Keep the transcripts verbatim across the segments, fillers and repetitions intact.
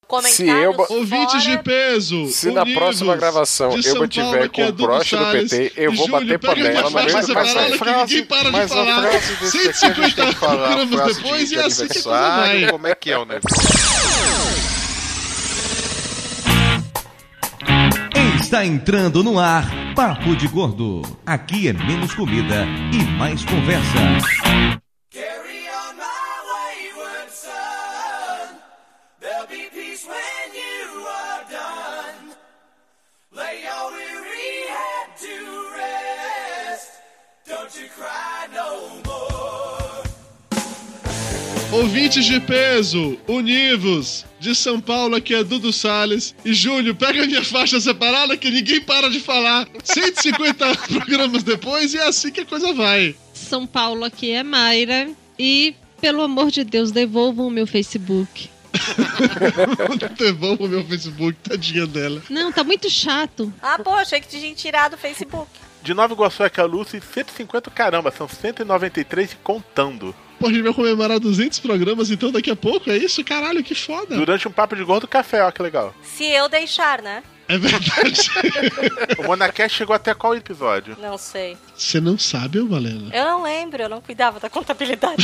Se eu... Ouvintes de peso, se na próxima gravação eu tiver com o broche do P T, eu vou bater panela. Mas, mas, mas a frase, ninguém para mas de falar. a frase desse aqui a gente tem que falar. A frase depois de, e de assim que vai. Como é que é o negócio? Está entrando no ar Papo de Gordo. Aqui é menos comida e mais conversa. Ouvintes de peso, univos, de São Paulo, aqui é Dudu Salles. E Júlio, pega a minha faixa separada que ninguém para de falar. cento e cinquenta programas depois e é assim que a coisa vai. São Paulo, aqui é Mayra. E, pelo amor de Deus, devolvam o meu Facebook. Devolvam o meu Facebook, tadinha dela. Não, tá muito chato. Ah, pô, achei que tinha tirado o Facebook. De Nova Iguaçu é que a Lúcia, cento e cinquenta, caramba, são cento e noventa e três contando. Pô, a gente vai comemorar duzentos programas então daqui a pouco, é isso? Caralho, que foda. Durante um papo de gordo, café, ó que legal. Se eu deixar, né? É verdade. O Monacast chegou até qual episódio? Não sei. Você não sabe, Valena? Eu não lembro, eu não cuidava da contabilidade.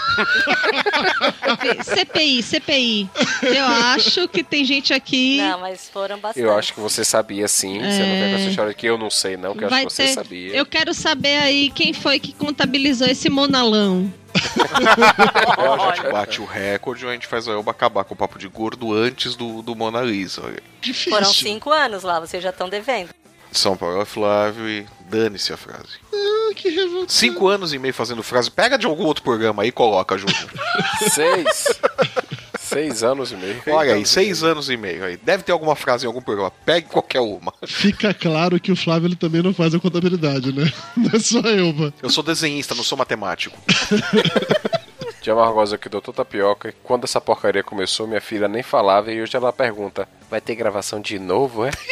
C P I, C P I. Eu acho que tem gente aqui... Não, mas foram bastante. Eu acho que você sabia sim. É... Você não vem com essa história que eu não sei não, que eu Vai acho que você ter... sabia. Eu quero saber aí quem foi que contabilizou esse monalão. Ou a gente bate o recorde ou a gente faz a Elba acabar com o papo de gordo antes do, do Mona Lisa. Difícil. Foram cinco anos lá, vocês já estão devendo. São Paulo é Flávio e dane-se a frase. Ah, que revoltado. Cinco anos e meio fazendo frase. Pega de algum outro programa aí e coloca, Júnior. Seis. Seis anos e meio. Olha aí, seis anos e meio. Aí. Deve ter alguma frase em algum programa. Pegue qualquer uma. Fica claro que o Flávio ele também não faz a contabilidade, né? Não é só eu, mano. Eu sou desenhista, não sou matemático. Tia Margosa aqui, doutor Tapioca. Quando essa porcaria começou, minha filha nem falava e hoje ela pergunta: vai ter gravação de novo, é?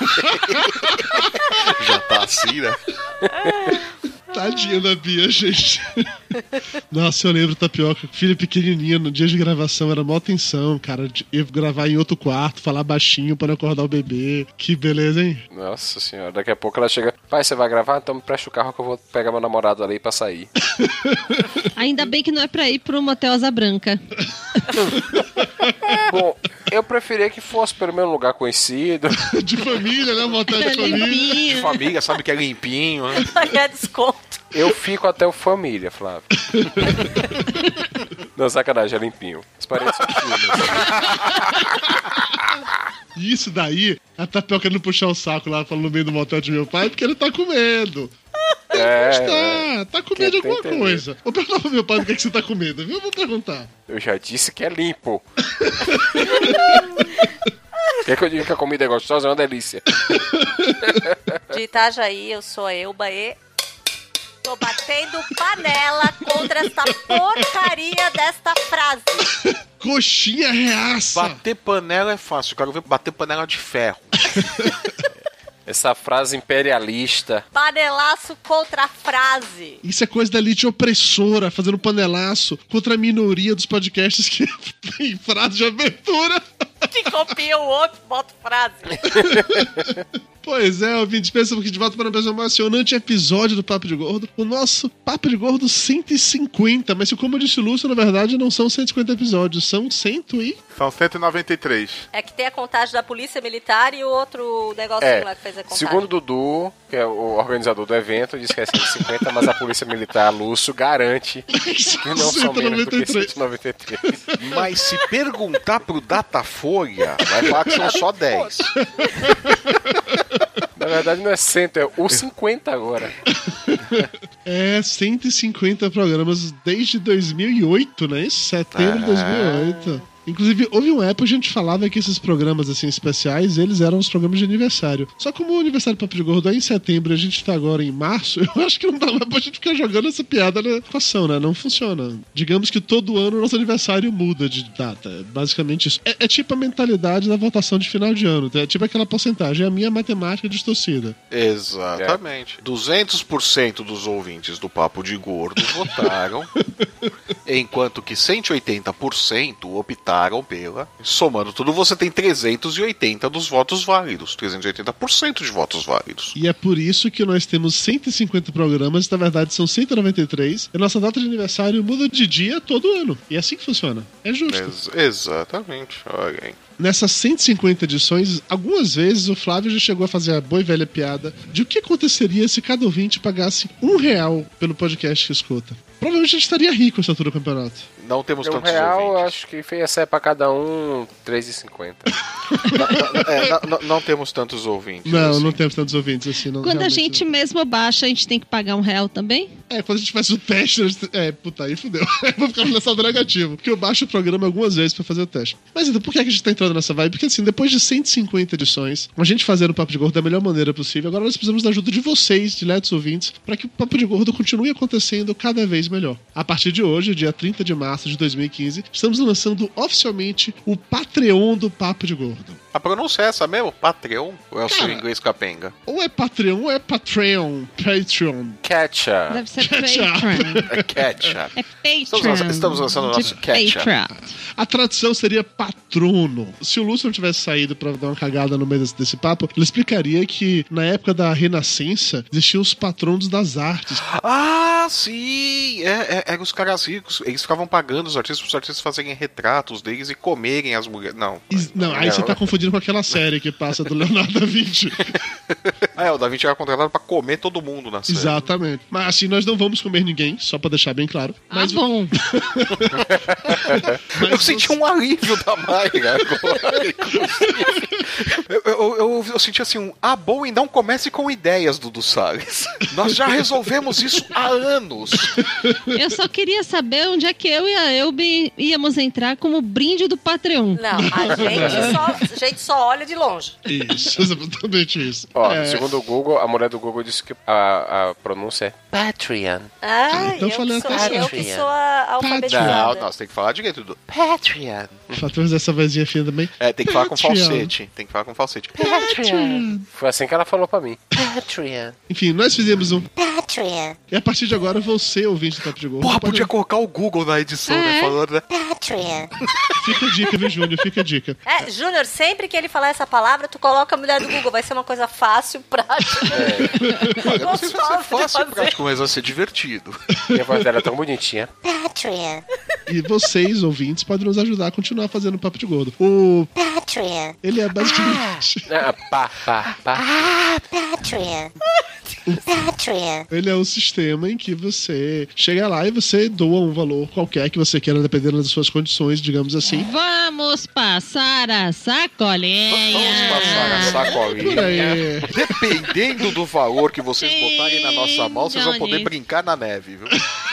Já tá assim, né? Tadinha da Bia, gente. Nossa, eu lembro, Tapioca, filha pequenininha, no dia de gravação era mó tensão, cara. Ia gravar em outro quarto, falar baixinho pra não acordar o bebê. Que beleza, hein? Nossa senhora, daqui a pouco ela chega: pai, você vai gravar? Então me presta o carro que eu vou pegar meu namorado ali pra sair. Ainda bem que não é pra ir pro motel Asa Branca. Bom, eu preferia que fosse pelo menos um lugar conhecido. De família, né? Motel de família. De família, sabe que é limpinho, né? Pagar desconto. Eu fico até o família, Flávio. Não, sacanagem, é limpinho. As paredes são finas. Isso daí, a Tapioca não puxar o saco lá falando no meio do motel de meu pai, porque ele tá com medo. É, Está, é. tá com medo de alguma coisa. Vou perguntar pro meu pai do que, é que você tá com medo, viu? Vou perguntar. Eu já disse que é limpo. Quer que eu diga que a comida é gostosa? É uma delícia. De Itajaí, eu sou a Elba e... tô batendo panela contra esta porcaria desta frase. Coxinha reaça. Bater panela é fácil, eu quero ver bater panela de ferro. Essa frase imperialista. Panelaço contra a frase. Isso é coisa da elite opressora, fazendo panelaço contra a minoria dos podcasts que tem frase de abertura. Que copia o outro, bota frase. Pois é, ouvinte, pensa que de volta para um mais emocionante episódio do Papo de Gordo. O nosso Papo de Gordo cento e cinquenta, mas como eu disse o Lúcio, na verdade não são cento e cinquenta episódios, são cento e... São cento e noventa e três. É que tem a contagem da Polícia Militar e o outro negocinho É, lá que fez a contagem. segundo o Dudu, que é o organizador do evento, diz que é cento e cinquenta, mas a Polícia Militar, Lúcio, garante que não são menos do que cento e noventa e três. Mas se perguntar pro Datafolha, vai falar que são só dez. Na verdade não é cem, é o cinquenta agora. É, cento e cinquenta programas desde dois mil e oito, né? Isso, setembro de dois mil e oito. Inclusive, houve uma época que a gente falava que esses programas assim especiais, eles eram os programas de aniversário. Só como o aniversário do Papo de Gordo é em setembro e a gente tá agora em março, eu acho que não dá mais pra gente ficar jogando essa piada na equação, né? Não funciona. Digamos que todo ano o nosso aniversário muda de data. É basicamente isso. É, é tipo a mentalidade da votação de final de ano. É tipo aquela porcentagem. É a minha matemática distorcida. Exatamente. É. duzentos por cento dos ouvintes do Papo de Gordo votaram, enquanto que cento e oitenta por cento optaram votaram pela. Somando tudo, você tem trezentos e oitenta dos votos válidos. trezentos e oitenta por cento de votos válidos. E é por isso que nós temos cento e cinquenta programas, na verdade são cento e noventa e três. E nossa data de aniversário muda de dia todo ano. E é assim que funciona. É justo. Ex- exatamente. Olha aí. Nessas cento e cinquenta edições, algumas vezes o Flávio já chegou a fazer a boa e velha piada de o que aconteceria se cada ouvinte pagasse um real pelo podcast que escuta. Provavelmente a gente estaria rico essa altura do campeonato. Não temos Um tantos real, ouvintes. acho que ia sair pra cada um três reais e cinquenta. É, não, não- não temos tantos ouvintes. Não, assim. não temos tantos ouvintes assim. Não, Quando a realmente gente não. mesmo baixa, a gente tem que pagar um real também? É, quando a gente faz o teste, a gente... é, puta, aí fudeu. Eu vou ficar no saldo negativo. Porque eu baixo o programa algumas vezes pra fazer o teste. Mas então, por que, é que a gente tá entrando nessa vibe? Porque assim, depois de cento e cinquenta edições, a gente fazendo o Papo de Gordo da melhor maneira possível, agora nós precisamos da ajuda de vocês, diletos ouvintes, pra que o Papo de Gordo continue acontecendo cada vez melhor. A partir de hoje, dia trinta de março de dois mil e quinze, estamos lançando oficialmente o Patreon do Papo de Gordo. A pronúncia é essa mesmo? Patreon? Ou é o seu Cara. inglês capenga? Ou é Patreon ou é Patreon. Patreon. Catcha. Deve ser Catch up. Patreon. É catcha. É Patreon. Estamos lançando- estamos lançando o nosso de catch-up. Patreon. A tradução seria patrono. Se o Lúcio não tivesse saído pra dar uma cagada no meio desse, desse papo, ele explicaria que na época da Renascença existiam os patronos das artes. Ah, sim! É, é, eram os caras ricos. Eles ficavam pagando os artistas para os artistas fazerem retratos deles e comerem as mulheres. Não. Is- Não, aí você tá confundindo com aquela série que passa do Leonardo da Vinci. Ah, é, o Da Vinci era contratado pra comer todo mundo na série. Exatamente. Mas assim, nós não vamos comer ninguém, só pra deixar bem claro. Mas Ah, bom. mas Eu senti um alívio da Mayra agora. eu, eu, eu, eu senti assim um ah, bom, e não comece com ideias, Dudu Salles. Nós já resolvemos isso há anos. Eu só queria saber onde é que eu e a Elbe íamos entrar como brinde do Patreon. Não, a gente só, a gente só olha de longe. Isso, exatamente isso. Ó, É, segundo o Google, a mulher do Google disse que a, a pronúncia é Patreon. Ah, Então eu, falei que sou, até eu que sou a Não, alfabetizada. não, você tem que falar direito, Dudu. Patreon. patrões dessa vozinha fina também. É, tem que falar com Patreon. falsete. Tem que falar com falsete. Patreon. Foi assim que ela falou pra mim. Patreon. Enfim, nós fizemos um. Patreon. E a partir de agora, você, ouvinte do Papo de Gordo, Porra, pode- podia colocar o Google na edição, né? É. Falando, né? Patreon. Fica a dica, viu, Júnior? Fica a dica. É, Júnior, sempre que ele falar essa palavra, tu coloca a mulher do Google. Vai ser uma coisa fácil, prática. Olha, não sei se vai ser Gostosa de fácil e fazer. prático, mas vai ser divertido. E a voz dela é tão bonitinha. Patreon. E vocês, ouvintes, podem nos ajudar a continuar fazendo o Papo de Gordo. O. Patreon. Ele é basicamente. Ah, pá, pá, pá. Patreon. Patreon. Ele é um sistema em que você chega lá e você doa um valor qualquer que você queira, dependendo das suas condições, digamos assim. Vamos passar a sacolinha. Vamos passar a Por sacolinha. aí. Dependendo do valor que vocês botarem na nossa mão, vocês vão poder Johnny. brincar na neve, viu?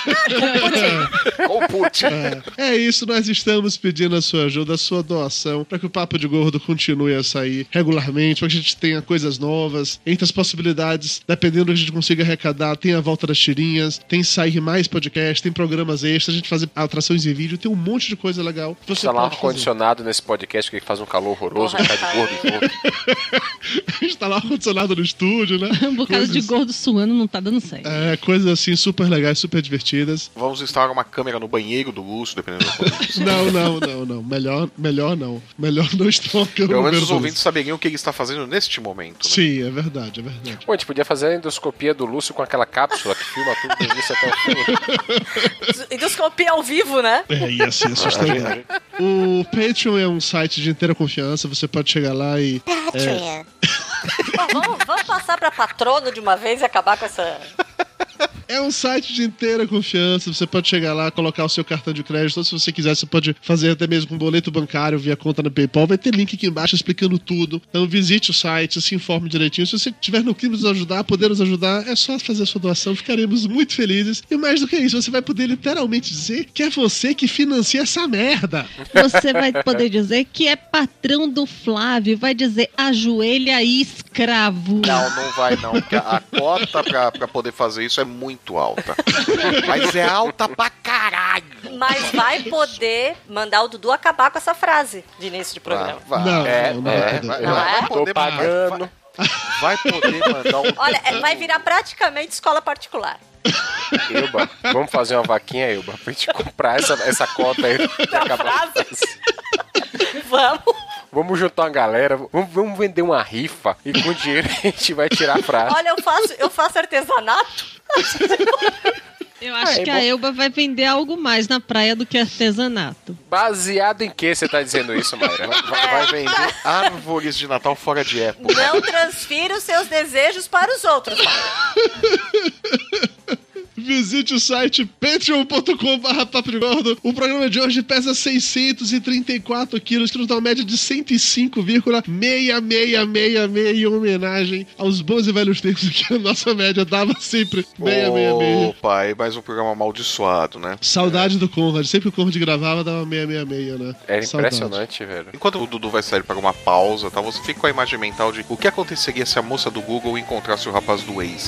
Com o Putin. É, é isso, nós estamos pedindo a sua ajuda, a sua doação, para que o Papo de Gordo continue a sair regularmente, para que a gente tenha coisas novas. Entre as possibilidades, dependendo do que a gente consiga arrecadar, tem a volta das tirinhas, tem sair mais podcast, tem programas extras, a gente fazer atrações em vídeo, tem um monte de coisa legal que você Instalar um pode fazer. ar-condicionado nesse podcast que faz um calor horroroso, Porra, que tá de gordo e gordo. Instalar ar-condicionado no estúdio, né? Um bocado de Coisas- gordo suando não tá dando certo. É, coisas assim super legais, super divertidas. Vamos instalar uma câmera no banheiro do Lúcio, dependendo do ponto. Não, não, não, não. Melhor, melhor não. Melhor não estou aqui Pelo menos os ouvintes saberiam o que ele está fazendo neste momento. Né? Sim, é verdade, é verdade. Pô, a gente podia fazer a endoscopia do Lúcio com aquela cápsula que filma tudo do início até o fim. Endoscopia ao vivo, né? É, ia ser assustador. O Patreon é um site de inteira confiança, você pode chegar lá e... Patreon. Bom, vamos, vamos passar pra patrono de uma vez e acabar com essa... É um site de inteira confiança, você pode chegar lá, colocar o seu cartão de crédito, ou se você quiser, você pode fazer até mesmo com boleto bancário via conta no PayPal, vai ter link aqui embaixo explicando tudo. Então visite o site, se informe direitinho. Se você tiver no clima de nos ajudar, poder nos ajudar, é só fazer a sua doação, ficaremos muito felizes. E mais do que isso, você vai poder literalmente dizer que é você que financia essa merda. Você vai poder dizer que é patrão do Flávio, vai dizer ajoelha aí, escravo. Não, não vai não, porque a cota pra, pra poder fazer isso é muito alta. Mas é alta pra caralho. Mas vai poder mandar o Dudu acabar com essa frase de início de programa. Vai, vai. Não, É, não, não, é, não, vai, não. Não vai é? poder Tô pagando. Vai, vai poder mandar um. Olha, é, vai virar praticamente escola particular. Elba, vamos fazer uma vaquinha, Elba, pra gente comprar essa, essa cota aí. pra acabar. frase. Vamos. Vamos juntar uma galera, vamos, vamos vender uma rifa e com o dinheiro a gente vai tirar a frase. Olha, eu faço, eu faço artesanato. Eu acho Ah, é que bom. a Elba vai vender algo mais na praia do que artesanato. Baseado em que você tá dizendo isso, Mayra? Vai, vai vender árvores de Natal fora de época. Não transfira os seus desejos para os outros. Visite o site patreon ponto com barra papo de gordo. O programa de hoje pesa seiscentos e trinta e quatro quilos, que nos dá uma média de cento e cinco vírgula seiscentos e sessenta e seis em homenagem aos bons e velhos tempos que a nossa média dava sempre seiscentos e sessenta e seis. Ô, pai, mais um programa amaldiçoado, né? Saudade do Conrad. Sempre que o Conrad gravava, dava seiscentos e sessenta e seis, né? É Saudade. impressionante, velho. Enquanto o Dudu vai sair para uma pausa, tá? Você fica com a imagem mental de o que aconteceria se a moça do Google encontrasse o rapaz do Waze.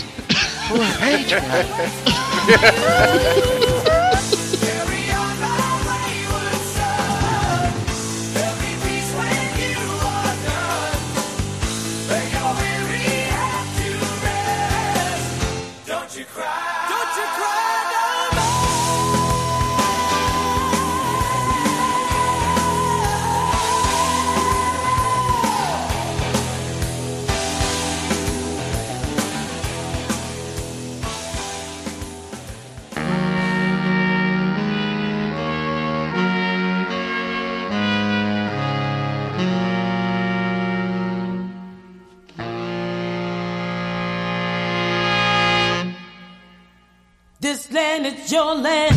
This land is your land.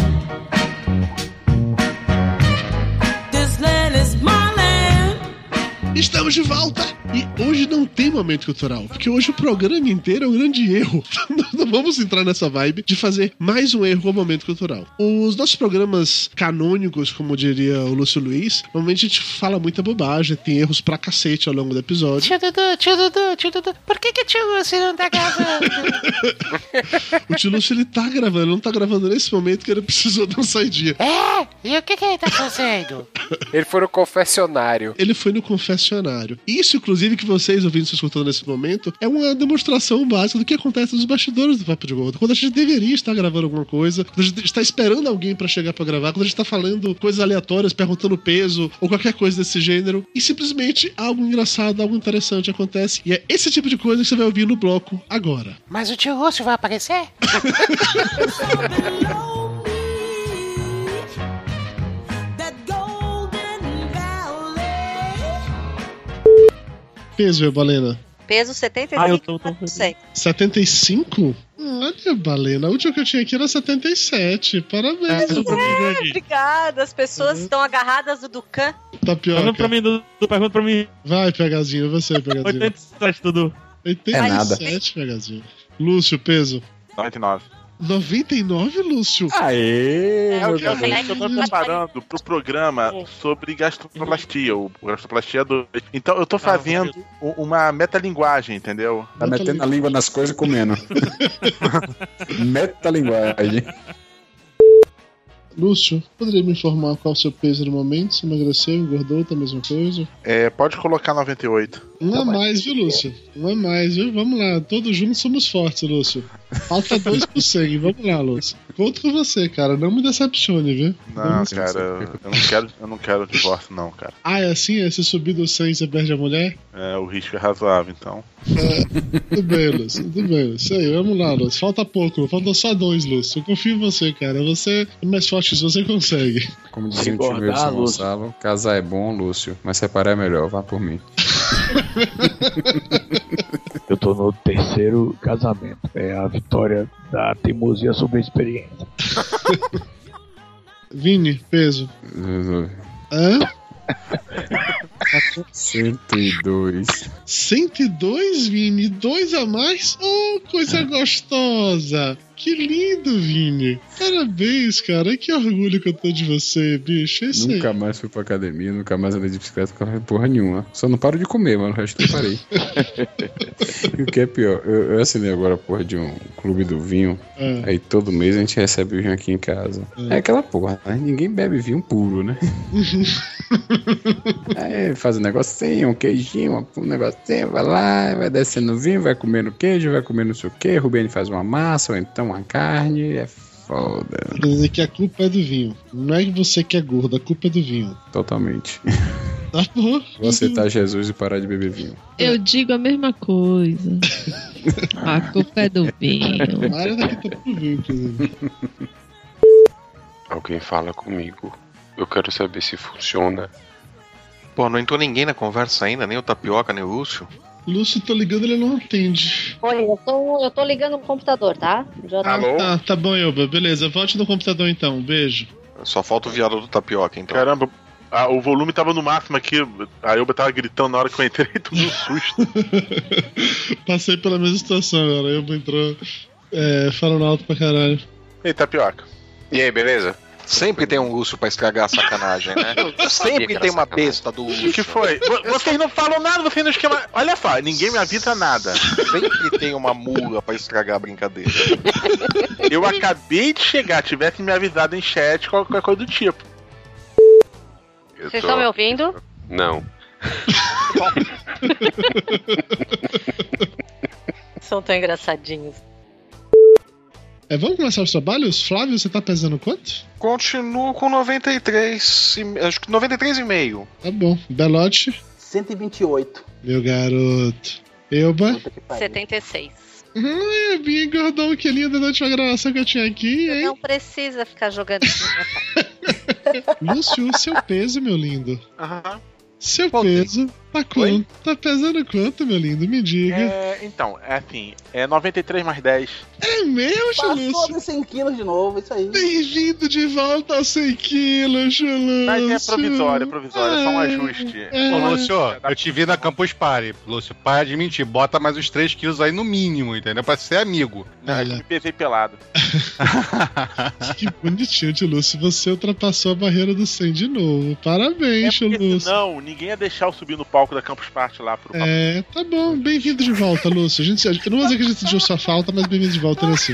This land is my land. Estamos de volta! E hoje não tem momento cultural, porque hoje o programa inteiro é um grande erro. Não vamos entrar nessa vibe de fazer mais um erro com o momento cultural. Os nossos programas canônicos, como diria o Lúcio Luiz, normalmente a gente fala muita bobagem, tem erros pra cacete ao longo do episódio. Tio Dudu, tio Dudu, tio Dudu, por que que o tio Lúcio não tá gravando? O tio Lúcio, ele tá gravando, ele não tá gravando nesse momento que ele precisou dar uma saidinha. É? E o que que ele tá fazendo? Ele foi no confessionário. Ele foi no confessionário. Isso, inclusive, que vocês ouvindo se escutando nesse momento, é uma demonstração básica do que acontece nos bastidores do Papo de Gordo. Quando a gente deveria estar gravando alguma coisa, quando a gente está esperando alguém pra chegar pra gravar, quando a gente tá falando coisas aleatórias, perguntando peso, ou qualquer coisa desse gênero, e simplesmente algo engraçado, algo interessante acontece. E é esse tipo de coisa que você vai ouvir no bloco agora. Mas o tio Lúcio vai aparecer? Peso, Balena? Peso setenta e Ah, eu cinco. tô- tô- setenta e cinco? Olha, Balena, a última que eu tinha aqui era setenta e sete. Parabéns. Obrigada, as pessoas estão agarradas do Ducan. Tapioca. Pergunta pra mim, Dudu, pergunta pra mim. Vai, Pegazinho, você, Pegazinho. oitenta e sete, Dudu. oitenta e sete, Pegazinho. Lúcio, peso. noventa e nove. noventa e nove, Lúcio? Aê! É o Eu, que eu, eu eu tô me preparando pro programa sobre gastroplastia, o Gastroplastia dois. Então eu tô fazendo u- uma metalinguagem, entendeu? Tá metendo a língua nas coisas e comendo. Metalinguagem. Lúcio, poderia me informar qual o seu peso no momento? Se emagreceu, engordou, tá a mesma coisa? É, pode colocar noventa e oito. Um a mais, viu, Lúcio? Um a mais, viu? Vamos lá, todos juntos somos fortes, Lúcio. Falta dois por cem, vamos lá, Lúcio. Conto com você, cara, não me decepcione, viu? Não, Vamos- cara, eu não quero, eu não quero divórcio, não, cara. Ah, é assim? É se subir do cem você perde a mulher? É, o risco é razoável, então. Tudo bem, Lúcio, tudo bem. Isso aí, vamos lá, Lúcio. Falta pouco, faltam só dois, Lúcio. Eu confio em você, cara. Você é mais forte que você consegue. Como dizia o tio meu São Gonçalo, casar é bom, Lúcio, mas separar é melhor, vá por mim. Eu tô no terceiro casamento. É a vitória da teimosia sobre a experiência. Vini, peso. Hã? cento e dois. cento e dois, Vini? Dois a mais? Oh, coisa gostosa! Que lindo, Vini! Parabéns, cara. Que orgulho que eu tô de você, bicho. É isso aí. Nunca mais fui pra academia, nunca mais andei de bicicleta com porra nenhuma. Só não paro de comer, mas o resto eu parei. E o que é pior, eu, eu assinei agora a porra de um clube do vinho. É. Aí todo mês a gente recebe o vinho aqui em casa. É, aquela porra, né? Ninguém bebe vinho puro, né? Aí faz um negocinho, um queijinho, um negocinho, vai lá, vai descendo o vinho, vai comendo queijo, vai comendo não sei o que. Rubeni faz uma massa, ou então uma carne, é foda. Quer dizer que a culpa é do vinho. Não é que você que é gordo, a culpa é do vinho. Totalmente. Tá bom. Vou aceitar Jesus e parar de beber vinho. Eu digo a mesma coisa. A culpa é do vinho. Mário daqui tá pro vinho, inclusive. Alguém fala comigo. Eu quero saber se funciona. Pô, não entrou ninguém na conversa ainda, nem o Tapioca, nem o Lúcio. Lúcio, tô ligando, ele não atende. Oi, eu tô, eu tô ligando no computador, tá? Já tá... Alô? Tá, tá bom, Elba. Beleza, volte no computador então. Um beijo. Só falta o viado do Tapioca, então. Caramba, ah, o volume tava no máximo aqui. A Elba tava gritando na hora que eu entrei, tomei um susto. Passei pela mesma situação agora. A Elba entrou é, falando alto pra caralho. Ei, Tapioca. E aí, beleza? Sempre tem um Lúcio pra estragar a sacanagem, né? Sempre tem uma besta do Lúcio. O que foi? V- Vocês não falam nada, vocês não esquema. Olha só, ninguém me avisa nada. Sempre tem uma mula pra estragar a brincadeira. Eu acabei de chegar, tivesse me avisado em chat, qualquer coisa do tipo. Vocês estão me ouvindo? Não. São tão engraçadinhos. É, vamos começar os trabalhos? Flávio, você tá pesando quanto? Continuo com noventa e três. E, acho que noventa e três e meio. Tá bom. Belote? cento e vinte e oito. Meu garoto. Elba? setenta e seis. Ai, Elbinha engordou um quilinho da última gravação que eu tinha aqui, hein? Não precisa ficar jogando isso na cara. Lúcio, seu peso, meu lindo. Aham. Seu peso tá quanto? Tá pesando quanto, meu lindo? Me diga. É, então, é assim, é noventa e três mais dez. É mesmo, Chulúcio? Passou dos cem quilos de novo, isso aí. Bem-vindo de volta aos cem quilos, Chulúcio. Mas é provisório, é provisório, é só um ajuste. É. Ô, Lúcio, eu te vi na Campus Party. Lúcio, para de mentir. Bota mais uns três quilos aí no mínimo, entendeu? Pra ser amigo. Não, é que eu me pesei pelado. Que bonitinho de Lúcio. Você ultrapassou a barreira do cem de novo. Parabéns, É porque Chulúcio. senão, ninguém ia deixar eu subir no palco da Campus Party lá pro É, tá bom. Bem-vindo de volta, Lúcio. A gente, eu não vou dizer que a gente sentiu sua falta, mas bem-vindo de volta, né, assim.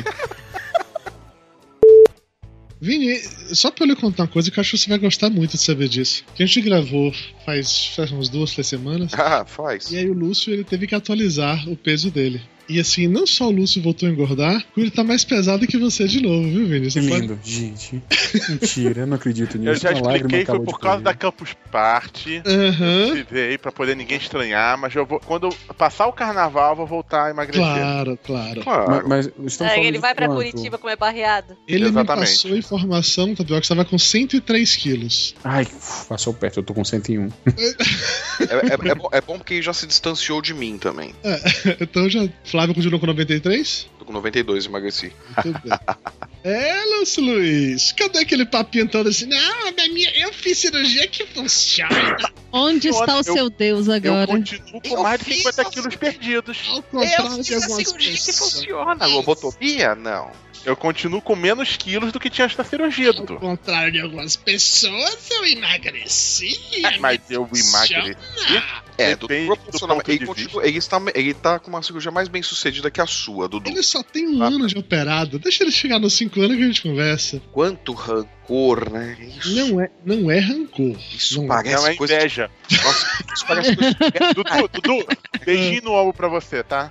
Vini, só pra eu lhe contar uma coisa que eu acho que você vai gostar muito de saber disso. Que a gente gravou faz, faz umas duas, três semanas. Ah, faz. E aí o Lúcio, ele teve que atualizar o peso dele. E assim, não só o Lúcio voltou a engordar, como ele tá mais pesado que você de novo, viu, Vini? Você Que pode- lindo, gente. Mentira, eu não acredito nisso. Eu já Uma lágrima expliquei, foi acabou por de causa cair. da Campus Party. Aham. Eu tive pra poder ninguém estranhar, mas eu vou, quando eu passar o carnaval, eu vou voltar a emagrecer. Claro, claro. Mas, mas estão É, falando ele de vai pra quanto? Curitiba comer barreado. Ele Exatamente. me passou a informação, Tapioca, que estava com cento e três quilos. Ai, uf, passou perto, eu tô com cento e um. É, é- é bom, é bom porque ele já se distanciou de mim também. É, então já. Flávio continuou com noventa e três? Tô com noventa e dois, emagreci. Muito bem. É, Lúcio Luiz, cadê aquele papinho todo assim? Não, da minha, eu fiz cirurgia que funciona. Onde está o Eu- seu Deus Eu agora? continuo com mais de cinquenta quilos perdidos. Ao contrário de fiz a algumas cirurgia que pessoas. funciona. Lobotomia? Não. Eu continuo com menos quilos do que tinha antes da cirurgia, Ao Dudu. contrário de algumas pessoas, eu emagreci. É, mas eu Funciona. emagreci. É, do Depende proporcional. do ponto Ele, de continua, ele, está, ele tá com uma cirurgia mais bem sucedida que a sua, Dudu. Ele só tem um ano de operado. Deixa ele chegar nos cinco anos que a gente conversa. Quanto rancor, né? Isso, Não é, não é rancor. isso não parece Não é coisa. inveja. Nossa, isso parece coisa. Dudu, Dudu, beijinho no ombro pra você, tá?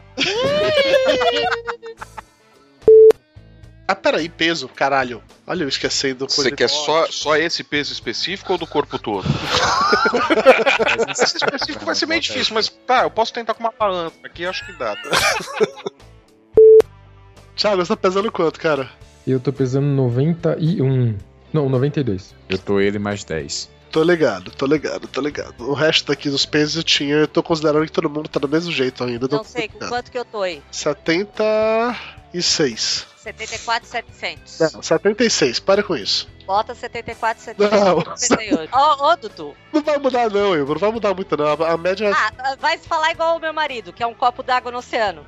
Ah, peraí, peso, caralho. Olha, eu esquecendo coisa Você de quer morte. só, só esse peso específico ou do corpo todo? Esse específico vai ser meio difícil, mas tá, eu posso tentar com uma balança aqui, acho que dá. Thiago, você tá pesando quanto, cara? Eu tô pesando noventa e um. Não, noventa e dois. Eu tô ele mais dez. Tô ligado, tô ligado, tô ligado. O resto daqui dos pesos eu tinha, eu tô considerando que todo mundo tá do mesmo jeito ainda. Não sei, com quanto que eu tô aí? setenta e seis. setenta e quatro, setecentos. Não, setenta e seis, para com isso. Bota setenta e quatro, Não. setecentos, setenta e oito. Ô, ô, Dudu. Não vai mudar não, Igor, não vai mudar muito não. A a média... Ah, vai falar igual o meu marido, que é um copo d'água no oceano.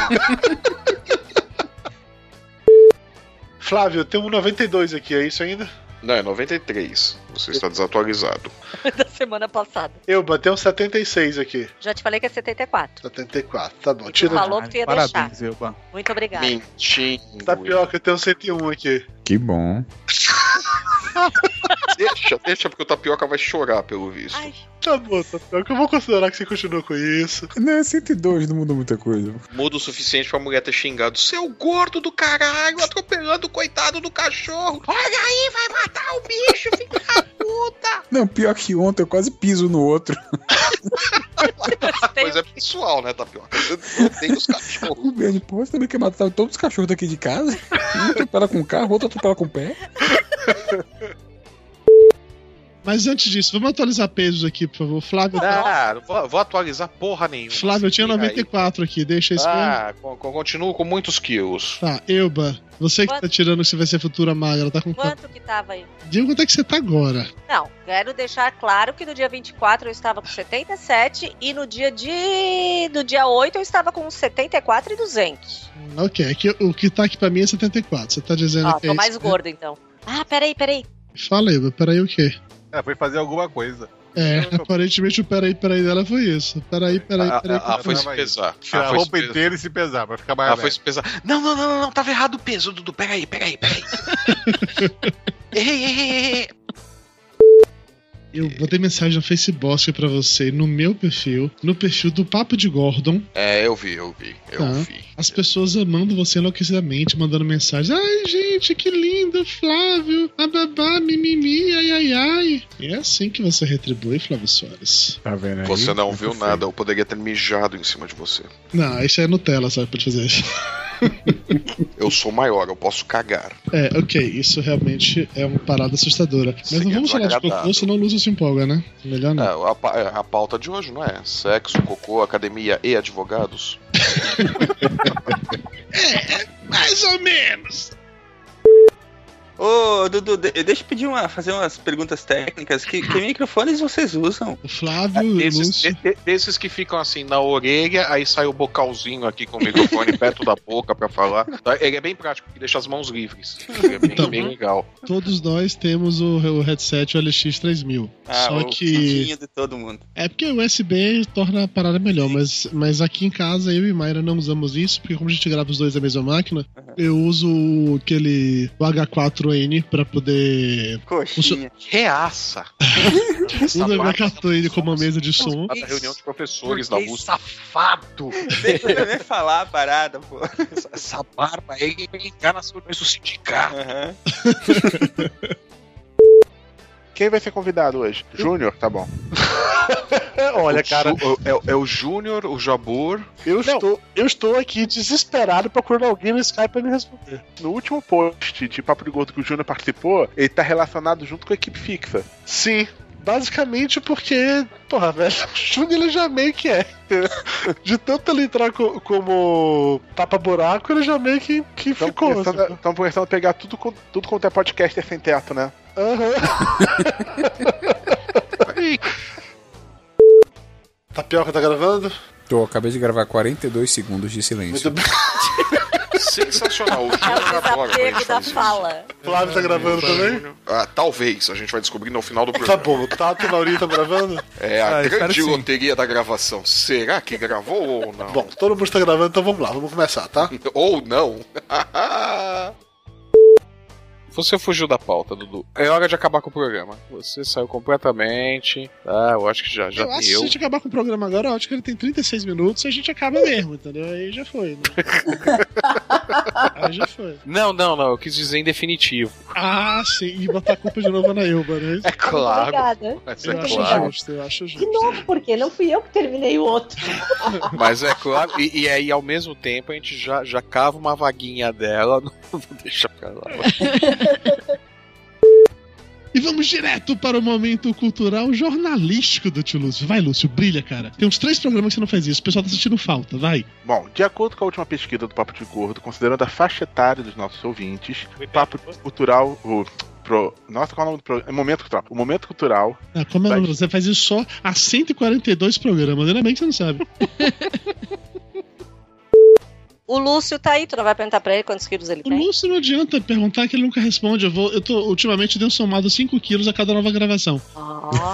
Flávio, tem um noventa e dois aqui, é isso ainda? Não, é noventa e três. Você está desatualizado. Da semana passada. Eu botei um setenta e seis aqui. Já te falei que é setenta e quatro. setenta e quatro, tá bom. Tu Tira falou que tu ia Parabéns, deixar. Elba. Muito obrigada. Mentindo. Tapioca, eu tenho um cento e um aqui. Que bom. Deixa, deixa, porque o Tapioca vai chorar, pelo visto. Ai, Tá bom, Tapioca, eu vou considerar que você continua com isso. Não, cento e dois, não muda muita coisa. Muda o suficiente pra mulher ter xingado. Seu gordo do caralho, atropelando o coitado do cachorro. Olha aí, vai matar o bicho, filho da puta. puta! Não, pior que ontem eu quase piso no outro. Coisa pessoal, né, Tapioca? Eu odeio os cachorros. O Benny, pô, você também quer matar todos os cachorros daqui de casa? Um atropela com o carro, outro atropela com o pé. Mas antes disso, vamos atualizar pesos aqui, por favor. Flávio. Ah, não vou, vou atualizar porra nenhuma. Flávio, eu tinha noventa e quatro aqui, deixa isso. Ah, com, com, continuo com muitos quilos. Tá, Elba, você que Quanto? tá tirando que você vai ser futura magra, tá com quanto? Quanto que tava aí? Diga quanto é que você tá agora. Não, quero deixar claro que no dia vinte e quatro eu estava com setenta e sete e no dia de... no dia oito eu estava com setenta e quatro e duzentos. Ok, é que o que tá aqui pra mim é setenta e quatro. Você tá dizendo Ó, que tô é mais isso, gorda então. Ah, peraí, peraí. Fala, Elba, peraí o quê? É, foi fazer alguma coisa. É, aparentemente o peraí, peraí dela foi isso. Peraí, peraí, Ah, peraí. ah, foi peraí. se pesar. Tirar Ah, a foi roupa se pesar. inteira e se pesar, pra ficar mais Ah, leve. foi se pesar. Não, não, não, não, não, tava errado o peso, Dudu. Peraí, peraí, peraí. Errei, errei, errei. Eu botei mensagem no Facebook pra você, no meu perfil, no perfil do Papo de Gordon. É, eu vi, eu vi, eu Tá. vi. As pessoas amando você enlouquecidamente, mandando mensagem. Ai, gente, que lindo, Flávio. Ababá, mimimi, ai, ai, ai. E é assim que você retribui, Flávio Soares. Tá vendo aí? Você não viu Muito nada, eu poderia ter mijado em cima de você. Não, isso é Nutella, sabe, pode fazer isso. Eu sou maior, eu posso cagar. É, ok, isso realmente é uma parada assustadora. Mas Sim, não vamos é falar de cocô, desagradável. senão o Lúcio se empolga, né? Melhor não. É, a, pa- é, a pauta de hoje, não é? Sexo, cocô, academia e advogados. Mais ou menos. Ô, Dudu, de- deixa eu pedir uma, fazer umas perguntas técnicas. Que, que microfones vocês usam? O Flávio, Desses, Lúcio. de- desses que ficam assim na orelha, aí sai o bocalzinho aqui com o microfone perto da boca pra falar. Tá? Ele é bem prático, porque deixa as mãos livres. Ele é bem, Então. bem legal. Todos nós temos o, o headset O L X três mil. Ah, Só o que. quintinho de todo mundo. É porque o U S B torna a parada melhor, mas, mas aqui em casa eu e Mayra não usamos isso, porque como a gente grava os dois da mesma máquina, eu uso aquele o H quatro N pra poder. Coxinha. Reaça. Usa o H quatro N como uma mesa de som. Da reunião de professores da Porque U S P. Safado! Deixa eu nem falar a parada, pô. Essa, essa barba aí vai ligar na sua do sindicato. Aham. Quem vai ser convidado hoje? Júnior? Tá bom. Olha, O cara, Ju- é, é o Júnior, o Jabur. eu estou, eu estou aqui desesperado procurando alguém no Skype pra me responder. No último post de Papo de Gordo que o Júnior participou, ele tá relacionado junto com a equipe fixa. Sim, basicamente porque, porra, velho, o Júnior ele já meio que é. De tanto ele entrar co- como tapa-buraco, ele já meio que, que Estão ficou. começando, assim. a- tão começando a pegar tudo, co- tudo quanto é podcaster sem teto, né? Aham. Tapioca tá gravando? Tô, acabei de gravar quarenta e dois segundos de silêncio. Muito bem. Sensacional. O É o Júnior adora quando a desapego gente da faz isso. fala. Flávio tá gravando também? Ah, talvez, a gente vai descobrir no final do Tá programa. bom, o Tato e o Laurinho tá gravando? É a Ah, espero grande que sim. loteria da gravação. Será que gravou ou não? Bom, todo mundo tá gravando, então vamos lá, vamos começar, tá? Ou não. Você fugiu da pauta, Dudu. É hora de acabar com o programa. Você saiu completamente. Ah, eu acho que já, já eu acho que se a deu. gente acabar com o programa agora, eu acho que ele tem trinta e seis minutos e a gente acaba mesmo, entendeu? Aí já foi, né? Aí já foi. Não, não, não. Eu quis dizer em definitivo. Ah, sim, e botar a culpa de novo na Elba, né? É claro. Obrigada. Mas Eu é acho claro. justo, eu acho De justo. novo, porque não fui eu que terminei o outro. Mas é claro. E, e aí, ao mesmo tempo, a gente já, já cava uma vaguinha dela. Não vou deixar pra lá. E vamos direto para o momento cultural jornalístico do tio Lúcio. Vai, Lúcio, brilha, cara. Tem uns três programas que você não faz isso. O pessoal tá sentindo falta, vai. Bom, de acordo com a última pesquisa do Papo de Gordo, considerando a faixa etária dos nossos ouvintes, o Papo Cultural. O, pro, nossa, qual é o nome do programa? É Momento Cultural. O Momento Cultural. Ah, como é o nome? Você faz isso só há cento e quarenta e dois programas. Ainda bem que você não sabe. O Lúcio tá aí, tu não vai perguntar pra ele quantos quilos ele O tem? Lúcio não adianta perguntar que ele nunca responde. Eu, vou, eu tô, ultimamente, tenho somado cinco quilos a cada nova gravação. Ah,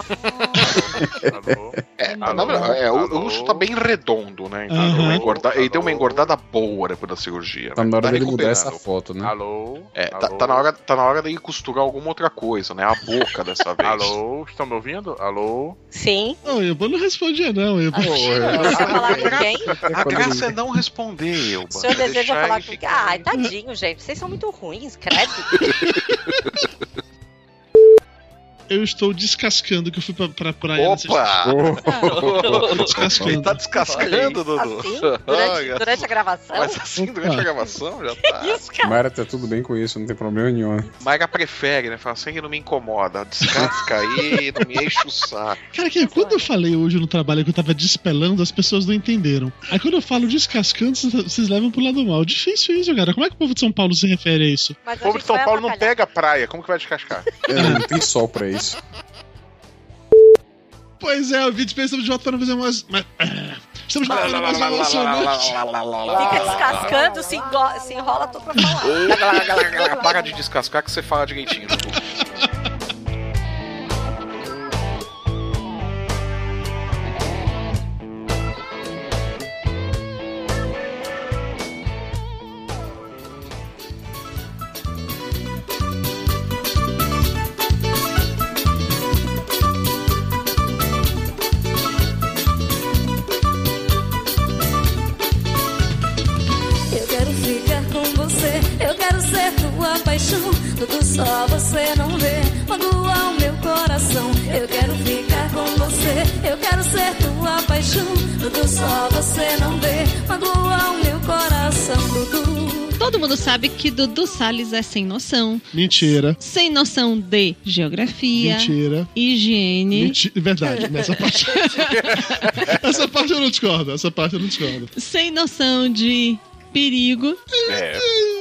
É, Alô? na verdade, é, o, Alô? o Lúcio tá bem redondo, né? Então, Aham. deu uma engorda- ele deu uma Alô? engordada boa depois da cirurgia. Tá né? na hora Tá dele mudar recuperando. essa foto, né? Alô? É, tá, Alô? tá na hora, tá na hora dele costurar alguma outra coisa, né? A boca dessa vez. Alô? Estão me ouvindo? Alô? sim. Não, eu não respondia, não. Eu... Você vai falar com quem? A graça é não responder, Elba. O senhor deseja Deixar falar ele com quem? ficar- Ai, tadinho, gente. Vocês são muito ruins, credo. Eu estou descascando que eu fui pra, pra praia. Opa! Descascando. Ele tá descascando, Dudu. Assim? Durante, durante a gravação? Mas assim, Opa. durante a gravação, já tá. Isso, cara. Mara tá tudo bem com isso, não tem problema nenhum. Mayra prefere, né? Fala assim, não me incomoda. Descasca aí, não me enche o saco. Cara, que quando eu falei hoje no trabalho que eu tava despelando, as pessoas não entenderam. Aí quando eu falo descascando, vocês- vocês levam pro lado mal. Difícil isso, cara. Como é que o povo de São Paulo se refere a isso? Mas O povo a de gente São vai Paulo não avacalhar. pega praia, como que vai descascar? É, não tem sol pra isso. Pois é, o vídeo estamos de volta para fazer umas. mas- ah, Estamos de volta para mais uma emocionante. Fica descascando, se, engo- se enrola todo pra falar. Para de descascar que você fala direitinho, Dudu. Eu quero ficar com você, eu quero ser tua paixão. Tudo só você não vê, magoa o meu coração. Eu quero ficar com você, eu quero ser tua paixão. Tudo só você não vê, magoa o meu coração. Dudu. Todo mundo sabe que Dudu Salles é sem noção. Mentira. Sem noção de geografia, Mentira. higiene. Mentira. Verdade, nessa parte. Essa parte eu não discordo. Essa parte eu não discordo. Sem noção de perigo. É.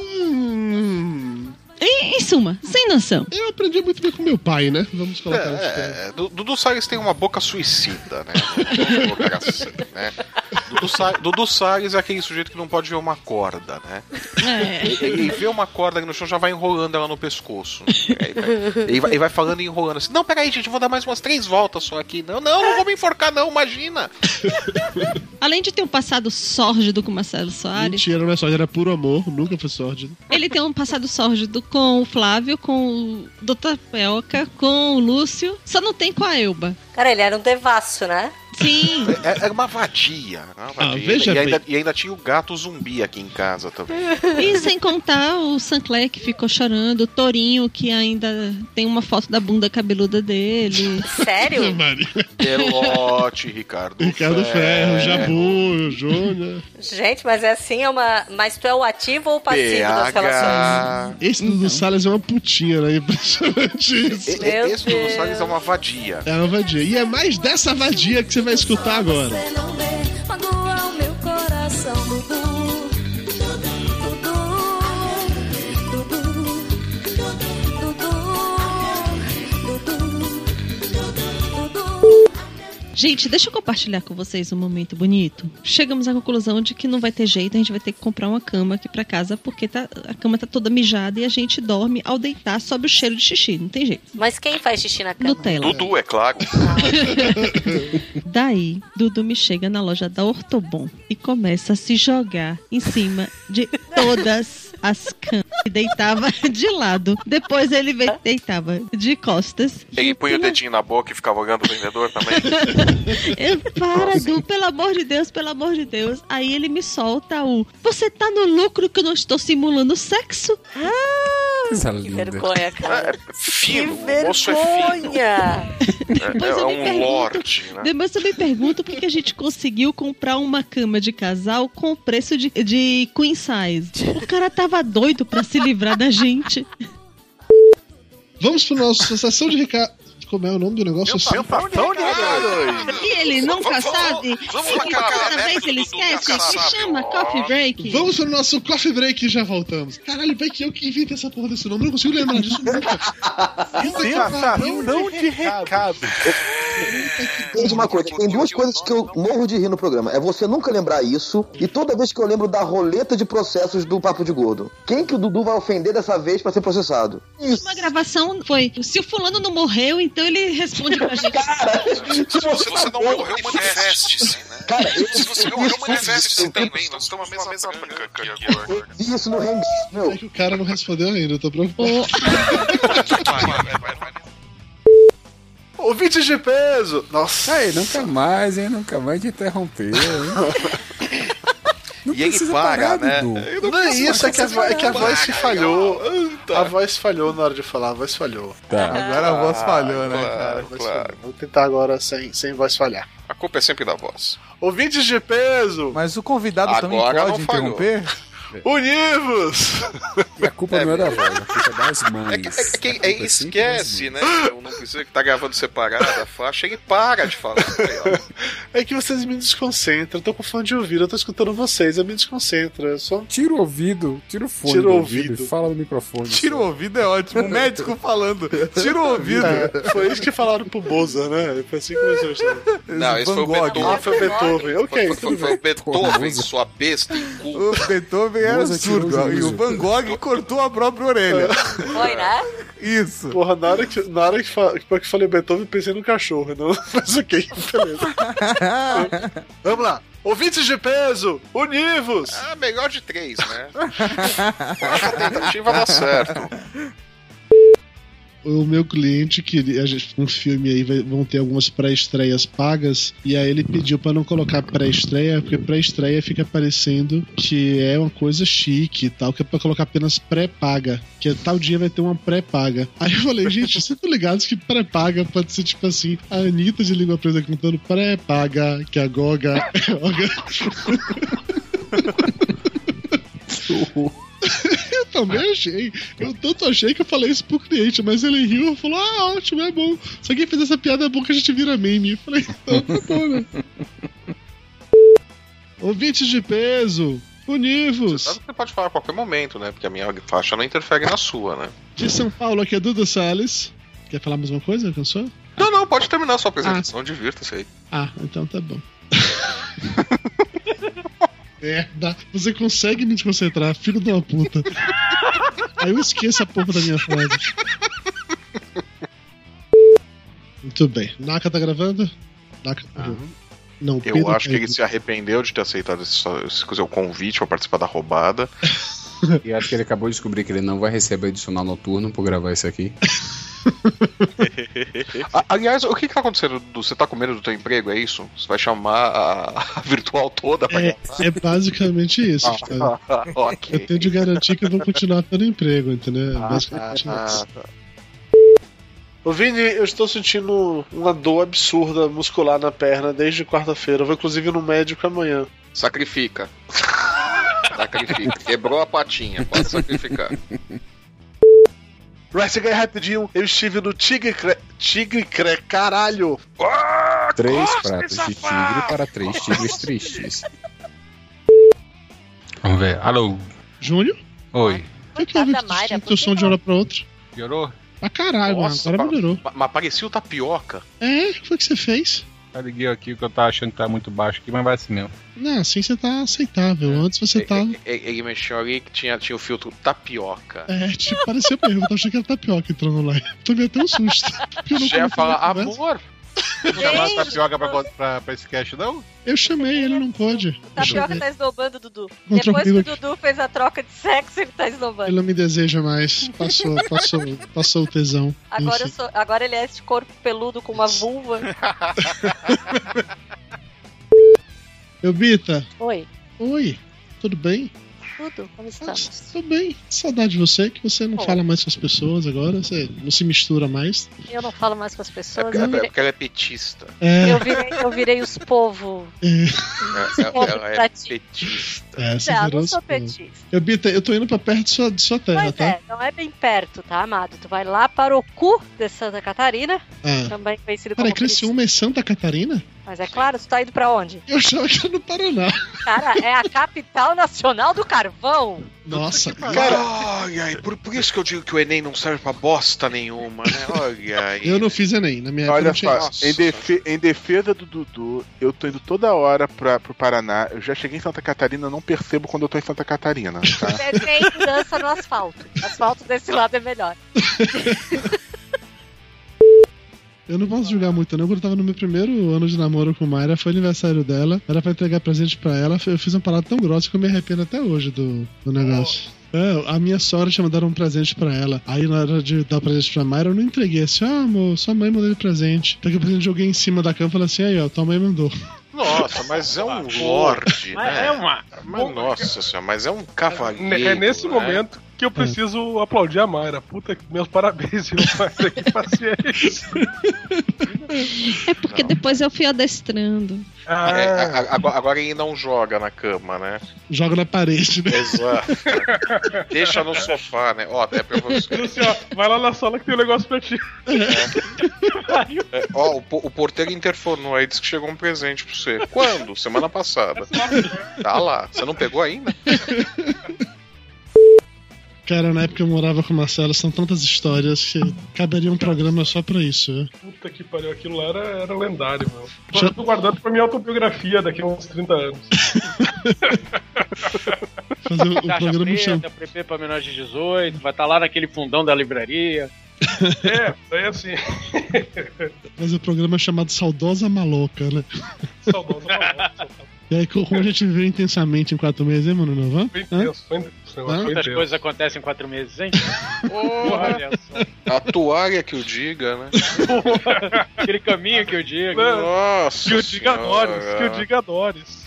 Em, em suma, sem noção. Eu aprendi muito bem com meu pai, né? Vamos colocar isso. É, é, Du- Dudu Salles tem uma boca suicida, né? Vamos colocar assim, né? Dudu, Sa Dudu Salles é aquele sujeito que não pode ver uma corda, né? É. Ele vê uma corda ali no chão, já vai enrolando ela no pescoço. Aí vai, ele, vai, ele vai falando e enrolando assim. Não, peraí, gente, eu vou dar mais umas três voltas só aqui. Não, não, não vou me enforcar, não, imagina. Além de ter um passado sórdido com Marcelo Soares, Mentira, não é sórdido, era puro amor. Nunca foi sórdido. ele tem um passado sórdido com o Flávio, com o doutor Pelca, com o Lúcio, só não tem com a Elba. Cara, ele era um devasso, né? Sim. É- Era uma vadia. Uma vadia. Ah, veja e, ainda, bem. e ainda tinha o gato zumbi aqui em casa também. E sem contar o Sancler que ficou chorando, o Torinho que ainda tem uma foto da bunda cabeluda dele. Sério? Maria. Pelote, Ricardo. Ricardo Ferro, Jabu, Júnior. Gente, mas é assim, é uma. Mas tu é o ativo ou o passivo das relações? Esse Dudu Salles é uma putinha, né? Impressionante isso. E- e- Esse Dudu Salles é uma vadia. É uma vadia. E é mais dessa vadia que você vai escutar agora. Você não vê, magoa o meu coração. Dudu. Gente, deixa eu compartilhar com vocês um momento bonito. Chegamos à conclusão de que não vai ter jeito, a gente vai ter que comprar uma cama aqui pra casa, porque tá, a cama tá toda mijada e a gente dorme ao deitar sob o cheiro de xixi, não tem jeito. Mas quem faz xixi na cama? Nutella. Dudu, é claro. Daí, Dudu me chega na loja da Ortobon e começa a se jogar em cima de todas as camas. E deitava de lado. Depois ele ve- deitava de costas. Ele punha o dedinho na boca e ficava olhando o vendedor também. Eu, para, Du, pelo amor de Deus, pelo amor de Deus. Aí ele me solta o... Você tá no lucro que eu não estou simulando sexo? Ah, Coisa Que linda. vergonha, cara. É fino, Que o moço é fino. vergonha! É, é eu me um pergunto- lorde, né? Depois eu me pergunto por que a gente conseguiu comprar uma cama de casal com o preço de, de queen size. O cara tava doido pra se livrar da gente. Vamos pro nosso sessão de recado. Como é o nome do negócio? Sensação de recados. E ele nunca sabe. vamos E marcar a toda caneca vez do ele Dudu esquece. Caçapa. Se chama Coffee Break. Vamos pro nosso coffee break e já voltamos. Caralho, vai que eu que inventei essa porra desse nome. Eu não consigo lembrar disso nunca. Sensação de recados. Diz uma coisa, tem duas coisas que eu morro de rir no programa. É você nunca lembrar isso e toda vez que eu lembro da roleta de processos do Papo de Gordo. Quem que o Dudu vai ofender dessa vez pra ser processado? Uma gravação foi: se o fulano não morreu, então ele responde pra gente. Se você não morreu, manifeste-se, né? Cara, eu Se você não morreu, manifeste-se também. Nós estamos na mesma branca aqui agora. vi isso no Hang, meu. É que o cara não respondeu ainda, eu tô preocupado. Ouvintes de peso! Nossa! Aí, nunca mais, hein? Nunca mais te interrompeu, hein? Não E ele precisa para, parar, né? Dudu. Não é isso, é que a, vo- é que a voz se falhou. A voz falhou na hora de falar, a voz falhou. Tá. Agora a voz falhou, né, claro, cara? claro. Vou tentar agora sem, sem voz falhar. A culpa é sempre da voz. Ouvintes de peso! Mas o convidado Agora também não pode falhou. interromper? Univos! E a culpa É não é da mesmo. voz, a culpa é das mães. É que, é que A culpa é, é sempre das esquece, né? mães. Eu não precisa que tá gravando separado a faixa, ele para de falar. É que vocês me desconcentram, eu tô com fone de ouvido, eu tô escutando vocês, eu me desconcentro. Eu só... Tira o ouvido, tira o fone Tira do o ouvido, ouvido. e fala no microfone. Tira o ouvido é ótimo. O médico falando. Tira o ouvido. É, foi isso que falaram pro Boza, né? Foi assim que começou a história. Não, esse foi o Van Gogh. Beethoven. Ah, foi o Beethoven. Ok, Foi, foi, tudo foi bem. o Beethoven, sua besta inculta. O Beethoven era Moza tirou surdo. o E o juízo. Van Gogh cortou a própria orelha. Foi, né? Isso. Porra, na hora que, na hora que, fa- que eu falei Beethoven, pensei no cachorro, não? Mas ok, beleza. Vamos lá. Ouvintes de peso, univos! Ah, melhor de três, né? A tentativa dá certo. O meu cliente queria. A gente, um filme aí vai- vão ter algumas pré-estreias pagas. E aí ele pediu pra não colocar pré-estreia, porque pré-estreia fica parecendo que é uma coisa chique e tal, que é pra colocar apenas pré-paga. Que é, tal dia vai ter uma pré-paga. Aí eu falei, gente, vocês estão ligados que pré-paga pode ser tipo assim: a Anitta de língua presa cantando pré-paga, que a Goga é Goga. Eu também achei. Eu tanto achei que eu falei isso pro cliente, mas ele riu e falou: ah, ótimo, é bom. Se alguém fez essa piada é bom que a gente vira meme. Eu falei, então tá bom, né? Ouvintes de peso, univos. Sabe que você pode falar a qualquer momento, né? Porque a minha faixa não interfere na sua, né? De São Paulo, aqui é Dudu Salles. Quer falar mais uma coisa? Cansou? Não, não, pode terminar a sua apresentação, divirta-se aí. Ah, então tá bom. Merda, você consegue me desconcentrar, filho de uma puta. Aí eu esqueço a porra da minha frase. Muito bem. Naka tá gravando? Naka tá gravando. Não, Eu Pedro acho que caiu. ele se arrependeu de ter aceitado esse, esse, esse convite pra participar da roubada. E acho que ele acabou de descobrir que ele não vai receber adicional noturno por gravar isso aqui. A- Aliás, o que que tá acontecendo? Du? Você tá com medo do teu emprego, é isso? Você vai chamar a, a virtual toda pra É, é basicamente isso. Ah, cara. ok. Eu tenho de garantir que eu vou continuar tendo emprego, entendeu? É Ah, basicamente ah, isso. tá. Ô Vini, eu estou sentindo uma dor absurda muscular na perna desde quarta-feira. Eu vou inclusive no médico amanhã. Sacrifica. Sacrifica. Quebrou a patinha, pode sacrificar. Vai chegar aí rapidinho. Eu estive no Tigre Cre... Tigre Cre... Caralho! Três pratos de tigre para três tigres tristes. Vamos ver. Alô? Júnior? Oi. O que, que houve que tinha teu som de uma hora pra outra? Piorou? Pra caralho, Nossa, mano. Agora pa- melhorou. ma- Mas parecia o tapioca. É, o que foi que você fez? Eu liguei aqui que eu tava achando que tá muito baixo aqui, mas vai assim mesmo. Não, assim você tá aceitável. Antes você tá. Ele, ele mexeu ali que tinha, tinha o filtro tapioca. É, tipo, pareceu mesmo. Eu tava achando que era tapioca entrando lá. Tomei até um susto. Porque eu não Já ia comi falar, conversa. amor. Não chamaram tapioca pra, pra, pra esse cast, não? Eu chamei, ele não pode. Eu Tapioca chamei. tá esnobando o Dudu. Encontrou Depois que comigo o Dudu fez a troca de sexo, ele tá esnobando. Ele não me deseja mais. Passou, passou, passou o tesão. Agora, eu Enfim. sou, agora ele é este corpo peludo com uma vulva. Eu, Bita. Oi, Oi, tudo bem? tudo, como estamos? Tudo bem. Saudade de você, que você não Oh. fala mais com as pessoas agora. Você não se mistura mais. Eu não falo mais com as É pessoas. porque, Eu é virei, porque ela é petista. É, eu virei, eu virei os povos. é, É- Ela, ela é Pra ti. petista. é, você Não, virou não sou os povos. petista. Eu, Bita, eu tô indo pra perto de sua, de sua terra, Mas tá? é, não é bem perto, tá, amado? Tu vai lá para o cu de Santa Catarina, Ah. também conhecido como Peraí, Criciúma é Santa Catarina? Mas é claro, tu tá indo pra onde? Eu achava que era no Paraná. Cara, é a capital nacional do carvão. Nossa, Cara, olha aí, por, por isso que eu digo que o Enem não serve pra bosta nenhuma, né? Olha aí. eu não fiz Enem. Na minha época Olha não tinha só, isso. em, defe- em defesa do Dudu, eu tô indo toda hora pra, pro Paraná. Eu já cheguei em Santa Catarina, não percebo quando eu tô em Santa Catarina, tá? Desenho e dança no asfalto. O asfalto desse lado é melhor. Eu não posso julgar muito, não. Quando eu tava no meu primeiro ano de namoro com Mayra, foi aniversário dela, era pra entregar presente pra ela. Eu fiz uma parada tão grossa que eu me arrependo até hoje do, do negócio. É, a minha sogra tinha mandado um presente pra ela. Aí na hora de dar o presente pra Mayra, eu não entreguei assim, ah, amor, sua mãe mandou de presente. Peguei o presente, joguei em cima da cama e falei assim, aí ó, tua mãe mandou. Nossa, mas é um lorde, Mas né? é uma- Mas, nossa senhora, mas é um cavaleiro. É nesse né? momento que eu preciso aplaudir a Mayra. Puta, meus parabéns, viu, Mayra? Que paciência. É porque não. Depois eu fui adestrando. Ah. É, a, a, agora, agora ele não joga na cama, né? Joga na parede, né? Exato. Deixa no sofá, né? Ó, até pra você. Assim, ó, vai lá na sala que tem um negócio pra ti. É. É, ó, o, o porteiro interfonou aí, disse que chegou um presente pra você. Quando? Semana passada. Tá lá. Você não pegou ainda? Cara, na época eu morava com o Marcelo, são tantas histórias que caberia um programa só pra isso, né? Puta que pariu, aquilo lá era, era lendário, meu. Já... Eu tô guardando pra minha autobiografia daqui a uns trinta anos. Fazer o, o Caixa programa preta, chama... P P pra menores de dezoito, vai estar tá lá naquele fundão da livraria. É, é assim. Fazer o programa chamado Saudosa Maloca, né? Saudosa Maloca. E aí, como a gente viveu intensamente em quatro meses, hein, Mano Novan? Foi intenso, foi intenso. Quantas coisas acontecem em quatro meses, hein? Olha só. A toalha que eu diga, né? Aquele caminho que eu diga. Nossa. Que eu diga Doris, que eu diga Doris.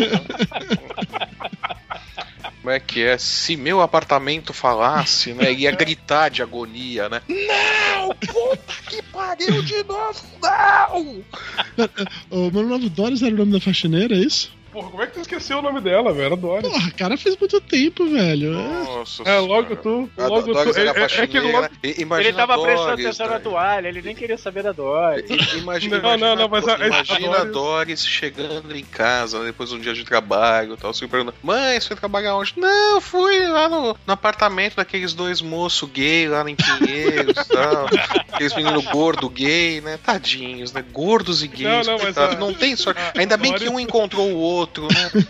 Como é que é? Se meu apartamento falasse, né? Ia gritar de agonia, né? Não! Puta que pariu de novo! Não! O meu nome Doris era o nome da faxineira, é isso? Porra, como é que tu esqueceu o nome dela, velho? Era Doris. Porra, cara, faz muito tempo, velho. Nossa. É, logo tu. Logo Doris tu. Era É, é, é que logo... Ele tava Doris, prestando atenção né? na toalha, ele nem queria saber da Doris. Imagina, não, imagina, não, não, mas a, imagina a Doris... Doris chegando em casa depois de um dia de trabalho e tal, se perguntando: mãe, você foi trabalhar onde? Não, fui lá no, no apartamento daqueles dois moços gay lá em Pinheiros e tal. Aqueles meninos gordos gay, né? Tadinhos, né? Gordos e gays. Não, não, mas a... não tem sorte. Ainda bem que um encontrou o outro, né?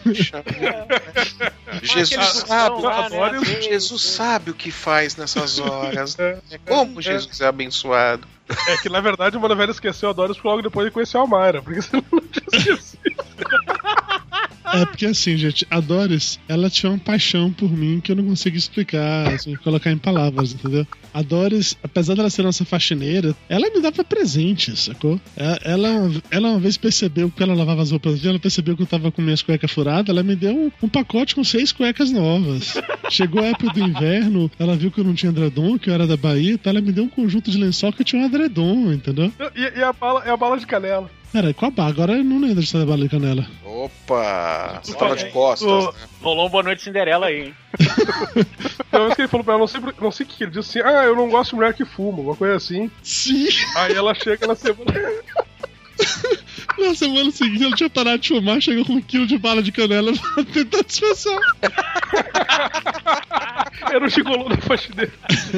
Jesus sabe, lá, né? Jesus sabe o que faz nessas horas. Né? Como Jesus é abençoado. É que na verdade o Mano Velho esqueceu a Doris porque logo depois ele conheceu a Mayra, porque você não tinha esquecido. É porque assim, gente, a Doris, ela tinha uma paixão por mim que eu não consigo explicar, assim, colocar em palavras, entendeu? A Doris, apesar dela ser nossa faxineira, ela me dava presente, sacou? Ela, ela uma vez percebeu que ela lavava as roupas, ela percebeu que eu tava com minhas cuecas furadas, ela me deu um, um pacote com seis cuecas novas. Chegou a época do inverno, ela viu que eu não tinha edredom, que eu era da Bahia, então ela me deu um conjunto de lençol que eu tinha um edredom, entendeu? E, e a bala, é a bala de canela. Pera, qual a bala? Agora eu não lembro de estar da bala de canela. Opa! Você tava de costas, o... né? Rolou um Boa Noite Cinderela aí, hein? Uma vez que ele falou pra ela, não sei, não sei o que ele disse assim, ah, eu não gosto de mulher que fuma, uma coisa assim. Sim. Aí ela chega na semana... Na semana seguinte ela tinha parado de fumar, chegou com um quilo de bala de canela pra tentar disfarçar. Era um gigolô da faxineira.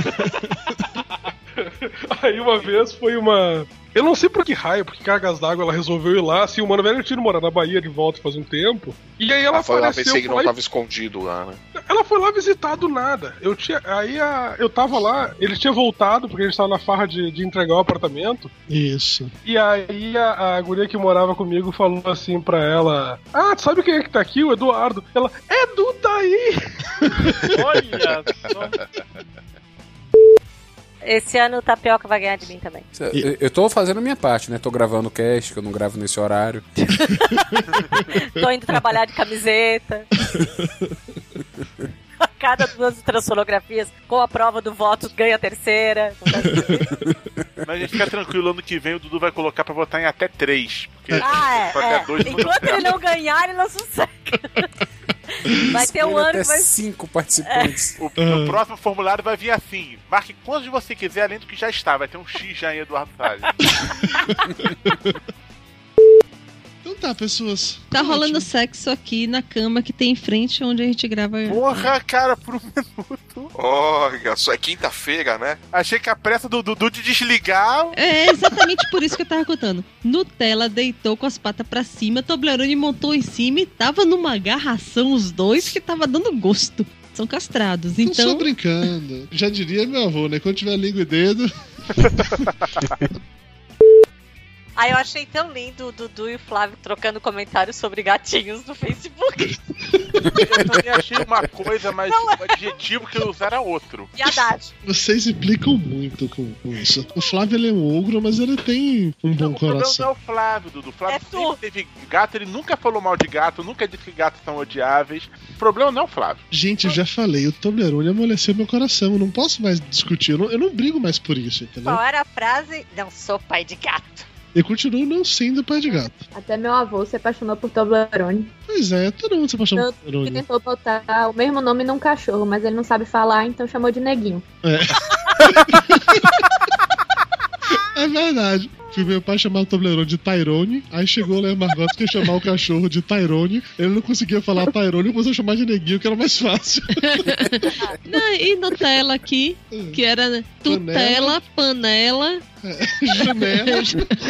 Aí uma vez foi uma... Eu não sei por que raio, porque cargas d'água ela resolveu ir lá. Assim, o Mano Velho tinha ido morar na Bahia de volta faz um tempo. E aí ela ah, foi apareceu... lá, pensei que não foi... tava escondido lá, né? Ela foi lá visitar do nada. Eu tinha... Aí a... eu tava lá, ele tinha voltado, porque a gente tava na farra de, de entregar o apartamento. Isso. E aí a, a guria que morava comigo falou assim pra ela: ah, tu sabe quem é que tá aqui? O Eduardo. Ela, Edu tá aí! Olha só. Esse ano o Tapioca vai ganhar de mim também. Eu, eu tô fazendo a minha parte, né? Tô gravando o cast, que eu não gravo nesse horário. Tô indo trabalhar de camiseta. A cada duas ultrassonografias, com a prova do voto, ganha a terceira. Mas a gente fica tranquilo, ano que vem o Dudu vai colocar pra votar em até três. Porque ah, é, é. Dois enquanto ele não ganhar, ele não sossega. Vai ter um ano até que vai... cinco participantes. É. O, o próximo formulário vai vir assim: marque quantos você quiser, além do que já está. Vai ter um X já em Eduardo Salles. Então tá, pessoas. Tá rolando ótimo. Sexo aqui na cama que tem em frente onde a gente grava. Porra, cara, por um minuto. Olha, só é quinta-feira, né? Achei que a pressa do Dudu de desligar... É exatamente por isso que eu tava contando. Nutella deitou com as patas pra cima, Toblerone montou em cima e tava numa agarração os dois que tava dando gosto. São castrados, então... Tô só brincando. Já diria meu avô, né? Quando tiver língua e dedo... Ah, eu achei tão lindo o Dudu e o Flávio trocando comentários sobre gatinhos no Facebook. Eu também achei uma coisa, mas o adjetivo que eu usar era outro. Viadagem. Vocês implicam muito com, com isso. O Flávio, ele é um ogro, mas ele tem um bom O problema coração. não é o Flávio, Dudu. O Flávio sempre teve gato, ele nunca falou mal de gato, nunca disse que gatos são odiáveis. O problema não é o Flávio. Gente, eu já falei, o Toblerone amoleceu meu coração. Eu não posso mais discutir, eu não, eu não brigo mais por isso, entendeu? Qual era a frase? Não sou pai de gato. Eu continuo não sendo pai de gato. Até meu avô se apaixonou por Toblerone. Pois é, todo mundo se apaixonou por Ele Toblerone. tentou botar o mesmo nome num cachorro, mas ele não sabe falar, então chamou de Neguinho. É. É verdade. Fui meu pai chamar o Toblerone de Tyrone, aí chegou o Léo Margotti que ia chamar o cachorro de Tyrone, ele não conseguia falar Tyrone, começou a chamar de Neguinho, que era mais fácil. Não, e Nutella aqui, que era Tutela, panela, janela.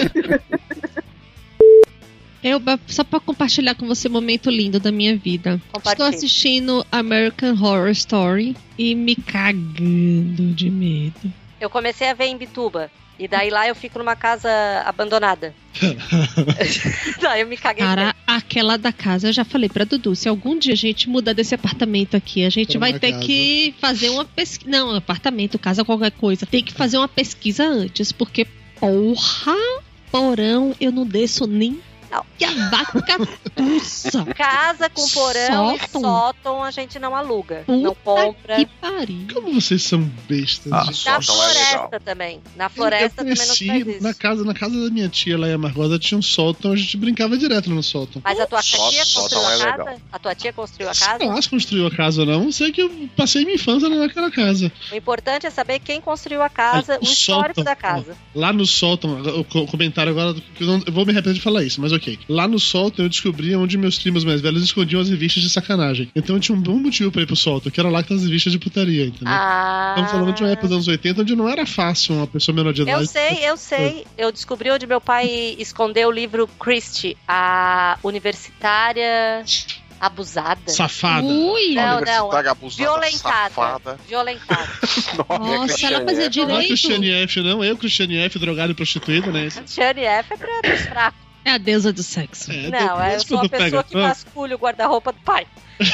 Eu, só pra compartilhar com você um momento lindo da minha vida. Estou assistindo American Horror Story e me cagando de medo. Eu comecei a ver em Bituba. E daí lá eu fico numa casa abandonada. Daí eu me caguei. Cara, aquela da casa, eu já falei pra Dudu, se algum dia a gente mudar desse apartamento aqui, a gente vai ter casa. que fazer uma pesquisa. Não, apartamento, casa, qualquer coisa. Tem que fazer uma pesquisa antes, porque, porra, porão, eu não desço nem. Não. Que a vaca tussa. Casa com porão Sótão. e sótão a gente não aluga. Puta não compra. que pariu. Como vocês são bestas? Na gente? floresta também. Na floresta eu também não cresci faz isso. na casa, na casa da minha tia lá em Amargosa tinha um sótão, a gente brincava direto no sótão. Mas a tua tia Sótão construiu é a legal. casa? A tua tia construiu a Sei casa? lá se construiu a casa ou não, sei que eu passei minha infância naquela casa. O importante é saber quem construiu a casa, Ah, o, o histórico sótão, da casa. Lá no sótão, o co- comentário agora, que eu, não- eu vou me arrepender de falar isso, mas ok. Lá no sótão eu descobri onde meus primos mais velhos escondiam as revistas de sacanagem. Então eu tinha um bom motivo pra ir pro sótão, que era lá que tá as revistas de putaria, entendeu? Ah. Estamos falando de uma época dos anos oitenta onde não era fácil uma pessoa menor de idade. Eu sei, eu sei. Eu descobri onde meu pai escondeu o livro Christie, a universitária abusada. Safada. Ui! Não, não. Universitária abusada, Violentada. safada. Violentada. Nossa, ela fazia Não é direito. Christiane F, não. Eu, Christiane F, drogado e prostituído, né? Tiane F é pra pros fracos. É a deusa do sexo. Não, eu sou a pessoa que vasculha o guarda-roupa do pai.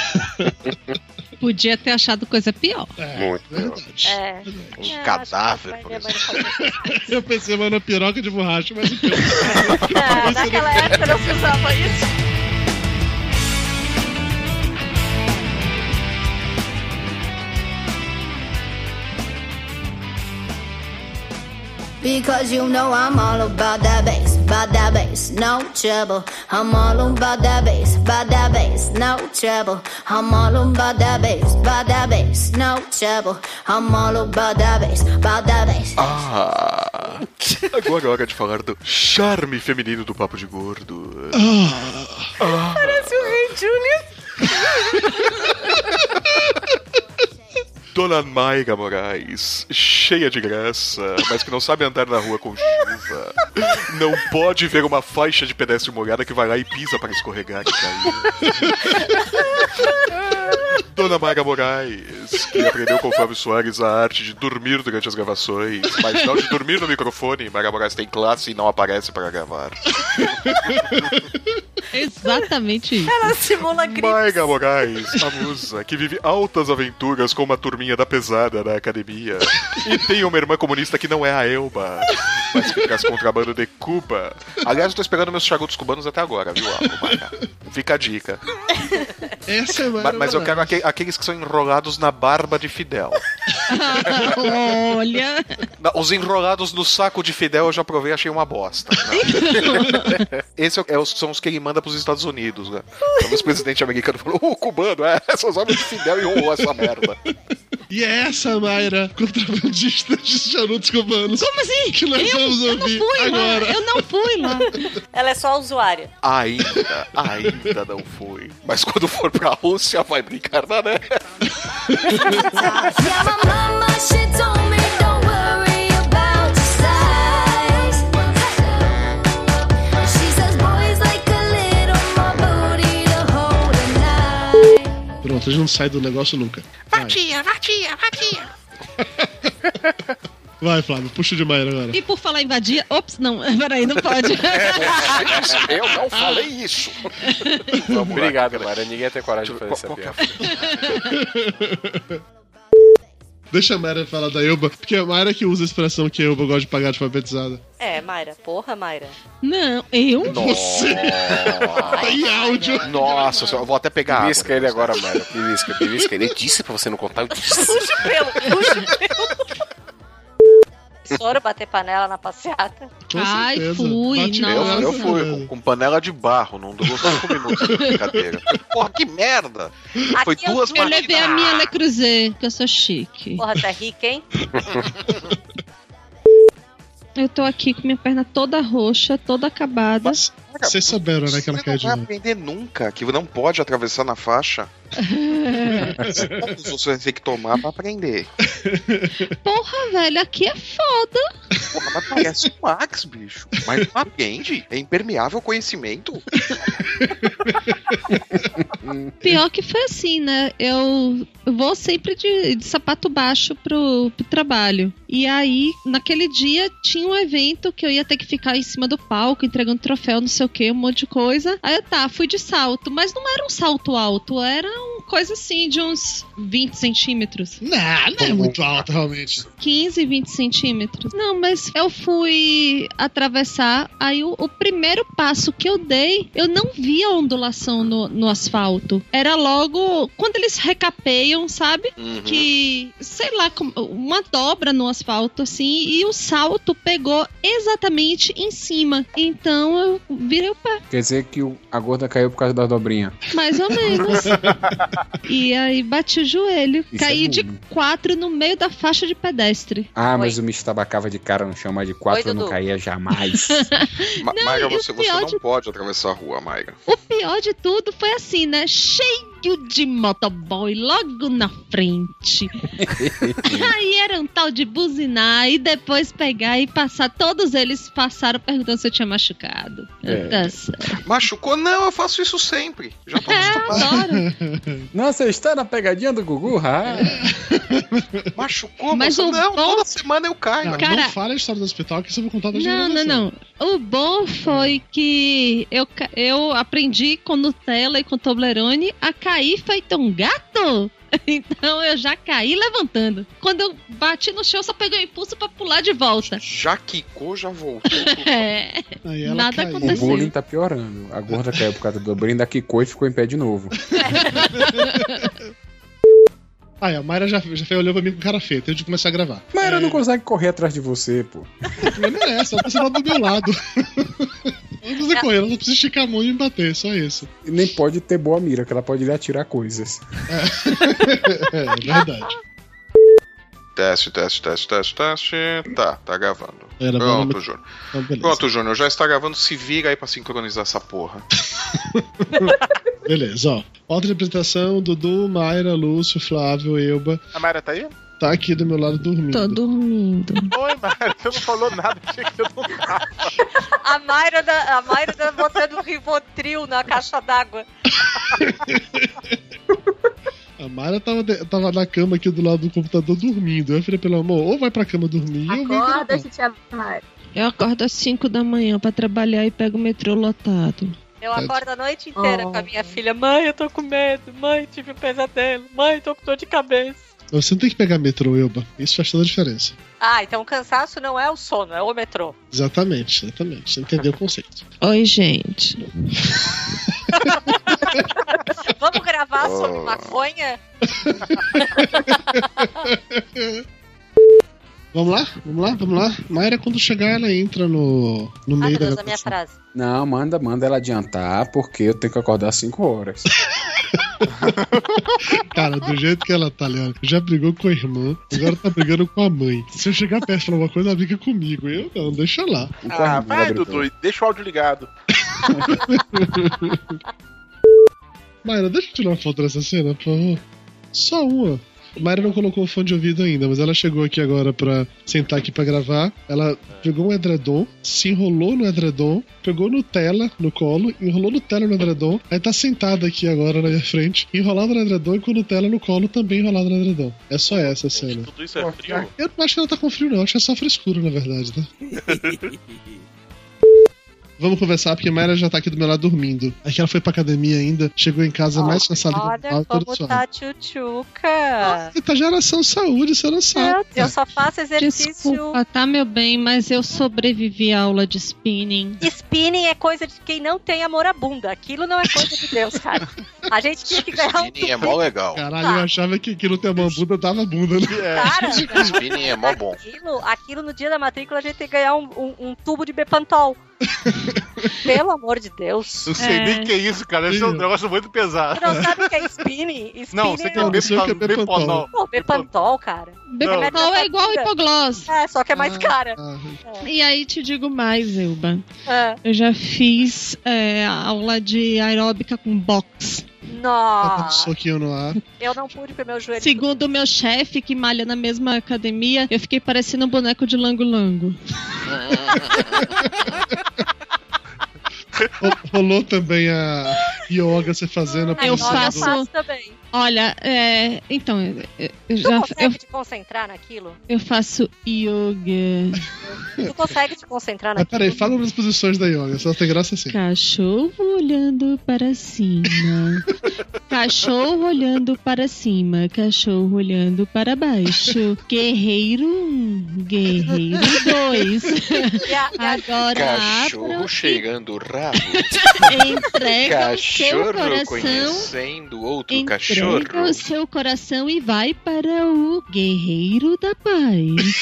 Podia ter achado coisa pior. Muito verdade. É. Um É, cadáver, acho que por minha mãe exemplo. não fazia isso. Eu pensei, mano, na piroca de borracha, mas o que? Não, naquela época não se usava isso. Because you know I'm all about that bass, about that bass, no trouble. I'm all about that bass, about that bass, no trouble. I'm all about that bass, about that bass, no trouble. I'm all about that bass, about that bass. Ah, agora é hora de falar do charme feminino do Papo de Gordo. Ah. Parece o Rei Júnior. Dona Mayra Moraes, cheia de graça, mas que não sabe andar na rua com chuva. Não pode ver uma faixa de pedestre molhada que vai lá e pisa para escorregar e cair. Dona Mayra Moraes, que aprendeu com o Flávio Soares a arte de dormir durante as gravações, mas não de dormir no microfone. Mayra Moraes tem classe e não aparece para gravar. Exatamente isso. Ela simula gripe. Mayra Moraes, a musa, que vive altas aventuras com uma turminha da pesada na academia. E tem uma irmã comunista que não é a Elba, mas que traz contrabando de Cuba. Aliás, eu tô esperando meus charutos cubanos até agora, viu, Mayra? Fica a dica. Essa é Mas, mas eu quero aque- aqueles que são enrolados na barba de Fidel. Olha. Não, os enrolados no saco de Fidel eu já provei e achei uma bosta. Não. Esse é, o- é os, são os que ele manda pros Estados Unidos, né? Quando o presidente americano falou, o cubano, é, são os homens de Fidel e enrolou essa merda. E é essa, Mayra, contrabandista de charutos cubanos. Como assim? Que nós eu, vamos eu não ouvir fui agora. lá. Eu não fui lá. Ela é só usuária. Ainda, ainda não foi. Mas quando for pra Rússia, vai brincar na neve. Yeah, my mama, she told me don't worry about your size. She says boys like a little more booty to hold at night. Pronto, a gente não sai do negócio nunca. Vai. Vadia, vadia, vadia. Vai, Flávio, puxa de Mayra agora. E por falar em vadia... Ops, não, peraí, não pode. Eu não falei isso. Obrigado, Mayra. Ninguém tem coragem de fazer essa piada. Deixa a Mayra falar da Elba, porque é a Mayra que usa a expressão que a Elba gosta de pagar de alfabetizada. É, Mayra. Porra, Mayra. Não, eu? Você! Tá em áudio. Nossa, eu vou até pegar água. Belisca ele agora, Mayra. Belisca, belisca. Ele disse pra você não contar, eu disse. Puxa o pelo, puxa o pelo. Soro bater panela na passeata. Ai, fui, eu, nossa. eu fui com, com panela de barro, não durou cinco minutos de brincadeira. Porra, que merda! Aqui Foi duas Eu levei a minha Le Creuset, que eu sou chique. Porra, tá rica, hein? Eu tô aqui com minha perna toda roxa, toda acabada. Mas vocês souberam, né, que ela caiu de Você não novo. vai aprender nunca que não pode atravessar na faixa. Você vai ter que tomar pra aprender. Porra, velho, aqui é foda. Porra, mas parece o Max, bicho. Mas não aprende. É impermeável ao conhecimento. Pior que foi assim, né? Eu vou sempre de, de sapato baixo pro, pro trabalho. E aí, naquele dia, tinha um evento que eu ia ter que ficar em cima do palco, entregando troféu, não sei o que, um monte de coisa. Aí eu tá, fui de salto. Mas não era um salto alto, era uma coisa assim de uns vinte centímetros. Não, não é muito alto, realmente. quinze, vinte centímetros. Não, mas eu fui atravessar, aí o, o primeiro passo que eu dei, eu não vi a ondulação no, no asfalto. Era logo quando eles recapeiam, sabe? Uhum. Que, sei lá, uma dobra no asfalto, assim, e o salto pegou exatamente em cima. Então eu virei o pé. Quer dizer que o- a gorda caiu por causa da dobrinha. Mais ou menos. E aí bati o joelho. Isso Caí é de burro. quatro no meio da faixa de pedestre. Ah, mas o me estabacava de cara no chão, mas de quatro Oi, eu não Dudu. caía jamais. Ma Não, Maiga, e o você, você pior não de- pode atravessar a rua, Maiga. O pior de tudo foi assim, né? Cheio de motoboy logo na frente. Aí era um tal de buzinar e depois pegar e passar. Todos eles passaram perguntando se eu tinha machucado. É. Tá certo. Machucou? Não, eu faço isso sempre. Já tô acostumado. Nossa, está na pegadinha do Gugu? Ah. Machucou? Mas moça? o Não, bom- toda semana eu caio. Não, Cara- não fala a história do hospital que isso eu vou contar da Não, não, não. O bom foi que eu, ca- eu aprendi com Nutella e com Toblerone a cair feito um gato. Então eu já caí levantando. Quando eu bati no chão, eu só peguei o impulso pra pular de volta. Já quicou, já voltou. É. Aí ela Nada caiu. O aconteceu. bullying tá piorando. A gorda caiu por causa da dobrinha, ainda quicou e ficou em pé de novo. Aí, a Mayra já, já olhou pra mim com cara feia, antes de começar a gravar. Mas ela não consegue correr atrás de você, pô. O problema é essa, ela tá sentada do meu lado. Ela não precisa correr, ela só precisa esticar a mão e me bater, só isso. E nem pode ter boa mira, que ela pode lhe atirar coisas. É, é verdade. Teste, teste, teste, teste, teste. Tá, tá gravando. Era Pronto, bom, Júnior. Então, beleza. Pronto, Júnior, já está gravando. Se vira aí pra sincronizar essa porra. Beleza, ó. Outra apresentação, Dudu, Mayra, Lúcio, Flávio, Elba. A Mayra tá aí? Tá aqui do meu lado dormindo. Tô dormindo. Oi, Mayra, você não falou nada, achei que você não tava. A Mayra, da, a Mayra tá botando Rivotril na caixa d'água. A Mayra tava, de- tava na cama aqui do lado do computador dormindo. Eu falei, pelo amor, ou vai pra cama dormir, ou vem Acorda, gravar. Titia Mayra. Eu acordo às cinco da manhã pra trabalhar e pego o metrô lotado. Eu acordo a noite inteira Oh. com a minha filha. Mãe, eu tô com medo. Mãe, tive um pesadelo. Mãe, tô com dor de cabeça. Você não tem que pegar metrô, Elba. Isso faz toda a diferença. Ah, então o cansaço não é o sono, é o metrô. Exatamente, exatamente. Você entendeu o conceito. Oi, gente. Vamos gravar Oh. sobre maconha? Vamos lá? Vamos lá? Vamos lá? Mayra, quando chegar, ela entra no, no Ah, meio meu da Deus, a minha gravação. frase. Não, manda, manda ela adiantar, porque eu tenho que acordar às cinco horas. Cara, do jeito que ela tá, Leandro, já brigou com a irmã, agora tá brigando com a mãe. Se eu chegar perto e falar uma coisa, ela briga comigo. Eu não, deixa lá. Ah, vai, Dudu, e deixa o áudio ligado. Mayra, deixa eu tirar uma foto dessa cena, por favor. Só uma. Mayra não colocou o fone de ouvido ainda, mas ela chegou aqui agora pra sentar aqui pra gravar. Ela pegou um edredom, se enrolou no edredom, pegou Nutella no colo, enrolou Nutella no edredom, aí tá sentada aqui agora na minha frente, enrolada no edredom e com Nutella no colo também enrolada no edredom. É só essa a cena. Tudo isso é frio? Eu não acho que ela tá com frio não, acho que é só frescura na verdade, tá? Vamos conversar, porque a Mayra já tá aqui do meu lado dormindo. Aqui ela foi pra academia ainda, chegou em casa mais cansada que Olha normal, toda como suada. tá a tchutchuca. Você tá geração saúde, você não sabe. Eu só faço exercício. Desculpa, tá, meu bem, mas eu sobrevivi à aula de spinning. Spinning é coisa de quem não tem amor à bunda. Aquilo não é coisa de Deus, cara. A gente tinha que ganhar um... Spinning é mó legal. Caralho, eu achava que aquilo tem uma bunda, dava bunda, né? Cara, Spinning é mó bom. Aquilo, aquilo no dia da matrícula a gente tem que ganhar um, um, um tubo de Bepantol. Pelo amor de Deus. Não sei É. nem o que é isso, cara. Esse é um negócio muito pesado. Você não sabe o que é spinning? Spinning Não, você é quer um- Bepantol. Bepantol. Pô, Bepantol, cara. Bepantol é igual hipogloss. É, só que é mais cara. E aí te digo mais, Elba. É. Eu já fiz é, aula de aeróbica com box. Tá Nossa. soquinho no ar. Eu não pude porque meu joelho... Segundo o meu chefe, que malha na mesma academia, eu fiquei parecendo um boneco de lango-lango. Rolou também a yoga você fazendo a Eu posição faço. do- faço também. Olha, é, então, eu, eu Tu já consegue eu, te concentrar naquilo? eu faço yoga. Tu consegue te concentrar Mas naquilo? peraí, fala umas posições da yoga, só tem graça assim. Cachorro olhando para cima. Cachorro olhando para cima. Cachorro olhando para baixo. Guerreiro um. Guerreiro dois. E a- e a- Agora Cachorro abra chegando o rabo. entrega o seu Cachorro coração. conhecendo outro Entrega cachorro. o seu coração e vai para o Guerreiro da Paz.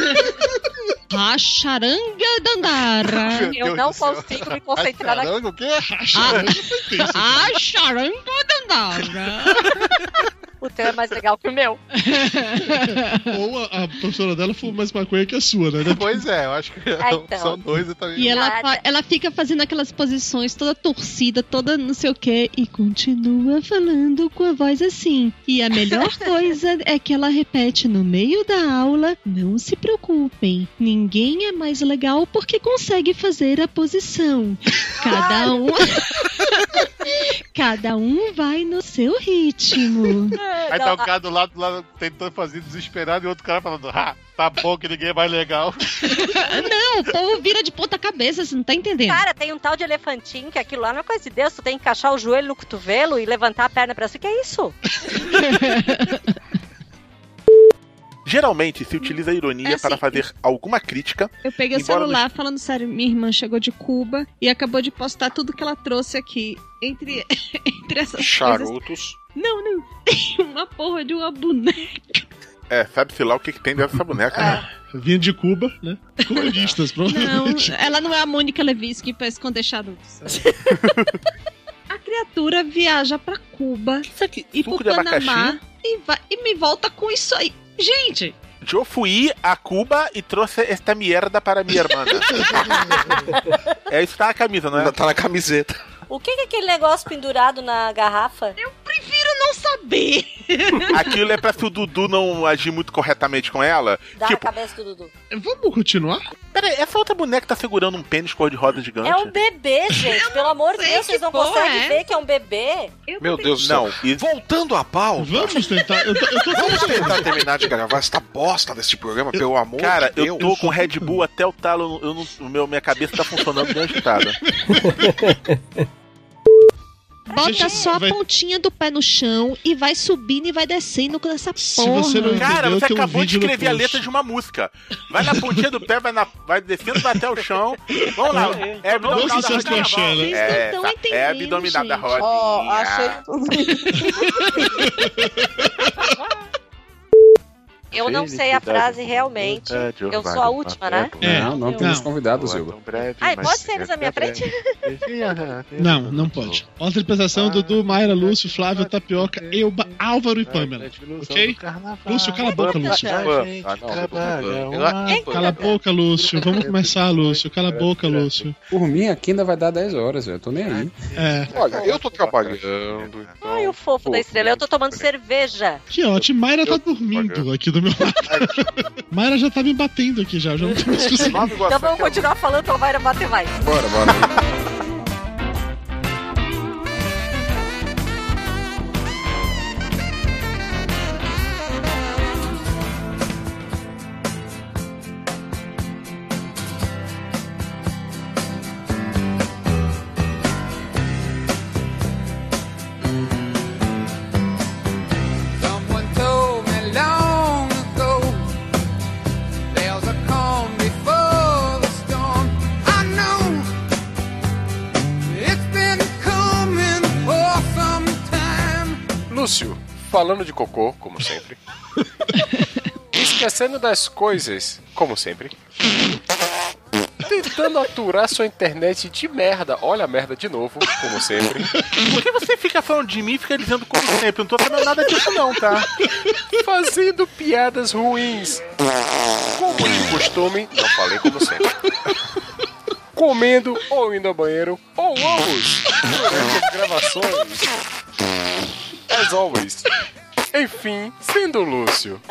Racharanga Dandara. Eu não consigo me concentrar naquilo. Caramba, o quê? Racharanga Dandara. O teu é mais legal que o meu. Ou a, a professora dela foi mais maconha que a sua, né? Pois é, eu acho que Ah, então. são dois e também. E ela, Nada. fa- ela fica fazendo aquelas posições toda torcida, toda não sei o que, e continua falando com a voz assim. E a melhor coisa é que ela repete no meio da aula: não se preocupem, ninguém é mais legal porque consegue fazer a posição. Cada um. Cada um vai no seu ritmo. Aí tá o cara do lado, do lado tentando fazer desesperado e outro cara falando, ah, tá bom que ninguém é mais legal. Não, o povo vira de ponta cabeça, você não tá entendendo. Cara, tem um tal de elefantinho que aquilo lá não é coisa de Deus. Tu tem que encaixar o joelho no cotovelo e levantar a perna pra cima. Que é isso? Geralmente se utiliza a ironia É assim, para fazer alguma crítica. Eu peguei o embora celular falando sério, minha irmã chegou de Cuba e acabou de postar tudo que ela trouxe aqui. Entre, entre essas coisas. Charutos. Não, não. Tem uma porra de uma boneca. É, sabe-se lá o que, que tem dentro dessa boneca, né? Vinha de Cuba, né? Comunistas, Não, provavelmente. ela não é a Mônica Lewinsky pra esconder charutos. A criatura viaja pra Cuba e pro Suco de Panamá abacaxi? e, vai, e me volta com isso aí. Gente, Eu fui a Cuba e trouxe esta merda para minha irmã. É isso, tá na camisa, não é? Tá na camiseta. O que que é aquele negócio pendurado na garrafa? Eu prefiro não saber. Aquilo é pra se o Dudu não agir muito corretamente com ela. Dá Tipo, na cabeça do Dudu. Vamos continuar? peraí, essa outra boneca tá segurando um pênis cor-de-rosa gigante? É um bebê, gente. Pelo amor de Deus, vocês não porra conseguem é ver que é um bebê? Meu Deus do céu. Não, isso... Voltando à pauta. Vamos tentar. Eu tô, eu tô Vamos tentar terminar de gravar essa bosta desse programa, pelo amor Cara, de eu Deus. tô com Red Bull até o talo, eu não, o meu, minha cabeça tá funcionando bem agitada. Bota Gente, só vai- a pontinha do pé no chão e vai subindo e vai descendo com essa Se porra. você não Cara, entendeu, você tem um acabou de vídeo no escrever a post. letra de uma música. Vai na pontinha do pé, vai, na, vai descendo, vai até o chão. Vamos lá. É abdominal Doce da sucesso do rodinha. Axé, né? Vocês não É, estão tá, entendendo, é abdominal da gente. rodinha. Ó, achei tudo. Eu não sei a frase realmente. Eu sou a última, né? É, Não, não temos convidados, Ilba. Ai, pode ser na minha frente? Não, não pode. Outra interpretação, Dudu, Mayra, Lúcio, Flávio, Tapioca, Elba, Álvaro e Pamela. Ok? Lúcio, cala a boca, Lúcio. Cala a boca, Lúcio. Vamos começar, Lúcio. Cala a boca, Lúcio. Por mim, aqui ainda vai dar dez horas, eu tô nem aí. É. Olha, eu tô trabalhando. Então... Ai, o fofo da estrela. Eu tô tomando cerveja. Que ótimo. Mayra tá dormindo aqui do meu lado. Mayra já tá me batendo aqui já. Já não tô mais conseguindo. Então vamos continuar falando pra Mayra bater mais. Bora, bora. Lúcio, falando de cocô, como sempre. Esquecendo das coisas, como sempre. Tentando aturar sua internet de merda. Olha a merda de novo, como sempre. Por que você fica falando de mim e fica dizendo como sempre? Eu não tô sabendo nada disso não, tá? Fazendo piadas ruins. Como de costume, não falei como sempre. Comendo ou indo ao banheiro, ou ambos, durante as gravações. As always. Enfim, sendo Lúcio.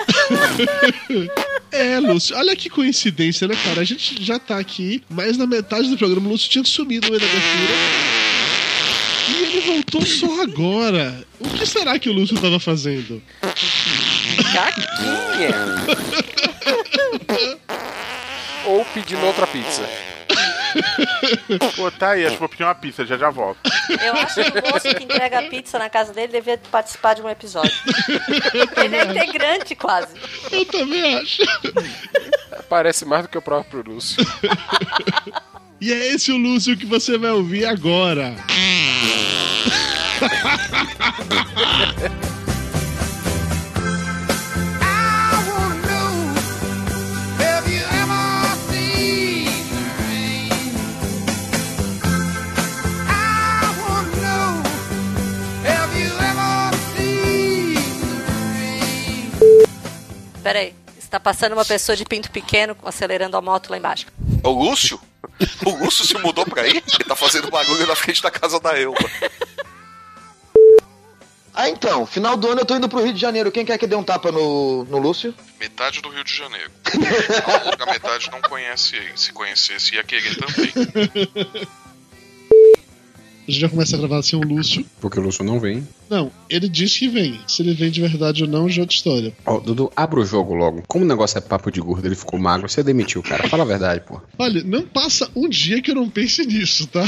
É, Lúcio, olha que coincidência, né, cara? A gente já tá aqui, mas na metade do programa o Lúcio tinha sumido no meio da abertura. E ele voltou só agora. O que será que o Lúcio tava fazendo? Caquinha. Ou pedindo outra pizza. Pô, tá aí, acho que vou pedir uma pizza, já já volto. Eu acho que o moço que entrega pizza na casa dele devia participar de um episódio. Ele é integrante quase. Eu também acho. Parece mais do que o próprio Lúcio. E é esse o Lúcio que você vai ouvir agora. Peraí, está passando uma pessoa de pinto pequeno acelerando a moto lá embaixo. O Lúcio? O Lúcio se mudou pra aí? Ele tá fazendo bagulho na frente da casa da Elba. Ah, então, final do ano eu tô indo pro Rio de Janeiro. Quem quer que dê um tapa no, no Lúcio? Metade do Rio de Janeiro. A outra metade não conhece ele. Se conhecesse, ia querer também. A gente já começa a gravar sem o Lúcio. Porque o Lúcio não vem. Não, ele diz que vem. Se ele vem de verdade ou não, já é outra história. Ó, oh, Dudu, abre o jogo logo. Como o negócio é papo de gordo, ele ficou magro, você demitiu o cara. Fala a verdade, pô. Olha, não passa um dia que eu não pense nisso, tá?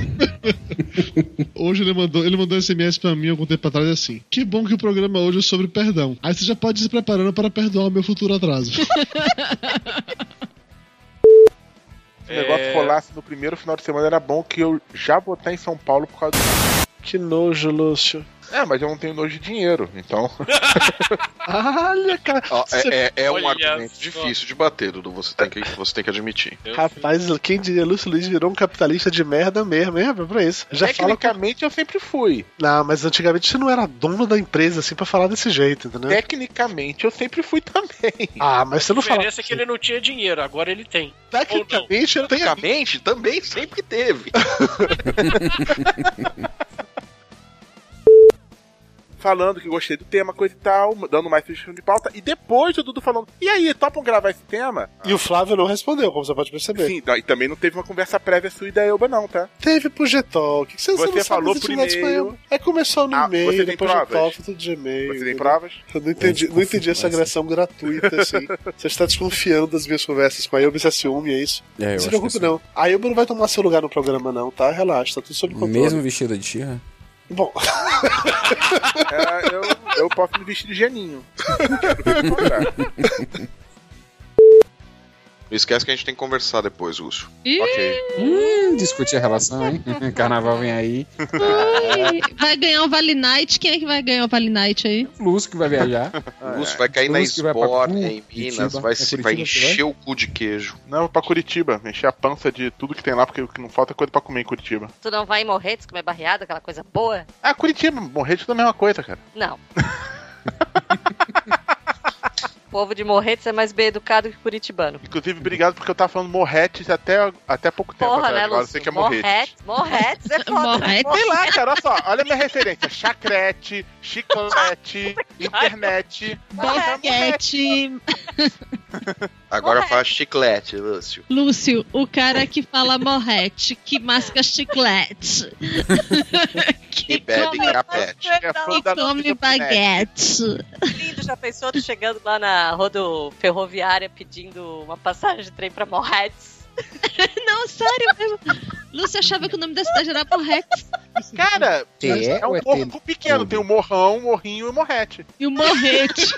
Hoje ele mandou, ele mandou um S M S pra mim algum tempo atrás assim: que bom que o programa hoje é sobre perdão. Aí você já pode ir se preparando para perdoar o meu futuro atraso. Se o negócio é... rolasse no primeiro final de semana, era bom que eu já vou estar em São Paulo por causa do... Que nojo, Lúcio. É, mas eu não tenho nojo de dinheiro, então... Olha, cara... Ó, você... É, é, é um Olha argumento só. difícil de bater, Dudu. Você tem que, você tem que admitir. Rapaz, quem diria, Lúcio Luiz virou um capitalista de merda mesmo, hein? Pra isso. Já Tecnicamente fala... eu sempre fui. Não, mas antigamente você não era dono da empresa, assim, pra falar desse jeito, entendeu? Tecnicamente eu sempre fui também. Ah, mas você não fala... A diferença é que ele não tinha dinheiro, agora ele tem. Tecnicamente, eu tenho... Tecnicamente também sempre teve. Falando que gostei do tema, coisa e tal, dando mais sugestão de pauta, e depois o Dudu falando, e aí, topam gravar esse tema? E o Flávio não respondeu, como você pode perceber. Sim, e também não teve uma conversa prévia sua e da Elba não, tá? Teve pro G-Talk. Que você você não falou sabe primeiro. É, começou no Ah, e-mail, você tem depois provas? G-Talk, tudo de e-mail. Você tem provas? Eu não entendi, não entendi essa agressão gratuita, assim. Você está desconfiando das minhas conversas com a Elba e se ciúme, é isso? É, eu não se acho preocupe, que sim. não. A Elba não vai tomar seu lugar no programa, não, tá? Relaxa, tá tudo sob controle. Mesmo vestido de Xirra? Bom. É, eu, eu posso me vestir de geninho. Não esquece que a gente tem que conversar depois, Lúcio. Ok. Hum, discutir a relação, hein? Carnaval vem aí. Ai, vai ganhar o Vale Night? Quem é que vai ganhar o Vale Night aí? Lúcio que vai viajar. O Lúcio vai cair na Lúcio que vai pra Esbórnia, Cu- em Minas, Curitiba. vai, É se- Curitiba vai que encher vai? o cu de queijo. Não, pra Curitiba. Encher a pança de tudo que tem lá, porque o que não falta é coisa pra comer em Curitiba. Tu não vai em Morretes comer barreada, aquela coisa boa? Ah, Curitiba, morrer de tudo é a mesma coisa, cara. Não. O povo de Morretes é mais bem educado que curitibano. Inclusive, obrigado porque eu tava falando Morretes até, até pouco tempo Porra, atrás. né, Agora eu Lúcio? sei que é Morretes. Morretes, Morretes é foda. Morretes. Sei lá, cara, olha só, olha a minha referência. Chacrete, chiclete, internet. Boquete. Agora faz chiclete, Lúcio. Lúcio, o cara que fala morrete, que masca chiclete. E bebe crapete. É fã Que da come Nutella. baguete. Lindo, já pensou tu chegando lá na rodo ferroviária pedindo uma passagem de trem pra Morretes? Não, sério mesmo. Lúcio achava que o nome da cidade era Morretes. Cara, T E é ou um é morro T? pequeno. Tem o morrão, o morrinho e o morrete. E o morrete.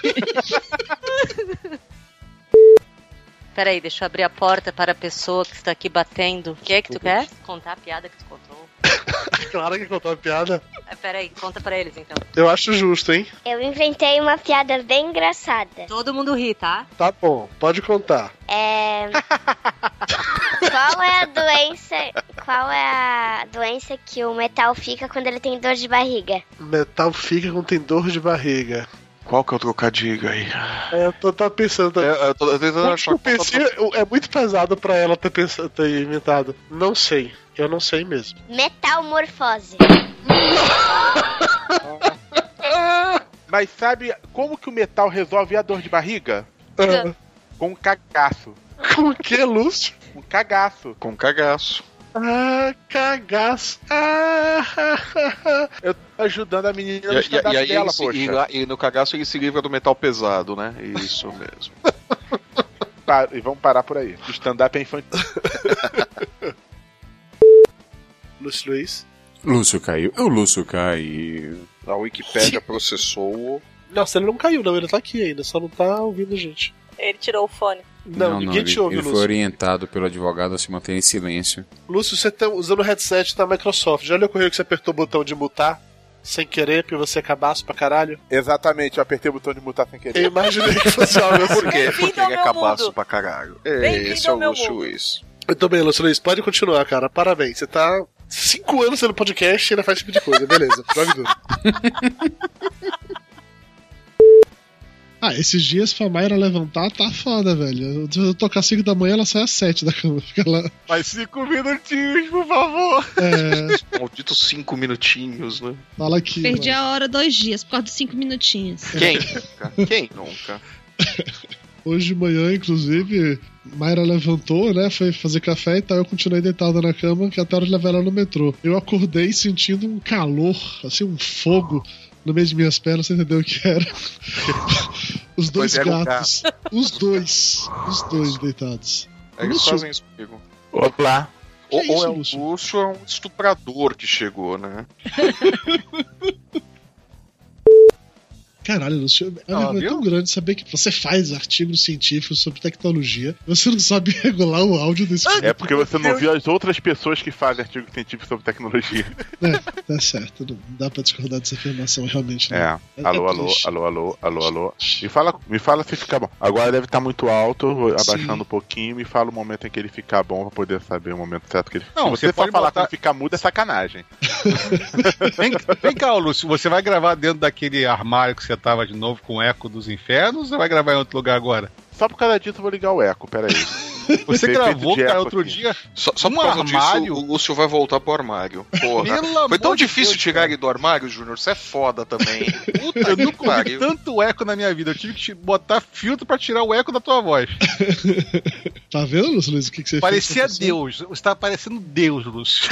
Peraí, deixa eu abrir a porta para a pessoa que está aqui batendo. O que é que tu quer? Contar a piada que tu contou. Claro que contou uma piada. É, peraí, conta pra eles então. Eu acho justo, hein? Eu inventei uma piada bem engraçada. Todo mundo ri, tá? Tá bom, pode contar. É... Qual é a doença... Qual é a doença que o metal fica quando ele tem dor de barriga? Metal fica com tem dor de barriga. Qual que é o trocadilho aí? É, eu tô, tava pensando também. É, eu tô tentando Como achar eu pensei, eu- é muito pesado pra ela ter, pensado, ter inventado. Não sei. Eu não sei mesmo. Metalmorfose. Mas sabe como que o metal resolve a dor de barriga? Ah, Com um cagaço. com o que, Lúcio? Um cagaço. Com cagaço. Ah, cagaço. Ah, Eu tô ajudando a menina E, no e- stand-up e aí dela, ele se- poxa. e lá- e no cagaço ele se livra do metal pesado, né? Isso mesmo. Pa- e vamos parar por aí. O stand-up é infantil. Lúcio Luiz. Lúcio caiu. O Lúcio caiu. A Wikipédia processou. Nossa, ele não caiu, não. Ele tá aqui ainda, só não tá ouvindo a gente. Ele tirou o fone. Não, ninguém ele, te ouve, ele Lúcio. foi orientado pelo advogado a se manter em silêncio. Lúcio, você tá usando o headset da Microsoft. Já lhe ocorreu que você apertou o botão de mutar sem querer pra você cabaço pra caralho? Exatamente, eu apertei o botão de mutar sem querer. Eu imaginei que fosse algo assim. Por quê? Bem-vindo Porque ao ele é meu cabaço mundo. pra caralho. Bem-vindo Esse é ao o meu Lúcio mundo. Luiz. Muito bem, Lúcio Luiz, pode continuar, cara. Parabéns. Você tá cinco anos sendo podcast e ainda faz esse tipo de coisa. Beleza, jogue tudo. Ah, esses dias pra Mayra levantar tá foda, velho. Eu, eu tocar cinco da manhã, ela sai às sete da cama. Fica lá. Mais cinco minutinhos, por favor. É, Malditos cinco minutinhos, né? fala aqui. Perdi mano. a hora dois dias por causa dos cinco minutinhos. Quem nunca? Quem nunca? Hoje de manhã, inclusive, Mayra levantou, né? Foi fazer café e tal. Eu continuei deitado na cama, que até a hora de levar ela no metrô. Eu acordei sentindo um calor, assim, um fogo no meio de minhas pernas, você entendeu o que era? Os dois Pois é, um gatos. Os dois. Os dois deitados. Eles Lúcio, fazem isso comigo. Olá. Ou, Que ou isso, é o Lúcio? Lúcio ou é um estuprador que chegou, né? Caralho, Lúcio, é Ah, uma vergonha viu? tão grande saber que você faz artigos científicos sobre tecnologia, você não sabe regular o áudio desse É porque você não viu as outras pessoas que fazem artigos científicos sobre tecnologia. É, tá certo, não dá pra discordar dessa afirmação, realmente. É. Não. Alô, é alô, triste. alô, alô, alô, alô. Me fala, me fala se fica bom. Agora deve estar muito alto, vou abaixando Sim. um pouquinho. Me fala o momento em que ele ficar bom pra poder saber o momento certo que ele Não, Se você você pode for falar botar- quando ficar mudo é sacanagem. Vem, vem cá, Lúcio, você vai gravar dentro daquele armário que você tava de novo com o eco dos infernos ou vai gravar em outro lugar agora? Só por causa disso eu vou ligar o eco, peraí. Você Efeito gravou, de cara, eco outro aqui. dia. Só, só Um por causa armário? disso, o Lúcio vai voltar pro armário. Porra. Pelo Foi tão amor de difícil Deus, tirar cara. ele do armário, Júnior. Você é foda também. hein? Puta Eu que nunca ouvi pariu. tanto eco na minha vida. Eu tive que te botar filtro pra tirar o eco da tua voz. Tá vendo, Lúcio Luiz, o que, que você Parecia fez? com a pessoa? Deus. Você tava parecendo Deus, Lúcio.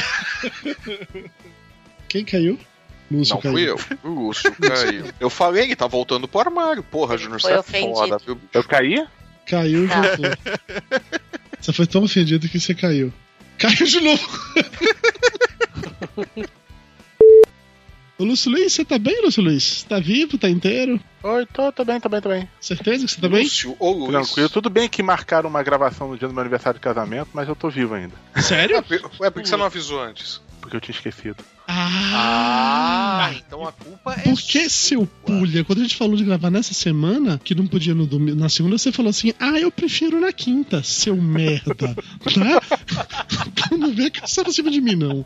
Quem caiu? Lúcio Não caiu. fui eu. O Lúcio caiu. Eu falei, ele tá voltando pro armário. Porra, Júnior, você Foi é ofendido. foda, viu? Eu caí? Caiu e Tá. voltou. Você foi tão ofendido que você caiu. Caiu de novo. Ô, Lúcio Luiz, você tá bem, Lúcio Luiz? Tá vivo? Tá inteiro? Oi, tô, tô bem, tô bem, tô bem. Certeza que você tá bem? Lúcio ou Luiz? Tranquilo, tudo bem que marcaram uma gravação no dia do meu aniversário de casamento, mas eu tô vivo ainda. Sério? Ué, por que você não avisou antes? Porque eu tinha esquecido. Ah, então a culpa é Por que, seu pulha? Quando a gente falou de gravar nessa semana, que não podia no domingo, na segunda, você falou assim, ah, eu prefiro na quinta, seu merda. Tá? Então não vem caçar acima de mim, não.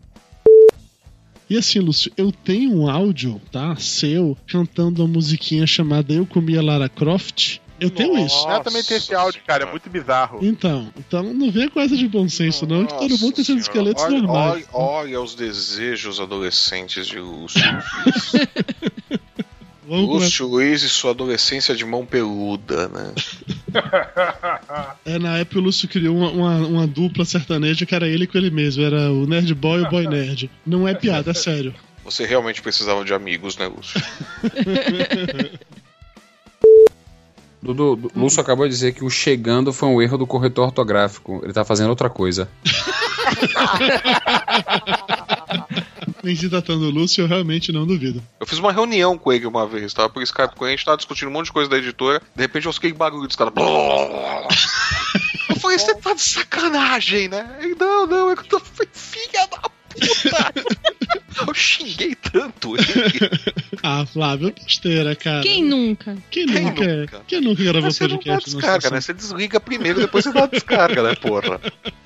E assim, Lúcio, eu tenho um áudio, tá, seu, cantando uma musiquinha chamada Eu Comia Lara Croft. Eu tenho isso. Eu também tenho esse áudio, cara, é muito bizarro. Então, então não vem com essa de bom senso, não, que todo mundo tem seus esqueletos olha, normais. Olha, olha os desejos adolescentes de Lúcio Luiz. Lúcio Luiz e sua adolescência de mão peluda, né? É, na época o Lúcio criou uma, uma, uma dupla sertaneja que era ele com ele mesmo, era o Nerd Boy e o Boy Nerd. Não é piada, é sério. Você realmente precisava de amigos, né, Lúcio? Dudu, du, Lúcio acabou de dizer que o chegando foi um erro do corretor ortográfico. Ele tá fazendo outra coisa. Nem se tratando do Lúcio, eu realmente não duvido. Eu fiz uma reunião com ele uma vez, tava por Skype com ele, a gente tava discutindo um monte de coisa da editora, de repente eu escutei barulho dos caras. Eu falei, você tá de sacanagem, né? Ele, não, não, é que eu tô filha da puta. Eu xinguei tanto ele. Ah, Flávio, besteira, cara. Quem nunca? Quem, Quem nunca? nunca? Quem nunca gravou você podcast? Não dá descarga, né? Você desliga primeiro, depois você dá descarga, né, porra?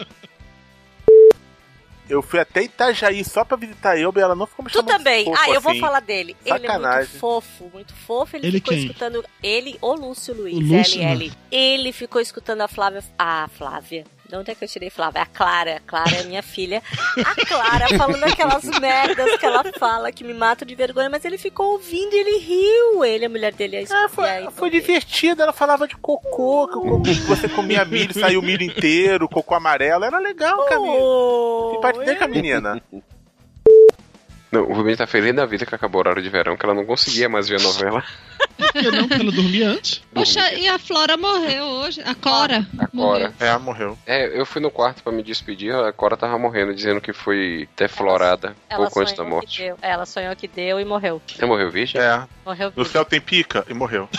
Eu fui até Itajaí só pra visitar a Elba e ela não ficou me chamando. Tu também. De fofo, ah, eu vou assim. falar dele. Sacanagem. Ele é muito fofo, muito fofo. Ele, ele ficou quem? escutando. Ele, o Lúcio Luiz, o Lúcio, L L. Ele ficou escutando a Flávia. A Flávia. De onde é que eu tirei Flávia? A Clara. A Clara é minha filha. A Clara falando aquelas merdas que ela fala que me matam de vergonha, mas ele ficou ouvindo e ele riu. Ele, a mulher dele, a é, foi, aí, foi divertido. Ela falava de cocô, que, o cocô, que você comia milho, saiu o milho inteiro, cocô amarelo. Era legal, oh, Simpatizei com a menina. Não, o Rubinho tá feliz da vida que acabou o horário de verão, que ela não conseguia mais ver a novela. Por que não? Porque ela dormia antes? Poxa, dormia. E a Flora morreu hoje. A Cora. A Cora. É, ela morreu. É, eu fui no quarto pra me despedir, a Cora tava morrendo, dizendo que foi deflorada ela pouco antes da morte. Deu. Ela sonhou que deu e morreu. Você morreu virgem? É. Morreu virgem. No céu tem pica e morreu.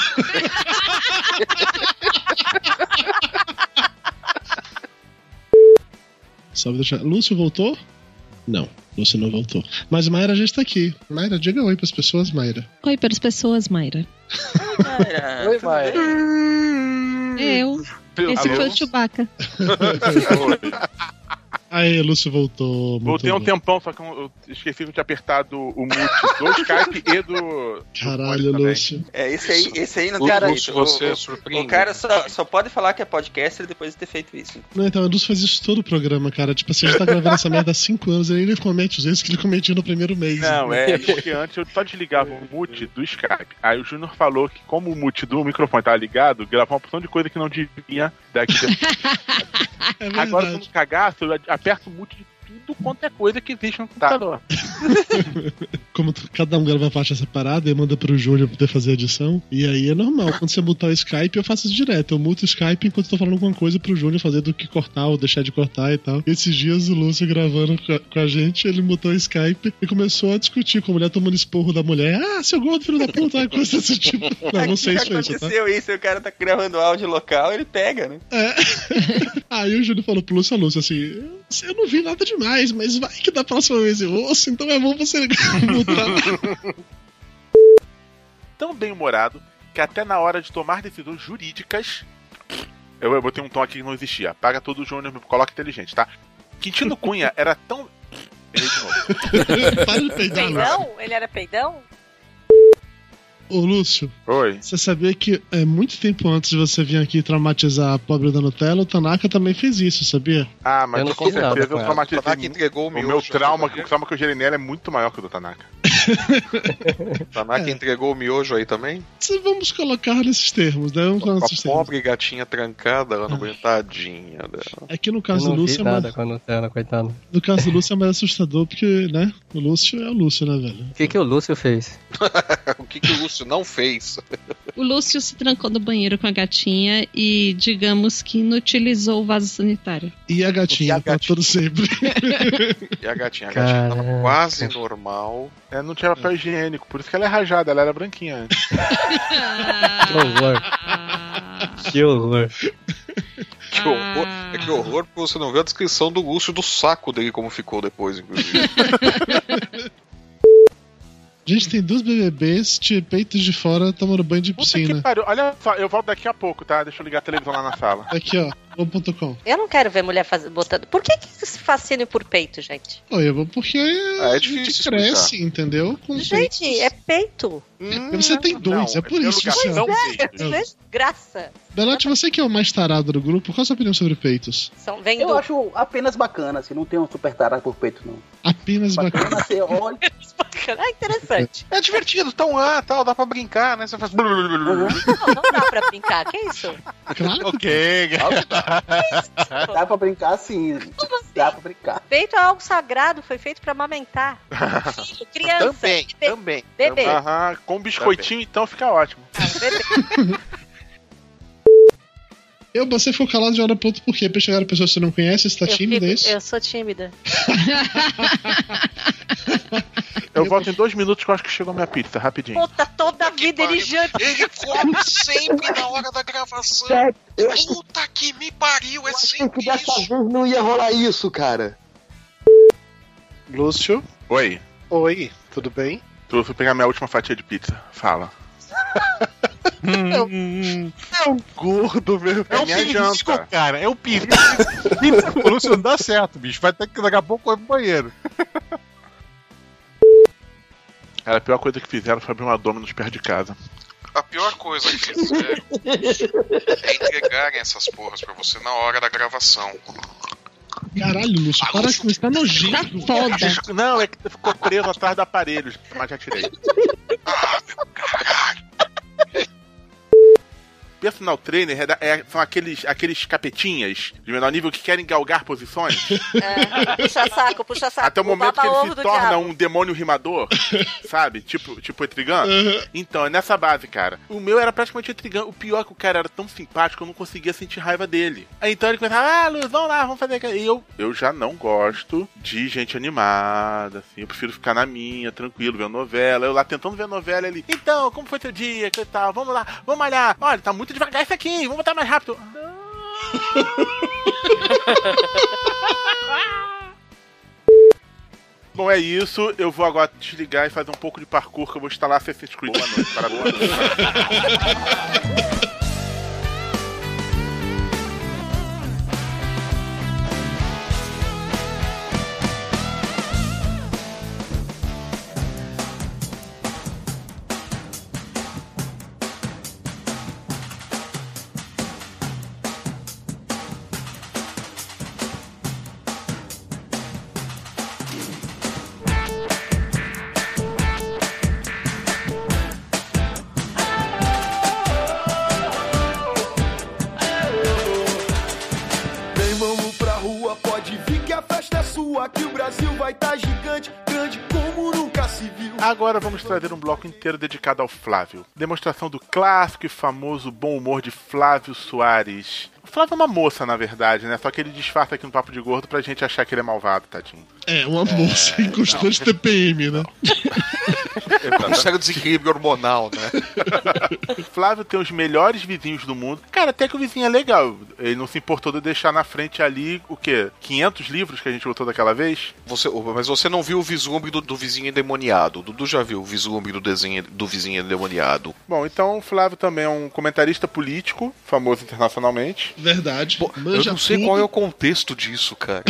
Só deixar... Lúcio voltou? Não, Lúcio não voltou. Mas Mayra já está aqui. Mayra, diga oi pras pessoas, Mayra. Oi para as pessoas, Mayra. Oi, Mayra. Oi, Mayra. Eu. Esse foi o Chewbacca. Aí, Lúcio voltou. Voltei há um tempão, só que eu esqueci de ter apertado o mute do Skype e do. Caralho, do Lúcio. É, esse aí, esse aí não tem jeito. Você o, o cara só, só pode falar que é podcaster depois de ter feito isso. Não, então, o Lúcio faz isso todo o programa, cara. Tipo assim, a gente tá gravando essa merda há cinco anos e ele ainda comete os erros que ele cometia no primeiro mês. Não, né? é porque antes eu só desligava o mute do Skype. Aí o Júnior falou que, como o mute do microfone tava ligado, gravava uma porção de coisa que não devia daqui depois. É agora, quando cagaço, eu aperto o mute de tudo quanto é coisa que existe no computador. Como cada um grava a faixa separada e manda pro Júnior poder fazer a edição. E aí é normal. Quando você mutar o Skype, eu faço isso direto. Eu muto o Skype enquanto eu tô falando alguma coisa pro Júnior fazer do que cortar ou deixar de cortar e tal. Esses dias o Lúcio gravando com a gente, ele mutou o Skype e começou a discutir com a mulher tomando esporro da mulher. Ah, seu gordo, filho da puta, coisa desse tipo. Não, não sei se foi isso, tá? Aconteceu isso, o cara tá gravando áudio local, ele pega, né? É. Aí o Júnior falou pro Lúcio, Lúcio, assim, eu não vi nada demais, mas vai que da próxima vez eu ouço, então é bom você mutar. Tão bem-humorado que até na hora de tomar decisões jurídicas, eu, eu botei um tom aqui que não existia. Paga todo o Júnior, me coloca inteligente, tá? Quintino Cunha era tão... Errei de novo. Para de peidar, peidão? Ele era peidão? Ô, Lúcio. Oi. Você sabia que é, muito tempo antes de você vir aqui traumatizar a pobre da Nutella, o Tanaka também fez isso, sabia? Ah, mas eu não com certeza eu traumatizei. O Tanaka entregou o O miojo. meu trauma, o trauma que eu gerei nela é muito maior que o do Tanaka. O Tanaka é. entregou o miojo aí também? Vamos colocar nesses termos, né? Vamos a nesses pobre termos. Gatinha trancada lá no banho, tadinha dela. É que no caso eu não do Lúcio vi é nada mais... com a Nutella, coitado. No caso do Lúcio é mais assustador, porque, né? O Lúcio é o Lúcio, né, velho? O que, que o Lúcio fez? O que, que o Lúcio não fez? O Lúcio se trancou no banheiro com a gatinha e, digamos que, inutilizou o vaso sanitário. E a gatinha, a pra gatinha? todo sempre. E a gatinha, a gatinha tava quase normal. É, não tinha papel higiênico, por isso que ela é rajada, ela era branquinha antes. Que horror. Que horror. Que horror. É que horror porque você não viu a descrição do Lúcio do saco dele como ficou depois, inclusive. Gente, tem duas B B Bs, de peitos de fora, tomando banho de piscina. Que pariu. Olha só, eu volto daqui a pouco, tá? Deixa eu ligar a televisão lá na sala. Aqui, ó, globo ponto com. Eu não quero ver mulher faz... botando. Por que, que esse fascínio por peito, gente? Oi, eu vou porque Ah, é a gente difícil cresce, explicar. entendeu? Com Gente, peitos. é peito. É, você tem dois, não, é por é isso que lugar, você... não É, desgraça. Belote, você que é o mais tarado do grupo, qual a sua opinião sobre peitos? São, vem Eu do... acho apenas bacana, assim, não tem um super tarado por peito, não. Apenas bacana. Bacana, você olha. Ah, interessante. É divertido, tão lá, tal, dá pra brincar, né? Você faz. Não, não dá pra brincar, que isso? Claro. Ok, Dá pra brincar sim. Dá pra brincar. Peito é algo sagrado, foi feito pra amamentar. Filho, criança. Também, bebê. também. Bebê. Aham, com biscoitinho então fica ótimo. Ah, bebê. Eu, você ficou calado de hora ponto por quê? Pra chegar a pessoa que você não conhece, você tá Eu tímida, fico- é isso? Eu sou tímida. Eu volto em dois minutos que eu acho que chegou a minha pizza, rapidinho. Puta, toda a vida ele janta. Ele come sempre na hora da gravação. Eu Puta que me pariu, é achei sempre que dessa isso. vez não ia rolar isso, cara. Lúcio, Oi, oi, tudo bem? tu fui pegar minha última fatia de pizza. Fala. É um gordo, meu. É um minha perigo, janta. cara. É um perigo. Pizza com Lúcio não dá certo, bicho. Vai ter que daqui a pouco ir pro banheiro. Cara, a pior coisa que fizeram foi abrir uma Domino's perto de casa. A pior coisa que fizeram é entregarem essas porras pra você na hora da gravação. Caralho, Lúcio, para com isso, tá nojento. Foda. Não, é que ficou preso atrás do aparelho, mas já tirei. Personal trainer é da- é- são aqueles, aqueles capetinhas de menor nível que querem galgar posições. É, puxa saco, puxa saco. Até o momento que ele baba-ovo se do torna diabo. um demônio rimador, sabe? Tipo, tipo Etrigan. Então, é nessa base, cara. O meu era praticamente Etrigan. O pior é que o cara era tão simpático que eu não conseguia sentir raiva dele. Aí então ele começava, ah, Luz, vamos lá, vamos fazer aquilo. E eu, eu já não gosto de gente animada, assim. Eu prefiro ficar na minha, tranquilo, ver novela. Eu lá tentando ver novela, ele, então, como foi seu dia? Que tal? Vamos lá, vamos malhar. Olha, tá muito devagar isso aqui, vamos botar mais rápido. Bom, é isso. Eu vou agora desligar e fazer um pouco de parkour que eu vou instalar Assassin's Creed. Boa noite, para boa noite. Bem, vamos pra rua, pode vir que a festa é sua, que o Brasil vai tá gigante, grande como nunca se viu. Agora vamos trazer um bloco inteiro dedicado ao Flávio. Demonstração do clássico e famoso bom humor de Flávio Soares. O Flávio é uma moça, na verdade, né? Só que ele disfarça aqui no Papo de Gordo pra gente achar que ele é malvado, tadinho. É, uma moça em constante T P M, né? Um sério desequilíbrio hormonal, né? Flávio tem os melhores vizinhos do mundo. Cara, até que o vizinho é legal. Ele não se importou de deixar na frente ali, o quê? quinhentos livros que a gente botou daquela vez? Você, mas você não viu o vislumbre do, do vizinho endemoniado. O Dudu já viu o vislumbre do, desenho, do vizinho endemoniado. Bom, então o Flávio também é um comentarista político, famoso internacionalmente. Verdade. Pô, eu não sei qual é o contexto disso, cara.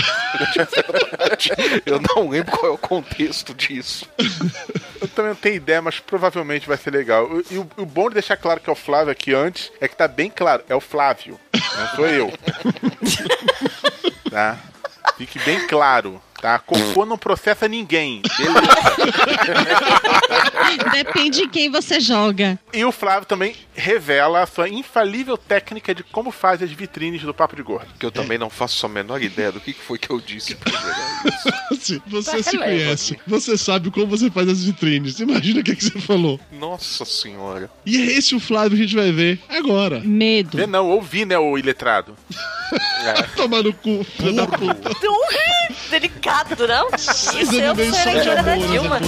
Eu não lembro qual é o contexto disso. Eu também não tenho ideia, mas provavelmente vai ser legal. E o, o bom de deixar claro que é o Flávio aqui antes é que tá bem claro, é o Flávio, não sou eu. Tá? Fique bem claro, tá? Cocô não processa ninguém, beleza? Depende de quem você joga. E o Flávio também revela a sua infalível técnica de como faz as vitrines do Papo de Gordo. Que eu também não faço a menor ideia do que foi que eu disse pra gerar isso. Você se conhece, você sabe como você faz as vitrines. Imagina o que, é que você falou. Nossa senhora. E é esse o Flávio que a gente vai ver agora. Medo. Vê não, ouvi, né, o iletrado. É. Tomar no cu, filho da puta. Delicado, não? Isso eu sou a leitura da Dilma.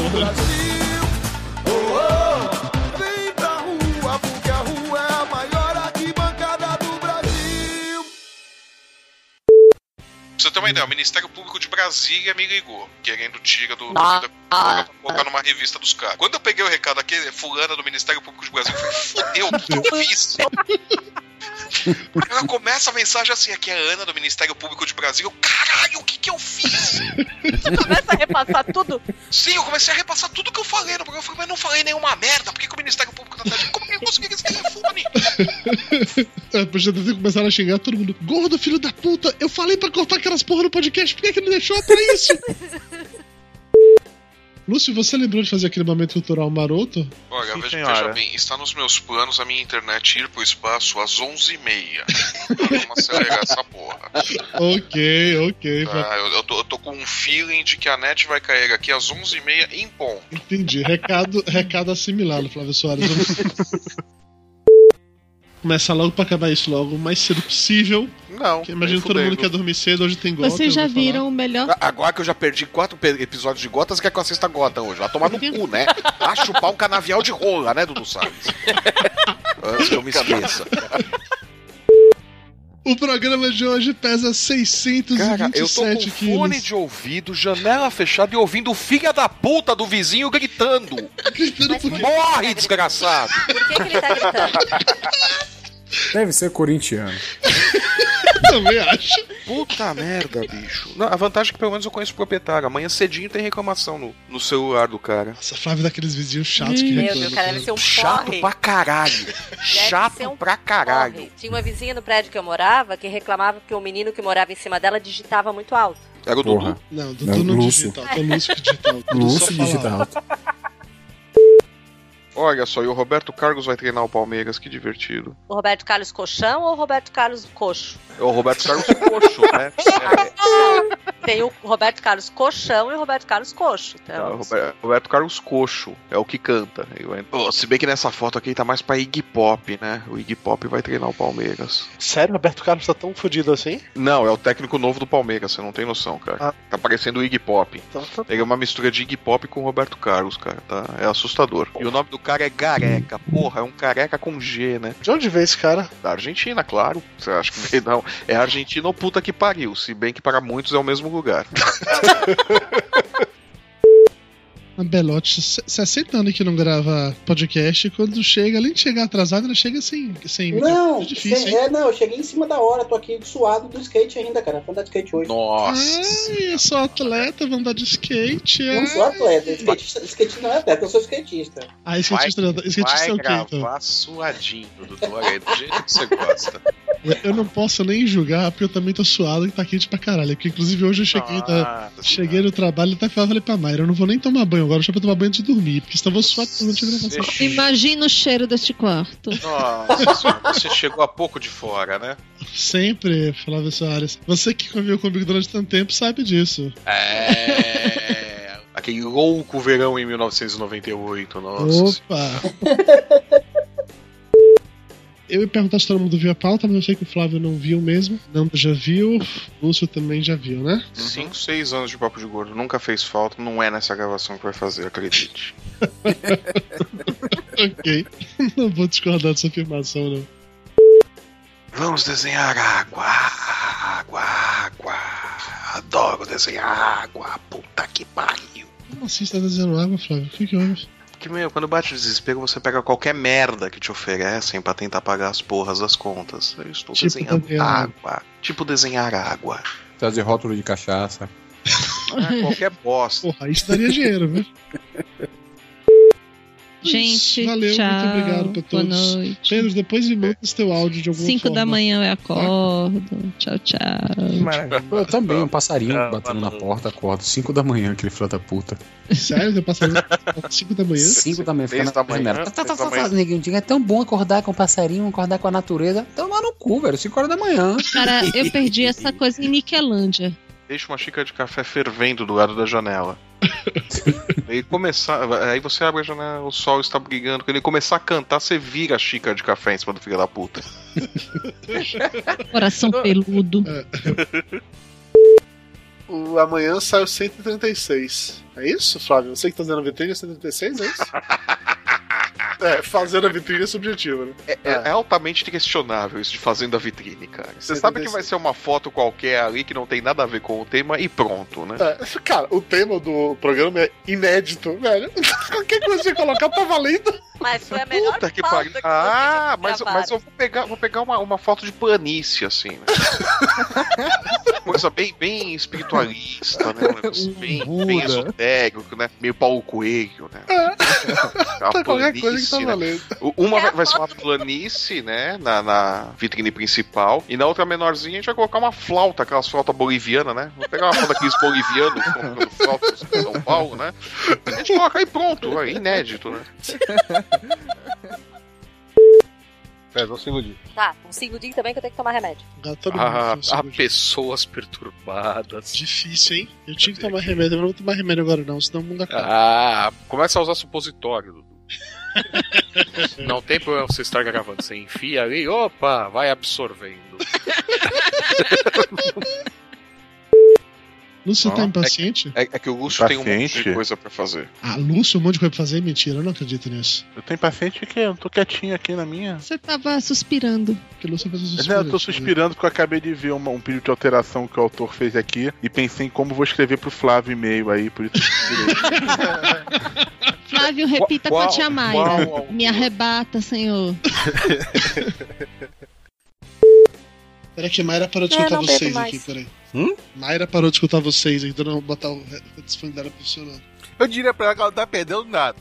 Vem pra rua, porque a rua é a maior arquibancada do Brasil. Pra você ter uma ideia, o Ministério Público de Brasília me ligou, querendo tira do Ah. pra colocar numa revista dos caras. Quando eu peguei o recado aqui, fulana do Ministério Público de Brasília, eu falei, fudeu, o que, que eu fiz? Ela começa a mensagem assim, aqui é a Ana do Ministério Público de Brasília. Eu, caralho, o que que eu fiz? Você começa a repassar tudo? Sim, eu comecei a repassar tudo que eu falei no programa. Eu falei, mas não falei nenhuma merda. Por que, que o Ministério Público tá atrás? Como que eu consegui esse telefone? É, podia ter começado a xingar todo mundo. Gordo, filho da puta, eu falei pra cortar aquelas porra no podcast, por que, que não deixou pra isso? Lúcio, você lembrou de fazer aquele momento cultural maroto? Olha, Sim, veja, senhora. veja bem, está nos meus planos a minha internet ir pro espaço às onze e meia. Vamos acelerar essa porra. Ok, ok. Tá, eu, eu, tô, eu tô com um feeling de que a net vai cair aqui às onze e meia em ponto. Entendi. Recado, recado assimilado, Flávio Soares. Vamos... Começa logo pra acabar isso logo o mais cedo possível. Não. Imagina todo mundo quer dormir cedo, hoje tem Gotham. Vocês já viram o melhor... Agora que eu já perdi quatro pe- episódios de Gotham, você quer que eu assista Gotham hoje? Vai tomar no cu, né? Vai chupar um canavial de rola, né, Dudu Salles? Antes que eu me esqueça. O programa de hoje pesa seiscentos e vinte e sete Cara, eu tô com quilos. fone de ouvido, janela fechada e ouvindo o filho da puta do vizinho gritando. Morre, desgraçado! Por que, que ele tá gritando? Deve ser corintiano. Também acho. Puta merda, bicho. Não, a vantagem é que pelo menos eu conheço o proprietário. Amanhã cedinho tem reclamação no, no celular do cara. Nossa, Flávio daqueles vizinhos chatos que Meu reclamam. Deus, o cara deve ser um Chato porre. pra caralho. Chato ser um pra caralho. Porre. Tinha uma vizinha no prédio que eu morava que reclamava que o menino que morava em cima dela digitava muito alto. Era o Porra. Dudu? Não, Dudu Não, não, Lúcio. digita alto, é o Lúcio que digita alto. Dudu Lúcio só fala digita alto. alto. Olha só, e o Roberto Carlos vai treinar o Palmeiras, que divertido. O Roberto Carlos Colchão ou o Roberto Carlos Coxo? É o Roberto Carlos Coxo, né? É, Tem o Roberto Carlos Colchão e o Roberto Carlos Coxo. é Então, o Roberto, Roberto Carlos Coxo, é o que canta. Eu- Pô, se bem que nessa foto aqui tá mais pra Iggy Pop, né? O Iggy Pop vai treinar o Palmeiras. Sério, Roberto Carlos tá tão fodido assim? Não, é o técnico novo do Palmeiras, você não tem noção, cara. Ah. Tá parecendo o Iggy Pop. Então, tá... Ele é uma mistura de Iggy Pop com o Roberto Carlos, cara, tá? É assustador. E o nome do cara é Gareca, porra, é um careca com G, né? De onde veio esse cara? Da Argentina, claro. Você acha que veio, não? É Argentina ou puta que pariu, se bem que para muitos é o mesmo lugar. A Belote, sessenta anos que não grava podcast, quando chega, além de chegar atrasado, ela chega sem... sem Não, é difícil, cê- hein? é, não, eu cheguei em cima da hora, tô aqui suado do skate ainda, cara. Vou andar de skate hoje. Nossa! Ai, eu sou atleta, vou andar de skate. Eu não sou atleta, skatista, skatista não é atleta, eu sou skatista. Ah, skatista, não, skatista é o quê, Vai então? gravar suadinho, Dudu, olha aí, do jeito que você gosta. Eu não posso nem julgar, porque eu também tô suado e tá quente pra caralho. Porque, inclusive, hoje eu cheguei, tá, cheguei no trabalho e até falei pra Mayra, eu não vou nem tomar banho agora, deixa pra tomar banho antes de dormir, porque senão eu vou suar durante a gravação. Imagina o cheiro deste quarto. Nossa senhora, você chegou há pouco de fora, né? Sempre, Flávio Soares. Você que conviveu comigo durante tanto tempo sabe disso. É. Aquele louco verão em mil novecentos e noventa e oito, nossa. Opa! Eu ia perguntar se todo mundo viu a pauta, mas eu sei que o Flávio não viu mesmo. Nanda já viu, o Lúcio também já viu, né? Cinco, seis anos de Papo de Gordo, nunca fez falta, não é nessa gravação que vai fazer, acredite. Ok. Não vou discordar dessa afirmação, não. Vamos desenhar água, água, água. Adoro desenhar água, puta que pariu. Como assim você tá desenhando água, Flávio? O que que houve? Que, meu, quando bate o desespero, você pega qualquer merda que te oferecem pra tentar pagar as porras das contas. Eu estou Tipo desenhando desenhar. água. Tipo desenhar água. Trazer rótulo de cachaça. Ah, qualquer bosta. Porra, isso daria dinheiro, viu? Gente, Valeu, tchau. muito obrigado pra Boa todos. noite. Pedro, depois me manda esse teu áudio de alguma Cinco forma. da manhã eu acordo. Tchau, tchau. Eu também, um passarinho batendo na porta, acordo. cinco da manhã, aquele filho da puta. Sério? Teu passarinho cinco da manhã? cinco da manhã, fica Seis na da manhã, janela. Tá, tá, seis tá, da tá, manhã. tá, neguinho, é tão bom acordar com o passarinho, acordar com a natureza. Toma no cu, velho, cinco horas da manhã. Cara, eu perdi essa coisa em Niquelândia. Deixa uma xícara de café fervendo do lado da janela. Aí começar, aí você abre a janela, o sol está brigando. Quando ele começar a cantar, você vira a xícara de café em cima do filho da puta. Coração peludo. O amanhã sai o cento e trinta e seis. É isso, Flávio? Você que tá dando a vitrine, cento e trinta e seis, é isso? É, fazendo a vitrine é subjetivo, né? É, é- é altamente questionável isso de fazendo a vitrine, cara. Você sabe que vai ser uma foto qualquer ali que não tem nada a ver com o tema e pronto, né? É, cara, o tema do programa é inédito, velho. Qualquer coisa que você colocar tá valendo. Mas foi a melhor Puta que pauta pariu. que Ah, vocês mas, gravaram. mas eu vou pegar, vou pegar uma, uma foto de planície, assim, né? Coisa bem, bem espiritualista, né? Um negócio bem, bem esotérico, né? Meio Paulo Coelho, né? Uma Tá qualquer coisa que tá né? valendo. O- Uma vai, vai ser uma planície, né? Na, na vitrine principal. E na outra menorzinha a gente vai colocar uma flauta, aquelas flautas bolivianas, né? Vou pegar uma foto daqueles bolivianos colocando flautas em São Paulo, né? A gente coloca aí pronto, é inédito, né? Pera, um segundinho. Tá, um segundinho também que eu tenho que tomar remédio. Ah, Há pessoas perturbadas. Difícil, hein? Eu tinha que tomar remédio, eu não vou tomar remédio agora não, senão o mundo acaba. Ah, começa a usar supositório, Dudu. Não tem problema você estar gravando. Você enfia ali, opa, vai absorvendo. Lúcio tá Ó, impaciente? É, é que o Lúcio tem um monte de Impaciente? coisa pra fazer. Ah, Lúcio, um monte de coisa pra fazer? Mentira, eu não acredito nisso. Eu tô impaciente que eu tô quietinho aqui na minha. Você tava suspirando. Que Lúcio faz os Não, eu tô suspirando porque eu acabei de ver uma- um pedido de alteração que o autor fez aqui e pensei em como vou escrever pro Flávio e-mail aí, por isso eu suspirei. Flávio, repita Qual- com a tia Mayra. qual- Me arrebata, senhor. Peraí que Mayra parou de É, escutar não bebo vocês mais. aqui, peraí. Hum? Mayra parou de escutar vocês, então não vou botar o headphone dela funcionando. Eu diria pra ela que ela tá perdendo nada.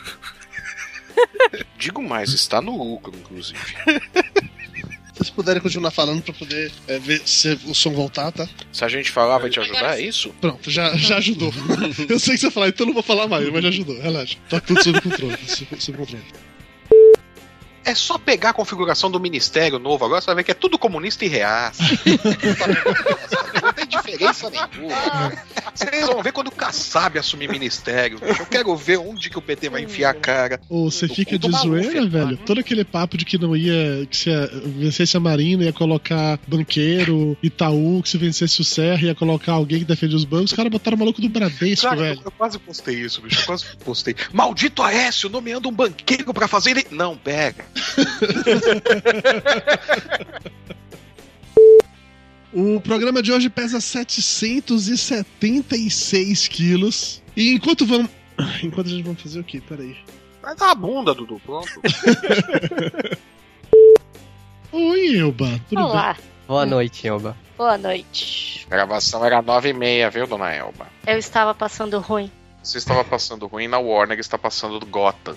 Digo mais, está no lucro, inclusive. Se vocês puderem continuar falando pra poder é, ver se o som voltar, tá? Se a gente falar, vai te ajudar, é isso? Pronto, já, já ajudou. Eu sei que você vai falar, então eu não vou falar mais, mas já ajudou, relaxa. Tá tudo sob controle, sob, sob controle. É só pegar a configuração do ministério novo, agora você vai ver que é tudo comunista e reaça. Não tem diferença nenhuma. Vocês vão ver quando o Kassab assumir ministério. Eu quero ver onde que o P T vai enfiar a cara. Ou você Do fica cu de do Maluf, zoeira, velho. Todo aquele papo de que não ia. Que se ia- vencesse a Marina, ia colocar banqueiro, Itaú, que se vencesse o Serra, ia colocar alguém que defende os bancos. Os caras botaram o maluco do Bradesco, Cara, velho. eu, eu quase postei isso, bicho. Eu quase postei. Maldito Aécio nomeando um banqueiro pra fazer ele. Não, pega. O programa de hoje pesa setecentos e setenta e seis quilos. E enquanto vamos. Enquanto a gente vai fazer o quê? Peraí. Vai dar a bunda, Dudu, pronto. Oi, Elba. Tudo Olá. bem? Boa noite, Elba. Boa noite. A gravação era nove e meia, viu, dona Elba? Eu estava passando ruim. Você estava passando ruim na Warner, está passando do Gotham.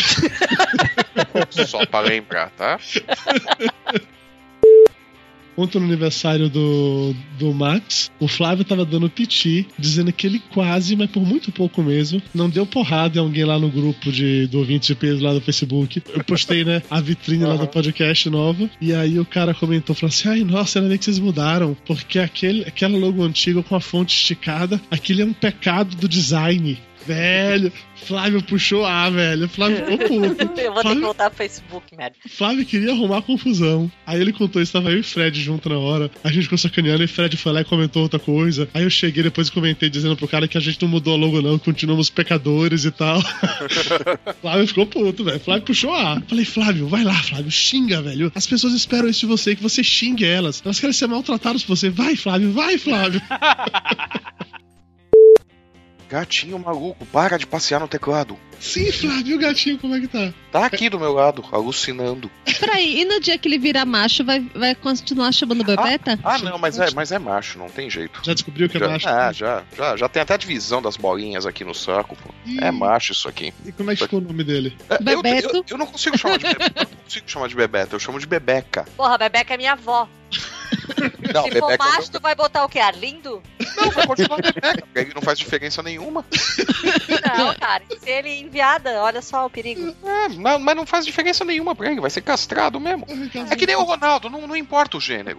Só pra lembrar, tá? Ontem no aniversário do, do Max, o Flávio tava dando piti, dizendo que ele quase, mas por muito pouco mesmo, não deu porrada em alguém lá no grupo de, do ouvinte de peso lá do Facebook. Eu postei, né, a vitrine lá do podcast novo, e aí o cara comentou, falou assim, ai, nossa, ainda bem que vocês mudaram, porque aquele, aquela logo antiga com a fonte esticada, aquele é um pecado do design. Velho, Flávio puxou A, velho. Flávio ficou puto. Eu vou ter que Flávio, voltar pro Facebook, merda. Flávio queria arrumar confusão. Aí ele contou isso, tava eu e Fred junto na hora. A gente ficou sacaneando e Fred foi lá e comentou outra coisa. Aí eu cheguei depois e comentei dizendo pro cara que a gente não mudou logo não, continuamos pecadores e tal. Flávio ficou puto, velho. Flávio puxou A. Falei, Flávio, vai lá, Flávio, xinga, velho. As pessoas esperam isso de você, que você xingue elas. Elas querem ser maltratadas por você. Vai, Flávio, vai, Flávio. Gatinho maluco, para de passear no teclado. Sim, Flávio, o gatinho, como é que tá? Tá aqui do meu lado, alucinando. Peraí, e no dia que ele virar macho, vai, vai continuar chamando Bebeta? Ah, não, mas é, mas é macho, não tem jeito. Já descobriu que é já, macho? Ah, já, já, já tem até a divisão das bolinhas aqui no saco, pô. Ih. É macho isso aqui. E como é que ficou o nome dele? É, eu, Bebeto. eu, eu não consigo chamar de Bebeca, eu não consigo chamar de Bebeto, eu chamo de Bebeca. Porra, Bebeca é minha avó. Não, Se for Bebeca é o macho, meu- tu vai botar o quê? Arlindo? Não, vai continuar Bebeca, porque aí não faz diferença nenhuma. Não, cara. Se ele enviada, olha só o perigo. É, mas, mas não faz diferença nenhuma pra ele, vai ser castrado mesmo. É que nem o Ronaldo, não, não importa o gênero.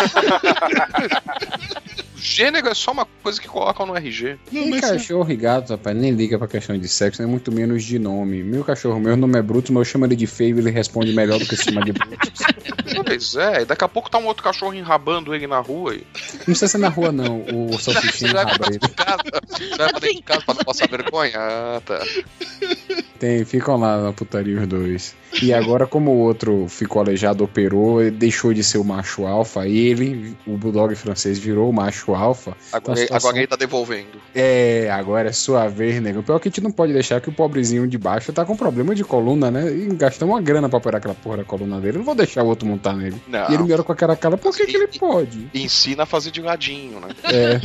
O gênero é só uma coisa que colocam no R G. E cachorro e gato, rapaz, nem liga pra questão de sexo, nem muito menos de nome. Meu cachorro, meu nome é Bruto, mas eu chamo ele de feio e ele responde melhor do que se chama de Bruto. Pois é, e daqui a pouco tá um outro cachorro enrabando ele na rua. E... Não precisa ser na rua, não. O salsichinho Você vai raba pra ele. dentro de casa? Você vai pra dentro de casa pra não passar vergonha? Ah, tá. Tem, ficam lá na putaria os dois. E agora, como o outro ficou aleijado, operou, ele deixou de ser o macho alfa, ele, o bulldog francês, virou o macho alfa. Agora, Então, a situação- agora ele tá devolvendo. É, agora é sua vez, nego. O pior é que a gente não pode deixar que o pobrezinho de baixo tá com problema de coluna, né? E gastou uma grana pra operar aquela porra da coluna dele. Eu não vou deixar o outro montar nele. Não. E ele me olha com aquela cara, por que, que ele pode? Ensina a fazer de ladinho, né? É.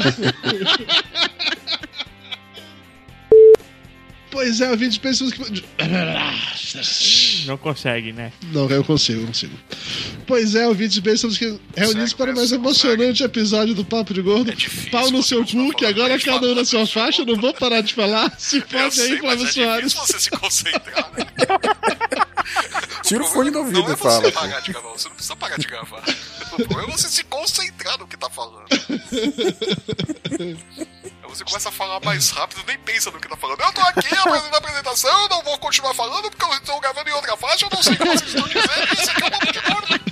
Pois é, eu vi de pessoas que. Não consegue, né? Não, eu consigo, eu consigo. Pois é, ouvintes bem, estamos aqui reunidos para o mais emocionante episódio do Papo de Gordo. Pau no seu cu, que agora cada um na sua faixa, não vou parar de falar. Se pode aí, Flávio Soares. você se concentrar. Tira o fone do ouvido Não é e fala. você parar de gravar, você não precisa parar de gravar. O problema é você se concentrar no que tá falando. Aí você começa a falar mais rápido, nem pensa no que tá falando. Eu tô aqui apresentando a apresentação, eu não vou continuar falando porque eu estou gravando em outra faixa, eu não sei o que vocês estão dizendo, esse aqui é o Papo de Gordo.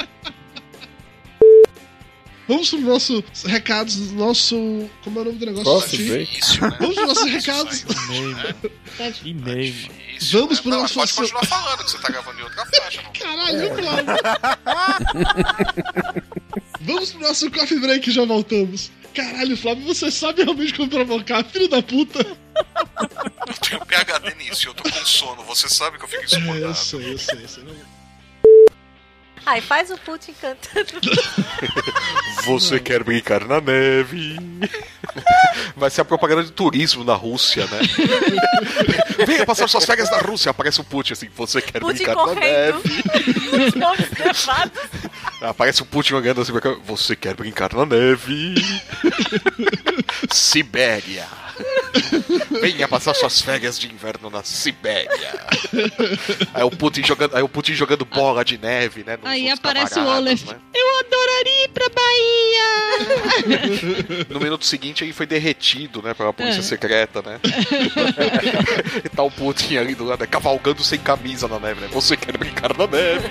Vamos pro nosso recados do nosso. Como é o nome do negócio? Coffee Sim. break. Vamos pro nossos recados. E-mail. Vamos pro Não, nosso. mas pode continuar falando que você tá gravando em outra faixa. Não. Caralho, Flávio. Vamos pro nosso coffee break e já voltamos. Caralho, Flávio, você sabe realmente como provocar, filho da puta. Eu tenho P H D nisso e eu tô com sono, você sabe que eu fico É, insuportável. eu sei, eu sei, eu sei. Ai, faz o Putin cantando. Você quer brincar na neve? Vai ser a propaganda de turismo na Rússia, né? Venha passar suas férias na Rússia. Aparece o Putin assim, você quer Putin brincar correndo. na neve? Os nomes nevados. Aparece o Putin olhando assim, você quer brincar na neve? Sibéria. Venha passar suas férias de inverno na Sibéria. Aí o Putin jogando, aí o Putin jogando bola de neve, né? nos Aí outros aparece o camaradas, Olaf. né? Eu adoraria ir pra Bahia! No minuto seguinte ele foi derretido, né, pela polícia É. secreta, né? E tá o Putin ali do lado, né, cavalgando sem camisa na neve, né? Você quer brincar na neve?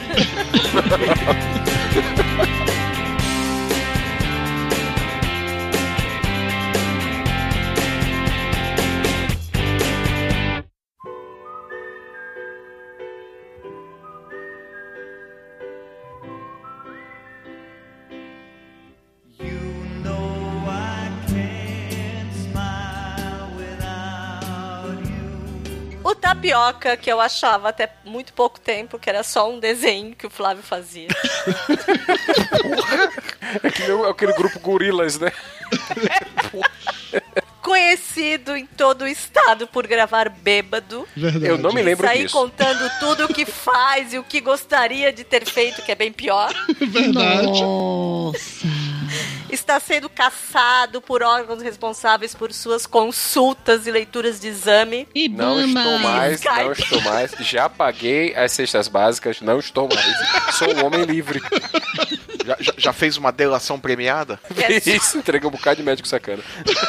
O Tapioca, que eu achava até muito pouco tempo que era só um desenho que o Flávio fazia. É que nem aquele grupo Gorilas, né? Conhecido em todo o estado por gravar bêbado. Verdade. Eu não me lembro Sair disso. contando tudo o que faz e o que gostaria de ter feito, que é bem pior. Verdade. Nossa. Está sendo caçado por órgãos responsáveis por suas consultas e leituras de exame. Não estou mais, Skype. não estou mais. Já paguei as cestas básicas, não estou mais. Sou um homem livre. Já, já, já fez uma delação premiada? Isso, entreguei um bocado de médico sacana.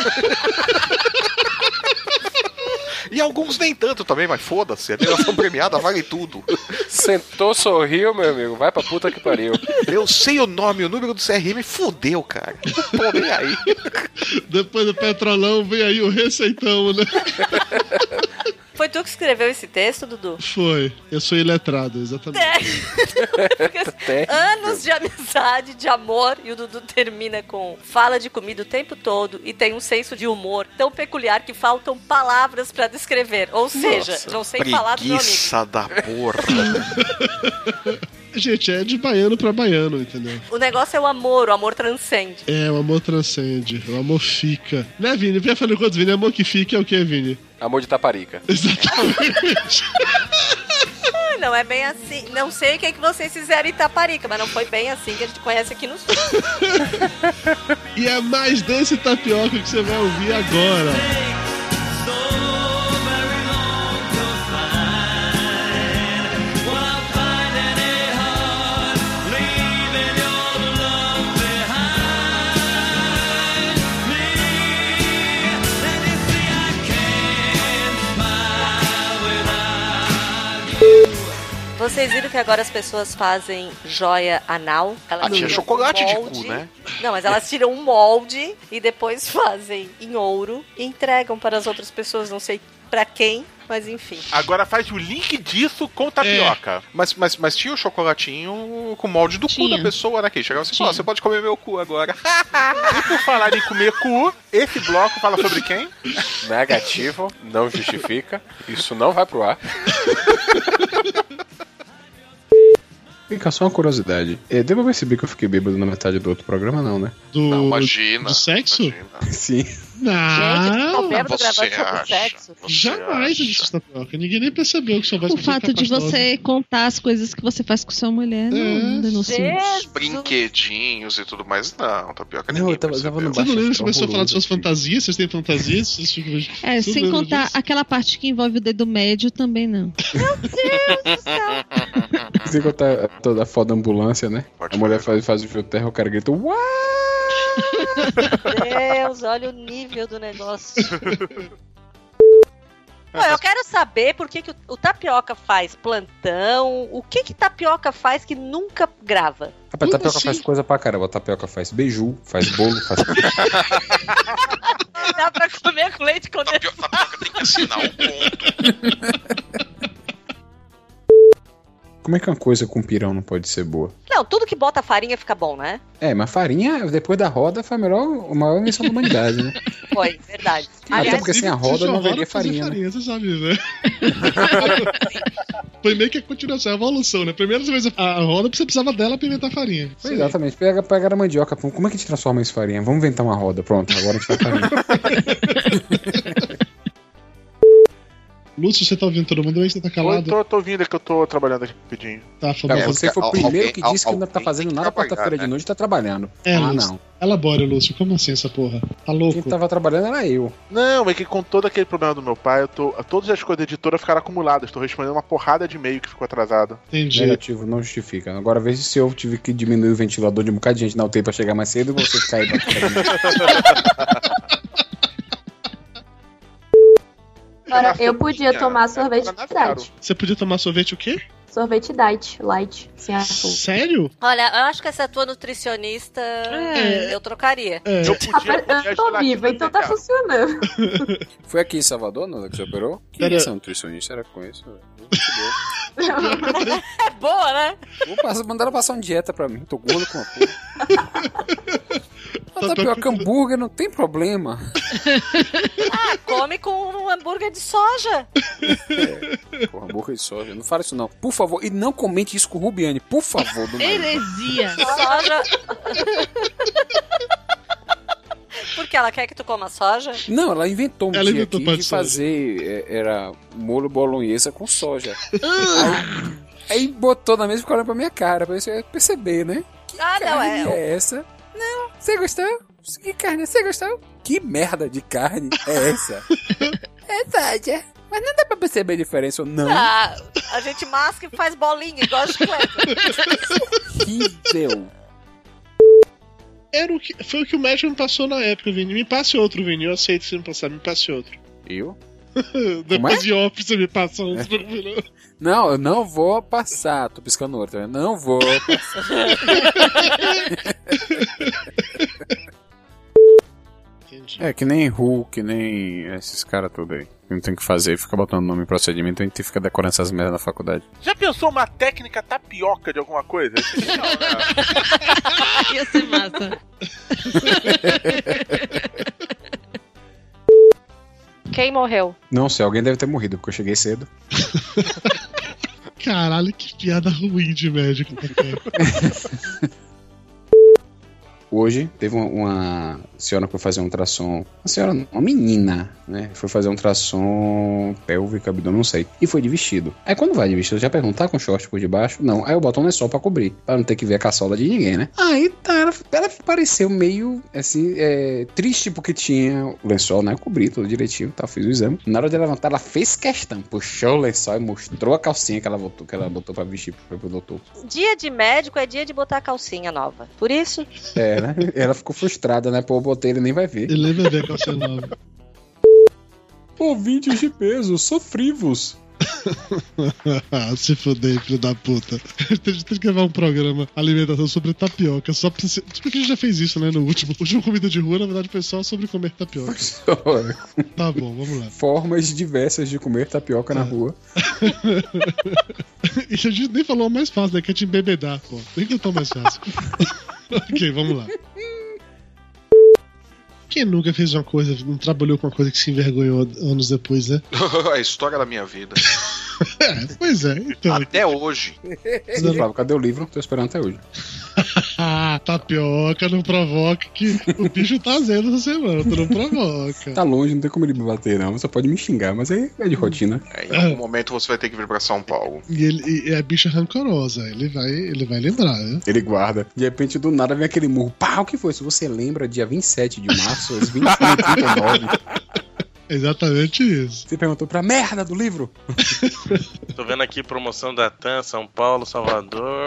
E alguns nem tanto também, mas foda-se, a delação premiada vale tudo. Sentou, sorriu, meu amigo. Vai pra puta que pariu. Eu sei o nome, o número do C R M, fudeu, cara. Tô nem aí. Depois do Petrolão vem aí o Receitão, né? Foi tu que escreveu esse texto, Dudu? Foi. Eu sou iletrado, exatamente. É. Anos de amizade, de amor, e o Dudu termina com fala de comida o tempo todo e tem um senso de humor tão peculiar que faltam palavras pra descrever. Ou seja, Nossa, não sei falar do meu amigo. preguiça da porra. Gente, é de baiano pra baiano, entendeu? O negócio é o amor, o amor transcende. É, o amor transcende, o amor fica. Né, Vini? Vem falando com outros, Vini, amor que fica é o que, Vini? Amor de taparica. Exatamente. Ah, não é bem assim. Não sei o que, é que vocês fizeram em Itaparica, mas não foi bem assim que a gente conhece aqui no sul. E é mais desse tapioca que você vai ouvir agora. Vocês viram que agora as pessoas fazem joia anal? Elas Ah, tinha tiram chocolate um de molde. cu, né? Não, mas elas tiram um molde e depois fazem em ouro e entregam para as outras pessoas, não sei pra quem, mas enfim. Agora faz o link disso com tapioca. Mas, mas, mas tinha o chocolatinho com o molde do Tinha. cu da pessoa, né? Que chegava assim, ó, você pode comer meu cu agora. E por falar em comer cu, esse bloco fala sobre quem? Negativo, não justifica. Isso não vai pro ar. Vem cá, só uma curiosidade. É, deu pra perceber que eu fiquei bêbado na metade do outro programa, não, né? Do, Não, imagina. Do sexo? Sim. Não. bêbado Você gravando sobre acha? sexo. Jamais eu disse tapioca. Ninguém nem percebeu que sua voz O fato de você contar as coisas que você faz com sua mulher não denuncia. Os brinquedinhos e tudo mais. Não, tapioca Não, ninguém eu tava- eu tava no Você não lembra que Tá começou a falar de suas horroroso fantasias? Vocês têm fantasias? Vocês ficam... É, Você sem lembra contar disso? aquela parte que envolve o dedo médio também não. Sem contar toda a foda ambulância, né? A mulher faz, faz o fio terra, o cara grita, uau! Deus, olha o nível do negócio. Não, eu quero saber por que, que o, o Tapioca faz plantão, o que que Tapioca faz que nunca grava? Rapaz, tapioca faz coisa pra caramba. Tapioca faz beiju, faz bolo, faz. Dá pra comer com leite condensado. Tapioca tem que ensinar um ponto. Como é que uma coisa com pirão não pode ser boa? Não, tudo que bota farinha fica bom, né? É, mas farinha, depois da roda, foi a melhor, a maior invenção da humanidade, né? Foi, verdade. Até porque sem a roda não veria veria farinha, né? farinha, você sabe, né? Foi meio que a continuação, a evolução, né? Primeiro você fez a roda, você precisava dela pra inventar farinha. Foi exatamente. Pega, pegaram a mandioca. pô, Como é que a gente transforma isso em farinha? Vamos inventar uma roda. Pronto, agora a gente faz farinha. Lúcio, você tá ouvindo todo mundo aí? Você tá Oi, calado? tô, tô ouvindo que eu tô trabalhando aqui rapidinho. Tá, falando. Cara, você foi o primeiro que alguém- disse que não tá alguém fazendo tem que nada trabalhar, quarta-feira de né? noite e tá trabalhando. É, ah, Lúcio. não. Elabora, Lúcio. Como assim essa porra? Tá louco? Quem tava trabalhando era eu. Não, é que com todo aquele problema do meu pai, eu tô, todas as coisas da editora ficaram acumuladas. Tô respondendo uma porrada de e-mail que ficou atrasado. Entendi. Negativo, não justifica. Agora veja se eu tive que diminuir o ventilador de um bocado de gente na U T I pra chegar mais cedo e você ficar aí pra Agora, eu podia tomar sorvete diet. Você podia tomar sorvete o quê? Sorvete diet, light, sem açúcar. Sério? Olha, eu acho que essa tua nutricionista eu trocaria. É. Eu podia Rapaz, eu tô viva, então tá funcionando. Foi aqui em Salvador, Nanda, que você operou? Quem Pera- é essa nutricionista? Era com isso? É boa, né? Vou passar, mandar ela passar uma dieta pra mim. Tô gordo com a porra. A tapioca hambúrguer não tem problema. Ah, come com um hambúrguer de soja. Porra, hambúrguer de soja. Não fala isso não. Por favor. E não comente isso com o Rubiane. Por favor, do Heresia. Soja. Porque ela quer que tu coma soja? Não, ela inventou um Ela dia inventou aqui pão de de soja. fazer é, era molho bolonhesa com soja. aí, aí botou na mesa e ficou olhando pra minha cara pra você perceber, né? Que Ah, não, carne é- é essa? Não, você gostou? Que carne? Você gostou? Que merda de carne é essa? É soja. Mas não dá pra perceber a diferença ou não. Ah, a gente masca e faz bolinha, igual a chiclete. Horrível. Era o que, foi o que o médico me passou na época, Vini. Me passe outro, Vini. Eu aceito se me passar. Me passe outro. Eu? Depois é? de off, você me passa outro. Não, eu não vou passar. Tô piscando o olho, tá vendo? Não vou passar. Entendi. É, que nem Ru, que nem esses caras tudo aí. Não tem o que fazer, fica botando nome em procedimento e a gente fica decorando essas merdas na faculdade. Já pensou uma técnica tapioca de alguma coisa? Não, né? Ia ser massa. Quem morreu? Não sei, alguém deve ter morrido, porque eu cheguei cedo. Caralho, que piada ruim de médico. Hoje teve uma, uma senhora que foi fazer um ultrassom. Uma senhora, uma menina, né? Foi fazer um ultrassom pélvico, abdômen, não sei. E foi de vestido. Aí quando vai de vestido, já perguntar com short por debaixo? Não. Aí eu boto um lençol pra cobrir. Pra não ter que ver a caçola de ninguém, né? Aí tá, ela, ela pareceu meio, assim, é, triste porque tinha o lençol, né? Eu cobri tudo direitinho, tá? Fiz o exame. Na hora de levantar, ela fez questão. Puxou o lençol e mostrou a calcinha que ela botou, que ela botou pra vestir pro, pro doutor. Dia de médico é dia de botar a calcinha nova. Por isso... É, né? Ela ficou frustrada, né? Pô, eu botei, ele nem vai ver. Ele nem vai ver a calcinha nova. Ouvintes de peso, sofrivos. Se fudei, filho da puta. A gente tem que gravar um programa alimentação sobre tapioca. Só pra... Porque a gente já fez isso, né? No último. O último comida de rua, na verdade, foi só sobre comer tapioca. Tá bom, vamos lá. Formas diversas de comer tapioca é. na rua. E a gente nem falou o mais fácil, né? Que é te embebedar, pô. Tem que eu tô mais fácil. Ok, vamos lá. Quem nunca fez uma coisa, não trabalhou com uma coisa que se envergonhou anos depois, né? A história da minha vida. É, pois é. Então... Até hoje. Flávio, cadê o livro? Tô esperando até hoje. Tapioca, não provoca que o bicho tá azendo essa semana, tu não provoca. Tá longe, não tem como ele me bater, não. Você pode me xingar, mas aí é de rotina. É, em algum momento você vai ter que vir pra São Paulo. E ele e é bicha rancorosa, ele vai, ele vai lembrar, né? Ele guarda. De repente, do nada, vem aquele murro. Pá, o que foi? Se você lembra, dia vinte e sete de março, às vinte e cinco e trinta e nove. Exatamente isso. Você perguntou pra merda do livro? Tô vendo aqui promoção da T A M, São Paulo, Salvador.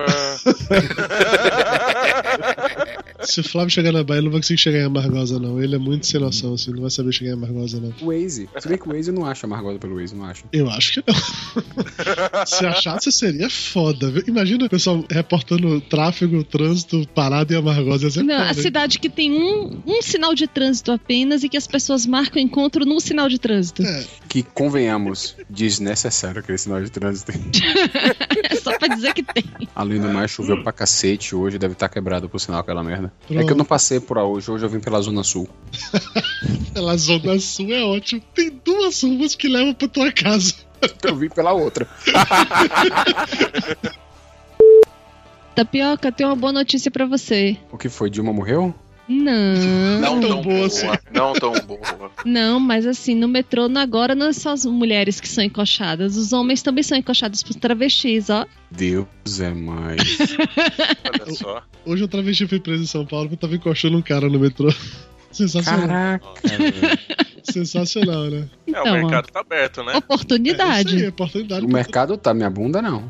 Se o Flávio chegar na Bahia, ele não vai conseguir chegar em Amargosa, não. Ele é muito sem noção, assim, não vai saber chegar em Amargosa, não. O Waze. Se bem que o Waze não acha Amargosa pelo Waze, não acha. Eu acho que não. Se achasse, seria foda, viu? Imagina o pessoal reportando tráfego, trânsito parado em Amargosa. Ia ser não, foda, a cidade que tem um, um sinal de trânsito apenas e que as pessoas marcam encontro no sinal de trânsito. É. Que, convenhamos, desnecessário aquele sinal de trânsito. É só pra dizer que tem. Além do mais, choveu pra cacete hoje, deve estar quebrado por sinal aquela merda. Pronto. É que eu não passei por hoje, hoje eu vim pela Zona Sul. Pela Zona Sul é ótimo. Tem duas ruas que levam pra tua casa. Eu vim pela outra. Tapioca, tem uma boa notícia pra você. O que foi? Dilma morreu? Não. Não tão boa, assim. Não tão boa. Não, mas assim, no metrô agora não é só as mulheres que são encoxadas, os homens também são encoxados por travestis, ó. Deus é mais. Olha só. Hoje um travesti foi preso em São Paulo porque tava encoxando um cara no metrô. Sensacional. Caraca. Sensacional, né? É, o mercado tá aberto, né? Oportunidade. É isso aí, oportunidade. O mercado tá, minha bunda não.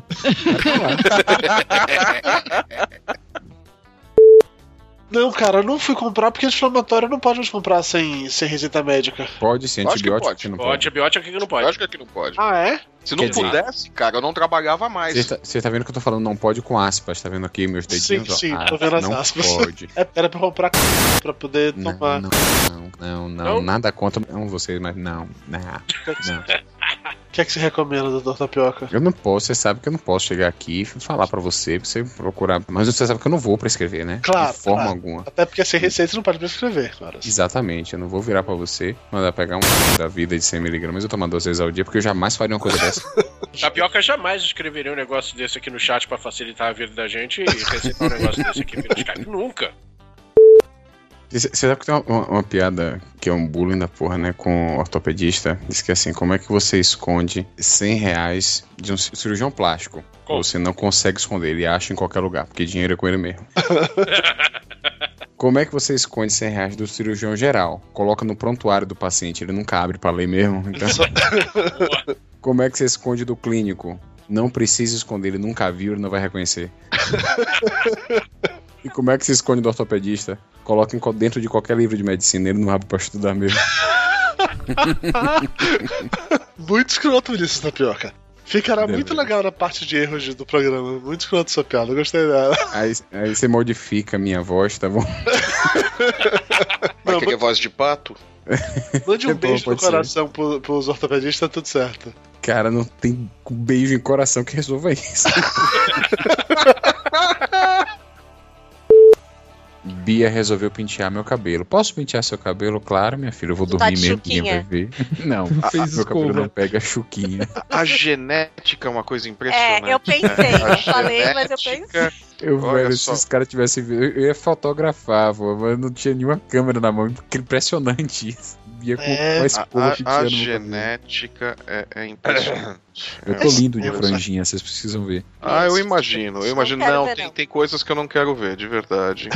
Não, cara, eu não fui comprar porque anti-inflamatório não pode mais comprar sem, sem receita médica. Pode, sem Lógico que antibiótico. pode. Que não O antibiótico aqui não pode. Eu acho que aqui não pode. Ah, é? Se não Quer dizer- pudesse, cara, eu não trabalhava mais. Você tá, você tá vendo que eu tô falando não pode com aspas, tá vendo aqui meus dedinhos? Sim, ó? sim, Ah, tô vendo as não aspas. pode. É, era pra comprar pra poder Não, tomar. não, não, não, não, nada contra não vocês, mas não, não, não. O que é que você recomenda, doutor Tapioca? Eu não posso, você sabe que eu não posso chegar aqui e falar pra você, pra você procurar. Mas você sabe que eu não vou prescrever, né? Claro, De forma claro. alguma. Até porque sem receita você não pode prescrever, cara. Exatamente, eu não vou virar pra você, mandar pegar um da vida de cem miligramas e tomar duas vezes ao dia, porque eu jamais faria uma coisa dessa. Tapioca jamais escreveria um negócio desse aqui no chat pra facilitar a vida da gente e receitar um negócio desse aqui pelo Skype. Nunca. Você sabe que tem uma, uma, uma piada que é um bullying da porra, né? Com o ortopedista. Diz que assim, como é que você esconde cem reais de um cirurgião plástico? Como? Você não consegue esconder, ele acha em qualquer lugar, porque dinheiro é com ele mesmo. Como é que você esconde cem reais do cirurgião geral? Coloca no prontuário do paciente, ele nunca abre pra ler mesmo. Então... Como é que você esconde do clínico? Não precisa esconder, ele nunca viu, ele não vai reconhecer. E como é que se esconde do ortopedista? Coloca em, dentro de qualquer livro de medicina, ele não abre pra estudar mesmo. Muito escroto isso, Tapioca. Ficará Deve. muito legal na parte de erros do programa. Muito escroto sua piada, eu gostei dela. Aí, aí você modifica a minha voz, tá bom? Vai querer voz de pato? Mande um É bom, beijo no pode ser. coração pro, pros ortopedistas, tá tudo certo. Cara, não tem beijo em coração que resolva isso. Bia resolveu pentear meu cabelo. Posso pentear seu cabelo? Claro, minha filha. Eu vou Tu tá dormir de mesmo, ninguém vai chuquinha? ver. Não, Fez meu escova. cabelo não pega chuquinha. A genética é uma coisa impressionante. É, eu pensei, né? não falei, mas eu genética- Eu, Olha velho, só. se os caras tivessem visto, eu ia fotografar, pô, mas não tinha nenhuma câmera na mão. Que impressionante isso. Bia com É, uma a, escova a- a penteando meu cabelo. genética é, é impressionante. Eu tô lindo de É, franjinha, vocês precisam ver. Ah, eu imagino, eu imagino. quero Não, ver, tem, não. tem coisas que eu não quero ver, de verdade.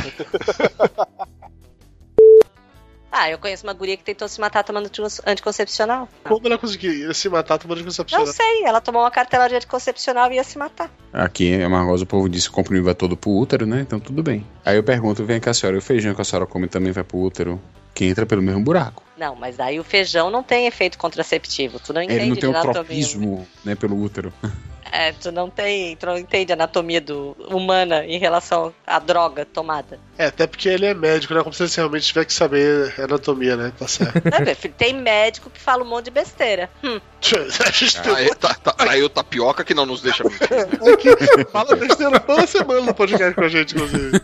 Ah, eu conheço uma guria que tentou se matar tomando anticoncepcional. Como ela conseguiu se matar tomando Não anticoncepcional? sei, ela tomou uma cartela de anticoncepcional e ia se matar. Aqui em Amargosa o povo disse que o comprimido vai todo pro útero, né? Então tudo bem. Aí eu pergunto, vem cá, senhora, e o feijão que a senhora come também vai pro útero? Que entra pelo mesmo buraco. Não, mas daí o feijão não tem efeito contraceptivo. Tu não entende Ele não tem de o anatomia. tropismo, né, pelo útero. É, tu não tem, tu não entende a anatomia do, humana em relação à droga tomada. É, até porque ele é médico, né? Como se ele realmente tiver que saber anatomia, né? Tá certo. É, meu filho, tem médico que fala um monte de besteira. Hum. Aí, tá, tá, aí o tapioca que não nos deixa mentir. Aqui, fala besteira toda semana no podcast com a gente, inclusive.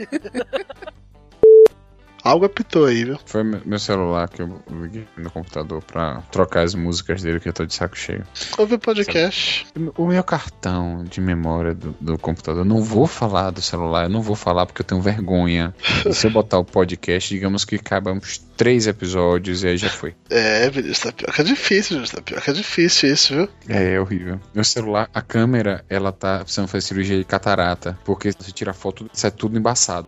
Algo apitou aí, viu? Foi meu meu celular que eu liguei no computador pra trocar as músicas dele, que eu tô de saco cheio. Ouve o podcast. O meu cartão de memória do, do computador, eu não vou falar do celular, eu não vou falar porque eu tenho vergonha. E se eu botar o podcast, digamos que cabe uns três episódios e aí já foi. É, Vinícius Tapioca é difícil, Vinícius Tapioca é difícil isso, viu? É, é horrível. Meu celular, a câmera, ela tá precisando fazer cirurgia de catarata, porque se você tira foto, sai tudo embaçado.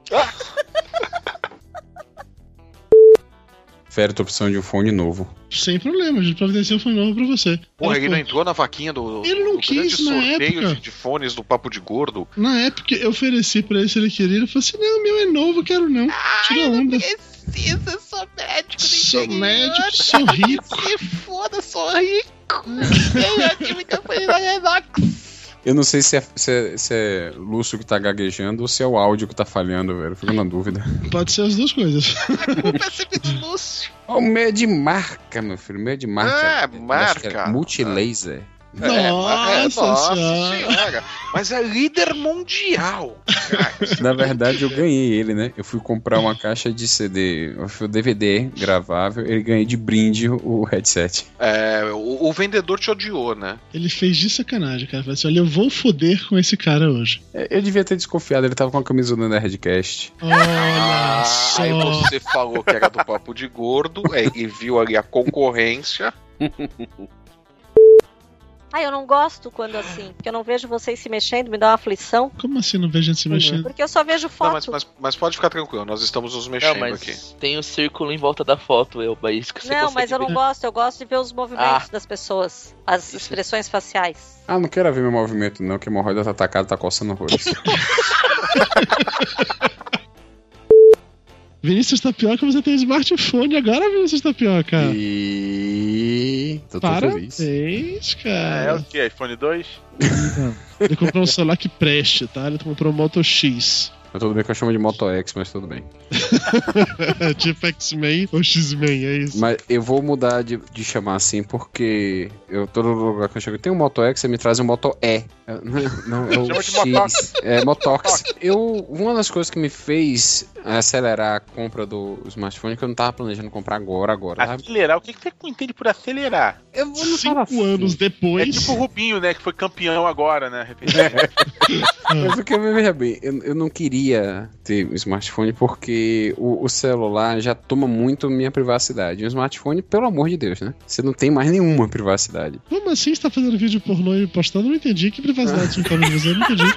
Fera, tô precisando de um fone novo. Sem problema, a gente providencia um fone novo pra você. Porra, ele Pô, não entrou na vaquinha do, Ele não do quis grande na sorteio época. de, de fones do Papo de Gordo. Na época eu ofereci pra ele se ele queria, ele falou assim: não, o meu é novo, eu quero não. Tira a onda. Precisa, eu sou médico. Sou médico, sou rico. Se foda, sou rico. Eu já tive campanha da Redox. Eu não sei se é, se, é, se é Lúcio que tá gaguejando ou se é o áudio que tá falhando, velho. Fico na dúvida. Pode ser as duas coisas. A culpa é sempre do Lúcio. O meu é de marca, meu filho. O meu é de marca. É, Eu acho que é marca. Multilaser. É, é, Nossa nossa senhora. senhora. Mas é líder mundial. Na verdade, eu ganhei ele, né? Eu fui comprar uma caixa de C D, o D V D gravável, ele ganhei de brinde o headset. É, o, o vendedor te odiou, né? Ele fez de sacanagem, cara. Falei assim: olha, eu vou foder com esse cara hoje. É, Eu devia ter desconfiado, ele tava com a camisa do Nerdcast. Olha Ah, só. aí você falou que era do Papo de Gordo, aí ele viu ali a concorrência. Ah, eu não gosto quando assim, porque eu não vejo vocês se mexendo, me dá uma aflição. Como assim não vejo gente se mexendo? Porque eu só vejo foto. Não, mas, mas, mas pode ficar tranquilo, nós estamos nos mexendo Não, mas aqui. tem o círculo em volta da foto, Elba, isso que você Não, consegue mas eu não ver. gosto, eu gosto de ver os movimentos Ah. das pessoas, as expressões faciais. Ah, não quero ver meu movimento não, que a hemorroida tá atacada, tá coçando horrores. Vinícius Tapioca, você tem smartphone agora, Vinícius Tapioca. E... Tô tão feliz. Parabéns, Ah, é cara. o que? iPhone dois? Ele comprou um celular que preste, tá? Ele comprou um Moto X. Eu tudo bem que eu chamo de Moto X, mas tudo bem. Tipo X-Men ou X-Men, é isso? Mas eu vou mudar de, de chamar assim porque eu todo lugar que eu chego tem um Moto X, você me traz um Moto E. Eu- Não, não, é o Chama de X. Motox. É Motox. Eu, uma das coisas que me fez acelerar a compra do smartphone é que eu não tava planejando comprar agora, agora. sabe? Acelerar? O que que você entende por acelerar? Eu vou Cinco anos É depois. tipo o Rubinho, né? Que foi campeão agora, né? Mas porque, veja bem, eu, eu não queria ter um smartphone porque o, o celular já toma muito minha privacidade. E o smartphone, pelo amor de Deus, né? Você não tem mais nenhuma privacidade. Como assim você tá fazendo vídeo pornô e postando? Eu não entendi. Que privacidade você tava de você? Eu não entendi.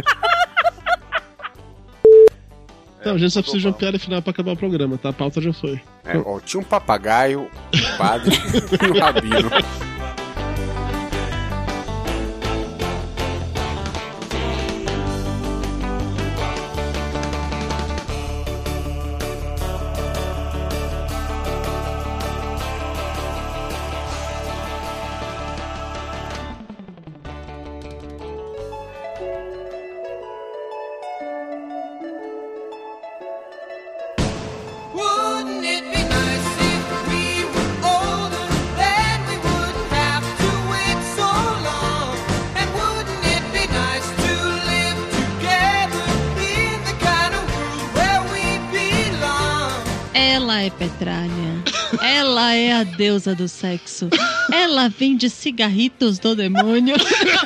Então, a gente só precisa de uma piada final pra acabar o programa, tá? A pauta já foi. É, ó, tinha um papagaio, um padre e um rabino. Ela é Petralha. Ela é a deusa do sexo. Ela vende cigarritos do demônio.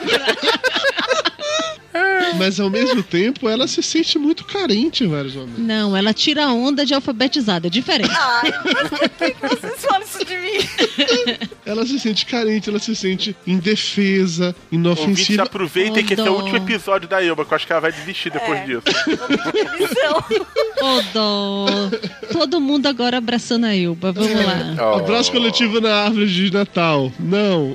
Mas ao mesmo tempo, ela se sente muito carente em vários momentos. Não, ela tira a onda de alfabetizada, é diferente. Ai, mas por que que vocês falam isso de mim? Ela se sente carente, ela se sente indefesa, Ouvintes, inofensiva. aproveitem que esse é o último episódio da Elba, que eu acho que ela vai desistir depois É. disso. Ô, dó. Todo mundo agora abraçando a Elba. Vamos lá. Abraço coletivo na árvore de Natal. Não.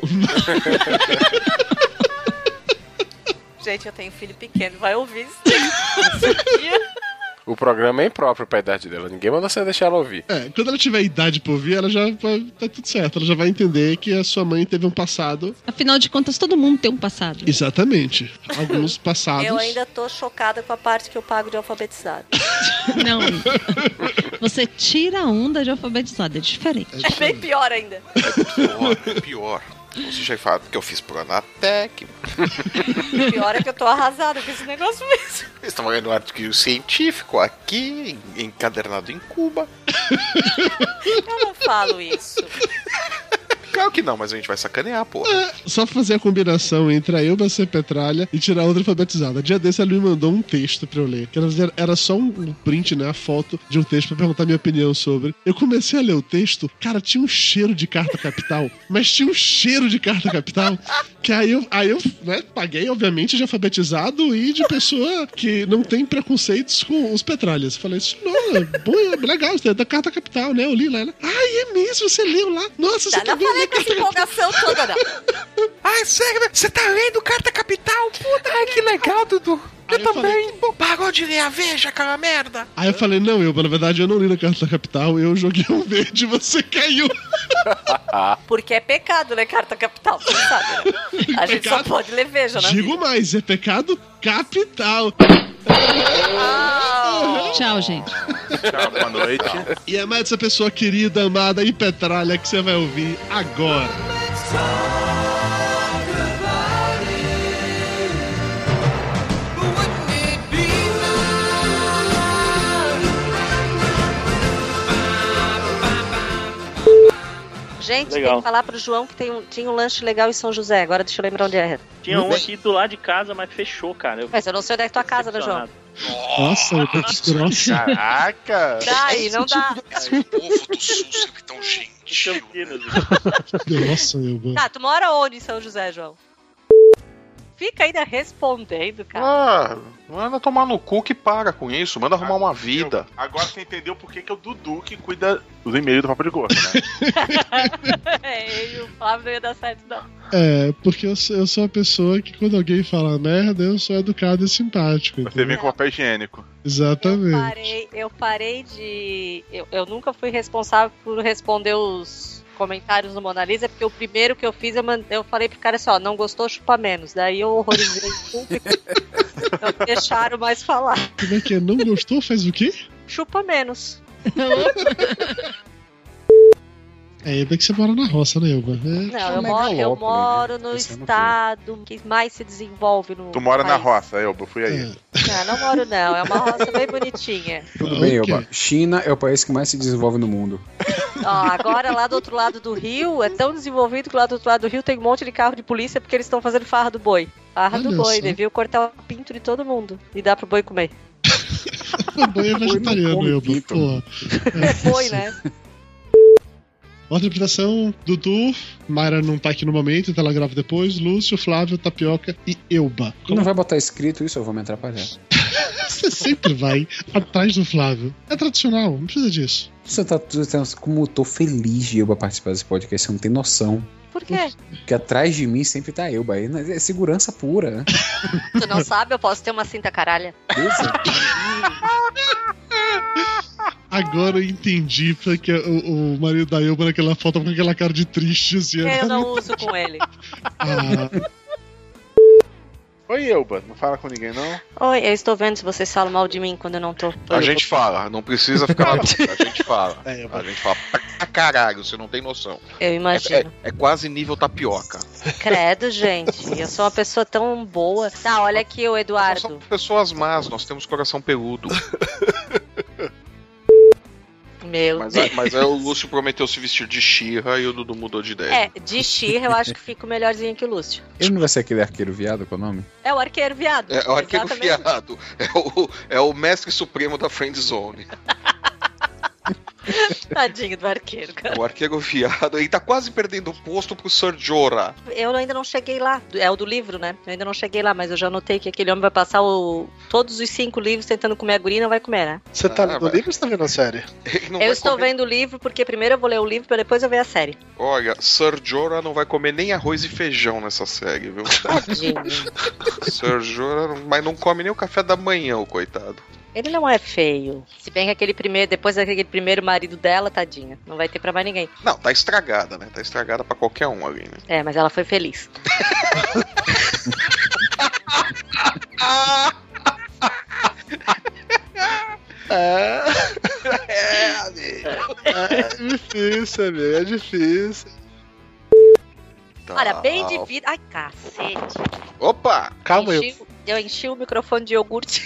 Gente, eu tenho filho pequeno, vai ouvir isso dia. O programa é impróprio pra idade dela. Ninguém manda você deixar ela ouvir. É, quando ela tiver idade pra ouvir, ela já vai. Tá tudo certo. Ela já vai entender que a sua mãe teve um passado. Afinal de contas, todo mundo tem um passado. Exatamente. Alguns passados. Eu ainda tô chocada com a parte que eu pago de alfabetizado. Não. Você tira a onda de alfabetizada, é diferente. É bem pior ainda. Pior, é pior. Você já falou que eu fiz por Anatec. O pior é que eu tô arrasada com esse negócio mesmo. Estão lendo um artigo científico aqui, encadernado em Cuba. Eu não falo isso. Claro que não, mas a gente vai sacanear, porra. É, só fazer a combinação entre a Elba ser Petralha e tirar outra alfabetizada. Dia desse ela me mandou um texto pra eu ler. Que era, era só um print, né? A foto de um texto pra perguntar minha opinião sobre. Eu comecei a ler o texto, cara, tinha um cheiro de carta capital. Mas tinha um cheiro de carta capital. Que aí eu, aí eu né, paguei, obviamente, de alfabetizado e de pessoa que não tem preconceitos com os Petralhas. Falei, isso não, é bom, é legal, isso é da carta capital, né? Eu li lá. Ela, ai, é mesmo, você leu lá? Nossa, você Tá, não falei com essa empolgação toda, não. Ai, sério, você tá lendo Carta Capital? Puta, ai, que legal, Dudu. Eu Aí eu também. Pô, parou de ler a Veja, aquela merda. Aí eu falei, não, eu, na verdade, eu não li na carta capital, eu joguei um verde e você caiu. Porque é pecado ler carta capital, você sabe, né? A gente só Pecado. pode ler Veja, né? Digo mais, é pecado capital. Tchau, gente. Tchau, boa noite. E é mais essa pessoa querida, amada e Petralha que você vai ouvir agora. Gente, Legal. tem que falar pro João que tem um, tinha um lanche legal em São José. Agora deixa eu lembrar onde é. Tinha um aqui do lado de casa, mas fechou, cara. Eu Mas eu não sei onde é que tua casa, né, João? Nossa, eu tô desgrossa. Caraca! Daí, não dá. Esse povo do Sul sempre tão gentil. Nossa, meu bom. Tá, tu mora onde em São José, João? Fica ainda respondendo, cara. Ah, manda tomar no cu que para com isso. Manda arrumar uma vida. Agora você entendeu por que que é o Dudu que cuida dos e-mails do Papo de Gordo, né? É, e o Flávio não ia dar certo, não. É, porque eu sou, eu sou uma pessoa que quando alguém fala merda, eu sou educado e simpático. Você vem com papel higiênico. Exatamente. Parei, eu parei de... Eu, eu nunca fui responsável por responder os comentários no Mona Lisa, porque o primeiro que eu fiz, eu, mand... eu falei pro cara assim, ó, não gostou, chupa menos. Daí eu horrorizei o público. Não deixaram mais falar. Como é que é? Não gostou? Faz o quê? Chupa menos. É, ainda que você mora na roça, né, Elba? É, Não, eu moro, eu moro no estado que mais se desenvolve no Tu mora na país. roça, Elba, eu fui aí. Não, não moro não, é uma roça bem bonitinha. Tudo bem, Elba. China é o país que mais se desenvolve no mundo. Ó, agora lá do outro lado do rio, é tão desenvolvido que lá do outro lado do rio tem um monte de carro de polícia porque eles estão fazendo farra do boi. Farra do Olha boi, só. deviam cortar o pinto de todo mundo e dar pro boi comer. O boi é vegetariano, Elba. Porra. É boi, né? Outra interpretação, Dudu, Mayra não tá aqui no momento, então ela grava depois, Lúcio, Flávio, Tapioca e Elba. Tu não vai botar escrito isso, eu vou me atrapalhar. Você sempre vai atrás do Flávio. É tradicional, não precisa disso. Você tá, você tá- como eu tô feliz de Elba participar desse podcast, você não tem noção. Por quê? Porque atrás de mim sempre tá Elba, aí é segurança pura, né? Tu não sabe, eu posso ter uma cinta caralha. Agora eu entendi porque o, o marido da Elba naquela foto com aquela cara de triste assim. Eu não uso com ele. Ah, Oi, Elba, não fala com ninguém, não? Oi, eu estou vendo se vocês falam mal de mim quando eu não tô. A gente fala, não precisa ficar na boca. A gente fala. A gente fala pra caralho, você não tem noção. Eu imagino. É, é, é quase nível tapioca. Credo, gente. Eu sou uma pessoa tão boa. Tá, olha aqui o Nós Eduardo. somos pessoas más, nós temos coração peludo. Meu Mas, Deus. mas aí o Lúcio prometeu se vestir de She-Ra e o Dudu mudou de ideia. É, de She-Ra eu acho que fica melhorzinho que o Lúcio. Ele não vai ser aquele arqueiro viado com o nome? É o arqueiro viado. É o arqueiro exatamente. viado. É o, é o mestre supremo da Friend Zone. Tadinho do arqueiro, cara. O arqueiro viado. Ele tá quase perdendo o posto pro Sir Jorah. Eu ainda não cheguei lá. É o do livro, né? Eu ainda não cheguei lá, mas eu já notei que aquele homem vai passar o... todos os cinco livros tentando comer a guria e não vai comer, né? Você tá Ah, lendo o mas- livro ou você tá vendo a série? Ele não Eu vai estou comer- vendo o livro porque primeiro eu vou ler o livro pra depois eu ver a série. Olha, Sir Jorah não vai comer nem arroz e feijão nessa série, viu? Tadinho. Sir Jorah, não- mas não come nem o café da manhã, o coitado. Ele não é feio. Se bem que aquele primeiro, depois daquele primeiro marido dela, tadinha. Não vai ter pra mais ninguém. Não, tá estragada, né? Tá estragada pra qualquer um ali, né? É, mas ela foi feliz. É. É, amigo. É difícil, amigo. É difícil. Tá. Olha, bem de vida. Ai, cacete. Opa! Calma Enchi- Eu enchi o microfone de iogurte.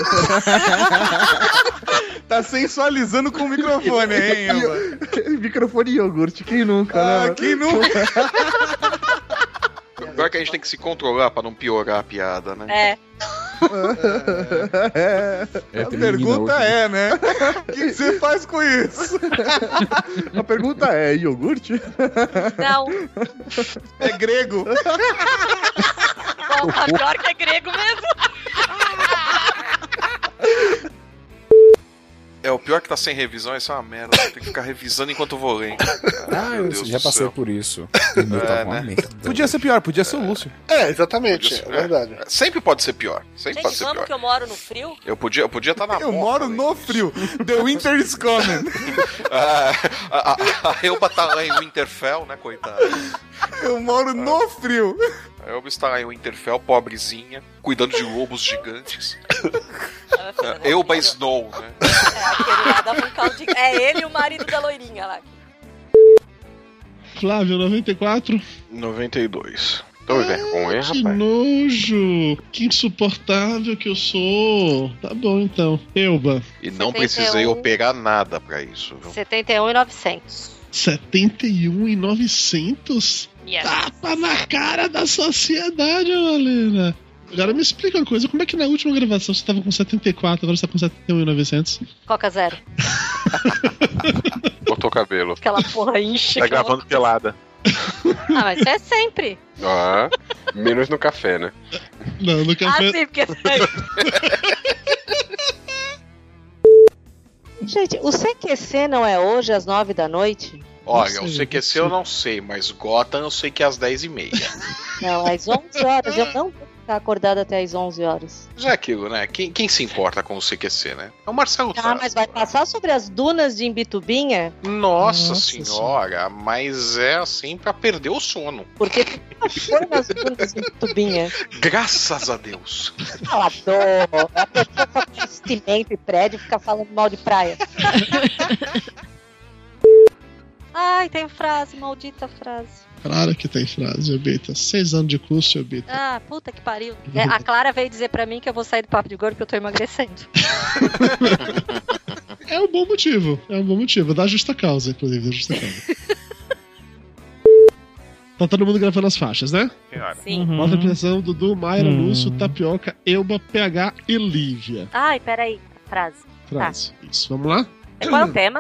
Tá sensualizando com o microfone, hein, Elba? Microfone e iogurte, quem nunca, né? Ah, mano? quem nunca? Pior que a gente tem que se controlar pra não piorar a piada, né? É. É. É, A tem pergunta menina hoje. é, né? O que que você faz com isso? A pergunta é, iogurte? Não. É grego. Bom, tá pior que é grego mesmo. É, o pior que tá sem revisão, isso é uma merda. Tem que ficar revisando enquanto eu vou lendo. Ah, Meu eu Deus já do passei céu. por isso. O meu É, tava uma né? merda. Podia ser pior, podia ser o Lúcio. É, exatamente. Podia ser- É verdade. Sempre pode ser pior. Sempre pode Gente, ser vamos pior. que eu moro no frio? Eu podia eu podia estar na Eu moto moro ali. no frio. The winter is coming. Ah, a, a, a Elba tá lá em Winterfell, né, coitada? Eu moro no frio. A Elba está lá em Winterfell, pobrezinha, cuidando de lobos gigantes. É, Elba Snow, né? É, aquele lá da Vulcal de... É ele e o marido da loirinha lá. Flávio, noventa e quatro. noventa e dois. Tô vergonha, Que rapaz. nojo! Que insuportável que eu sou! Tá bom então. Elba. E não setenta e um. precisei operar nada pra isso, viu? setenta e um e novecentos. setenta e um e novecentos? Yes. Tapa na cara da sociedade, Valena! Agora me explica uma coisa, como é que na última gravação você tava com setenta e quatro, agora você tá com setenta e um e novecentos? Coca zero. Cortou o cabelo. Aquela porra incha. Tá aquela- gravando pelada. Ah, mas isso é sempre. Ah, menos no café, né? Não, no Ah, café. sim, porque... Gente, o C Q C não é hoje às nove da noite? Olha, o Não sei, C Q C eu não sei, mas Gotham eu sei que é às dez e meia. Não, às onze horas. Eu não vou ficar acordada até às onze horas. Já é aquilo, né? Quem, quem se importa com o C Q C, né? É o Marcelo Ah, Taz. mas vai passar sobre as dunas de Imbitubinha? Nossa, Nossa senhora, mas é assim pra perder o sono. Porque tu não foi nas dunas de Imbitubinha. Graças a Deus. Falador. A pessoa só tem cimento e prédio e fica falando mal de praia. Ai, tem frase, maldita frase. Claro que tem frase, Obita. Seis anos de curso, Obita. Ah, puta que pariu. É, a Clara veio dizer pra mim que eu vou sair do papo de gordo porque eu tô emagrecendo. É um bom motivo, é um bom motivo. Da justa causa, inclusive, da justa causa. Tá todo mundo gravando as faixas, né? Senhora. Sim. Uhum. Mostra a apresentação: Dudu, Mayra, Uhum. Lúcio, Tapioca, Elba, P H e Lívia. Ai, peraí. Frase. Frase. Isso, vamos lá? Qual é o tema?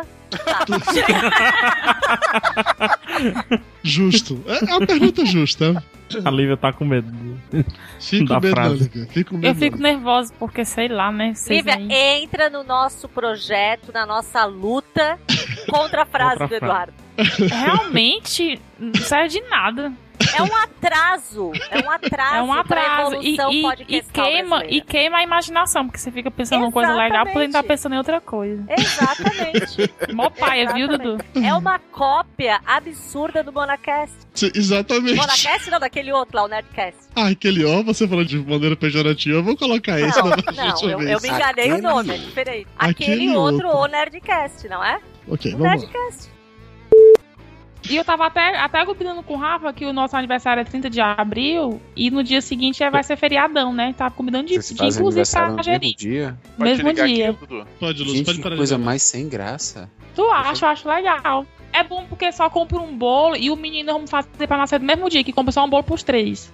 Justo. É é uma pergunta justa. A Lívia tá com medo. Fico da com medo, não, frase. Lívia. Fico com Eu medo. fico não. nervosa porque, sei lá, né? Vocês Lívia, aí- entra no nosso projeto, na nossa luta contra a frase Contra a do frase. Eduardo. Realmente, não serve de nada. É um atraso. É um atraso. É um atraso. Pra E, evolução e, e, podcastal queima, brasileira. e queima a imaginação, porque você fica pensando numa coisa legal por ele tá pensando em outra coisa. Exatamente. Mó paia, viu, Dudu? É uma cópia absurda do Monacast. Sim, exatamente. Monacast não, daquele outro lá, o Nerdcast. Ah, aquele ó, você falou de maneira pejorativa, eu vou colocar esse Não, na não, última eu, vez. eu me enganei o nome, é diferente. Aquele, Aquele outro, outro. o Nerdcast, não é? Ok, O vamos lá. Nerdcast. E eu tava até, até combinando com o Rafa que o nosso aniversário é trinta de abril e no dia seguinte é- vai ser feriadão, né? Tava combinando de, Vocês de fazem inclusive aniversário pra no mesmo gerir. dia? Mesmo dia. Pode, Luz, Gente, pode que parar de coisa gravar. mais sem graça. Tu acha? Eu acho legal. É bom porque só compra um bolo e o menino vamos fazer pra nascer no mesmo dia, que compra só um bolo pros três.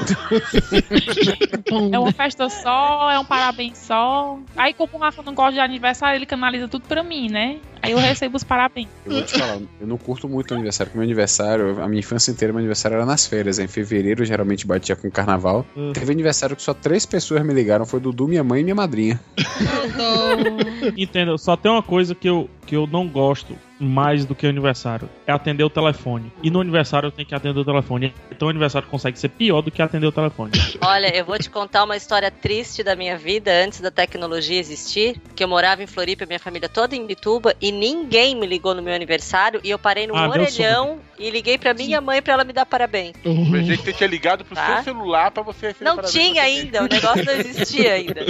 É uma festa só, é um parabéns só. Aí como o Rafa não gosta de aniversário, ele canaliza tudo pra mim, né? Aí eu recebo os parabéns. Eu vou te falar, eu não curto muito o aniversário, porque meu aniversário, a minha infância inteira, meu aniversário era nas férias. Em fevereiro, geralmente batia com carnaval. Hum. Teve aniversário que só três pessoas me ligaram, foi Dudu, minha mãe e minha madrinha. Entenda, só tem uma coisa que eu, que eu não gosto mais do que o aniversário, é atender o telefone. E no aniversário eu tenho que atender o telefone. Então o aniversário consegue ser pior do que atender o telefone. Olha, eu vou te contar uma história triste da minha vida antes da tecnologia existir, que eu morava em Floripa, minha família toda em Bituba, e ninguém me ligou no meu aniversário, e eu parei num Ah, meu orelhão e liguei pra minha mãe pra ela me dar parabéns. Uhum. Eu pensei que você tinha ligado pro Tá. seu celular pra você receber Não parabéns tinha pra você ainda, o mesmo. negócio não existia ainda.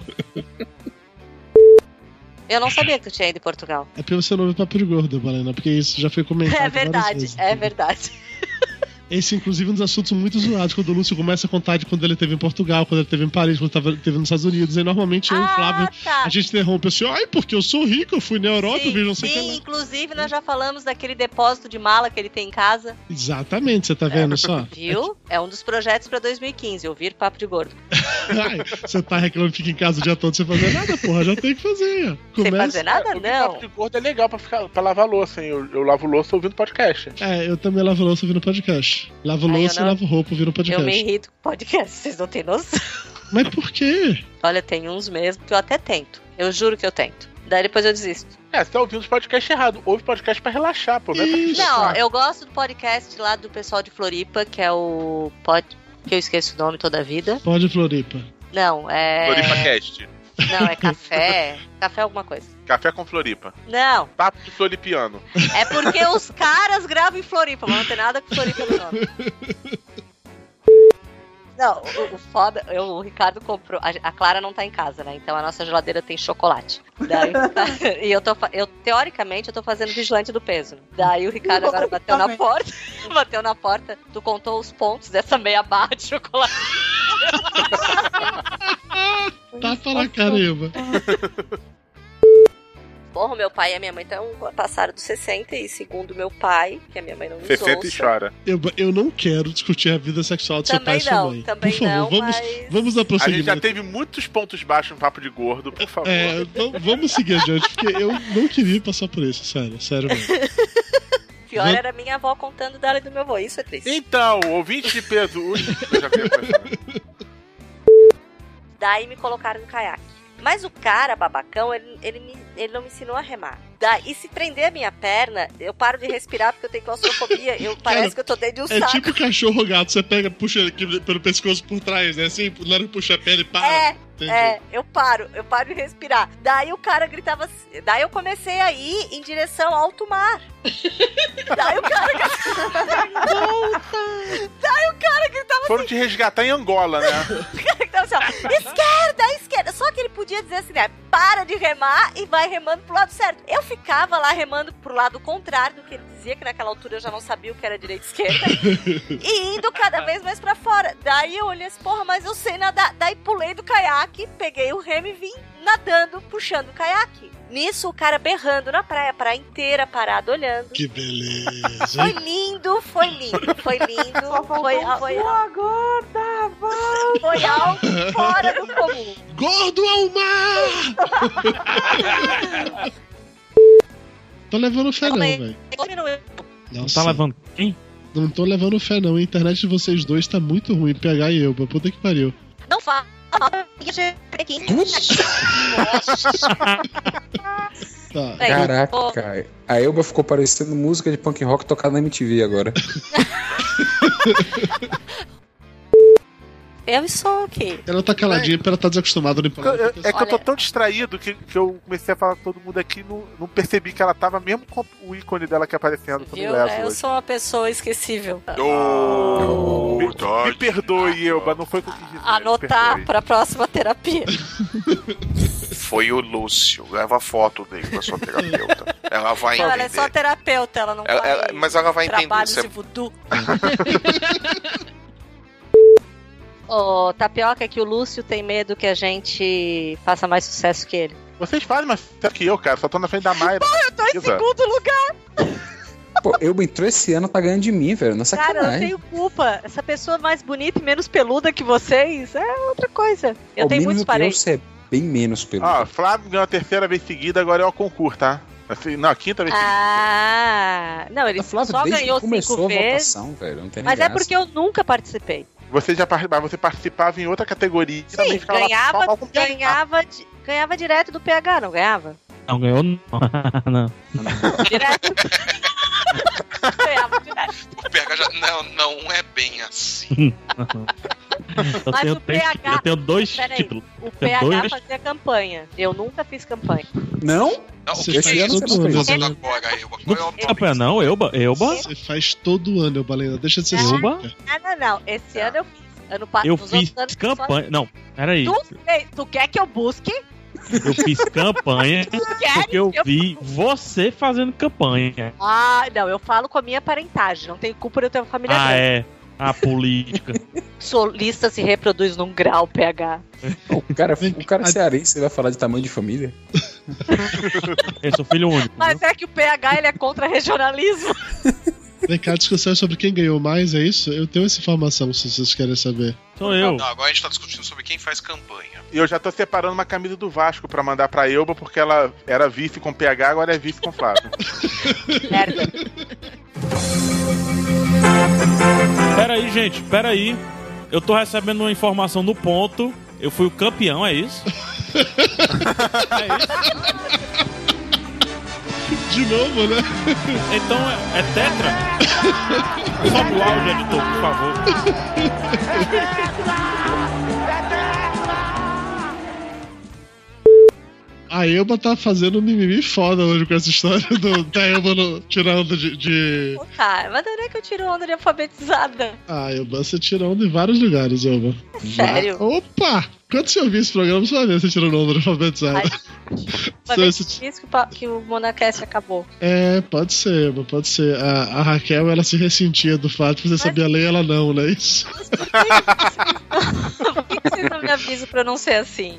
Eu não sabia que tu tinha ido em Portugal. É porque você não ouve Papo de Gordo, Balena, porque isso já foi comentado É várias verdade, vezes. é verdade. Esse, inclusive, é um dos assuntos muito zoados, quando o Lúcio começa a contar de quando ele esteve em Portugal, quando ele esteve em Paris, quando ele esteve nos Estados Unidos. E normalmente eu e o Flávio, a gente interrompe assim, ai, porque eu sou rico, eu fui na Europa, eu vi não sei o que Sim, lá. inclusive nós já falamos daquele depósito de mala que ele tem em casa. Exatamente, você tá vendo só? Viu? É um dos projetos pra dois mil e quinze, ouvir Papo de Gordo. Ai, você tá reclamando que fica em casa o dia todo sem fazer nada, porra, já tem que fazer. Sem fazer nada, Ouvir não. Papo de Gordo é legal pra, ficar, pra lavar louça, hein? Eu, eu lavo louça ouvindo podcast. É, eu também lavo louça ouvindo podcast. Lavo louça não- e lavo roupa ouvindo Eu podcast. me irrito com podcast, vocês não têm noção. Mas por quê? Olha, tem uns mesmo que eu até tento. Eu juro que eu tento. Daí depois eu desisto. É, você tá ouvindo os podcasts errados. Ouve podcast pra relaxar, pô. Não, é pra Não, estressar. eu gosto do podcast lá do pessoal de Floripa, que é o Pod... que eu esqueço o nome toda a vida. Pode, Floripa. Não, é... Floripa Cast. Não, é café. Café alguma coisa. Café com Floripa. Não, Papo de Floripiano. é porque os caras gravam em Floripa, mas não tem nada com Floripa no nome. Não, o, o foda, eu, o Ricardo comprou. A, a Clara não tá em casa, né? Então a nossa geladeira tem chocolate. Daí, e eu tô. fa- Eu, teoricamente, eu tô fazendo vigilante do peso. Daí o Ricardo agora bateu na porta. Bateu na porta. Tu contou os pontos dessa meia barra de chocolate. Tapa na caramba. Porra, meu pai e a minha mãe estão passaram dos sessenta e segundo meu pai, que a minha mãe não nos sessenta e ouça. chora. Eu, eu não quero discutir a vida sexual do seu pai Também e sua não, mãe. também Por favor, não, vamos, mas- vamos dar A gente prosseguimento. já teve muitos pontos baixos no Papo de Gordo, por favor. É, então vamos seguir adiante, porque eu não queria passar por isso, sério, sério mesmo. Pior Vamos- era minha avó contando dela e do meu avô, isso é triste. Então, ouvinte de peso. Ui, eu já queria começar. Daí me colocaram no caiaque. Mas o cara, babacão, ele, ele, me, ele não me ensinou a remar. Daí, e se prender a minha perna, eu paro de respirar porque eu tenho claustrofobia. Eu, parece Cara, que eu tô dentro de um É saco. tipo cachorro ou gato, você pega, puxa aqui pelo pescoço por trás, né? Assim, na hora que puxa a pele e para. É, Entendi. é, eu paro, eu paro de respirar. Daí o cara gritava assim, daí eu comecei a ir em direção ao alto mar. Daí o cara Daí o cara gritava Foram te resgatar em Angola, né? Então, assim, ó, esquerda, esquerda. Só que ele podia dizer assim, né? Para de remar e vai remando pro lado certo. Eu ficava lá remando pro lado contrário do que ele dizia, que naquela altura eu já não sabia o que era direita e esquerda. E indo cada vez mais pra fora. Daí eu olhei assim, porra, mas eu sei nadar. Daí pulei do caiaque, peguei o remo e vim nadando, puxando o caiaque. Nisso, o cara berrando na praia, a praia inteira parado olhando. Que beleza. Foi lindo, foi lindo, foi lindo. Foi, foi, gorda, foi algo fora do comum. Gordo ao mar! Tô levando fé não, velho. Não tá levando quem? Não tô levando fé não, a internet de vocês dois tá muito ruim, P H e eu, pra puta que pariu. Não fala. Tá. Caraca, a Elba ficou parecendo música de punk rock tocada na M T V agora. Eu sou o quê? Ela tá caladinha porque ela tá desacostumada no Eu- É que eu tô tão distraído que, que eu comecei a falar com todo mundo aqui e não, não percebi que ela tava mesmo com o ícone dela aqui aparecendo. Viu? Leso É, eu hoje. sou uma pessoa esquecível. Oh, me, me perdoe, Elba, não foi o que eu quis dizer. Anotar perdoe. pra próxima terapia. Foi o Lúcio. Leva foto dele pra sua terapeuta. Ela vai Não, entender. ela é só terapeuta, ela não Ela- faz ela- mas ela vai entender, trabalhos isso é- de voodoo. Ô, Tapioca, que o Lúcio tem medo que a gente faça mais sucesso que ele. Vocês fazem mais sucesso que eu, cara. Só tô na frente da Mayra. Pô, eu tô em Pesquisa. segundo lugar. Pô, eu entrou esse ano, tá ganhando de mim, velho. Não é Cara, eu não sacanagem. tenho culpa. Essa pessoa mais bonita e menos peluda que vocês é outra coisa. Eu O tenho mínimo muitos que eu parentes. sei é bem menos pelo. Ó, Flávio ganhou a terceira vez seguida, agora é o concurso, tá? Assim, não, a quinta vez seguida. Ah, não, ele A Flávia, só desde ganhou que começou cinco a vezes. votação, velho, não tem Mas nem é graça. porque eu nunca participei. Você já par- mas você participava em outra categoria e também Sim, ficava lá ganhava, pau, pau com P H. ganhava, di- ganhava direto do P H, não ganhava? Não ganhou, não. não. Direto. ganhava direto. O P H já. Não, não é bem assim. Eu, Mas tenho, o P H eu tenho dois Peraí, títulos. o Tenho P H dois- fazia campanha. Eu nunca fiz campanha. Não? Não, Você o que faz é isso? todo ano, Você Elba. agora, Elba. Não Qual é o fiz campanha, não, Elba. Elba? Você faz todo ano, Elba Lena. Deixa de ser Elba? cínica. Ah, não, não. Esse ano eu fiz. Ano pa- Eu nos fiz outros anos campanha. Não, peraí. só- Tu, ei, tu quer que eu busque? Eu fiz campanha porque eu vi você fazendo campanha. Ah, não. Eu falo com a minha parentagem. Não tenho culpa de eu ter uma família Ah, grande. é. A política. Solista se reproduz num grau, P H. O cara, o cara cearense vai falar de tamanho de família? Eu sou filho único. Mas é que o P H ele é contra regionalismo. Vem cá, a discussão é sobre quem ganhou mais, é isso? Eu tenho essa informação, se vocês querem saber. Sou eu. Não, agora a gente tá discutindo sobre quem faz campanha. E eu já tô separando uma camisa do Vasco pra mandar pra Elba, porque ela era vice com P H, agora é vice com Flávio. Merda. Pera aí, gente, pera aí. Eu tô recebendo uma informação no ponto. Eu fui o campeão, é isso? É isso? De novo, né? Então é, é tetra? Sobe o áudio, editor, por favor. A Elba tá fazendo um mimimi foda hoje com essa história do, da Elba no, tirar onda de, de... Tá, mas onde é que eu tiro onda de alfabetizada? Ah, Elba, você tira onda em vários lugares, Elba. Sério? Opa! Quando você ouvir esse programa, você vai ver você tirando onda de alfabetizada. Vai ver que disse que o pa- que o Monacast acabou. É, pode ser, Elba, pode ser. A, a Raquel, ela se ressentia do fato de você sabia ler, ela não, não é isso? Por que que vocês não me avisam pra eu não ser assim?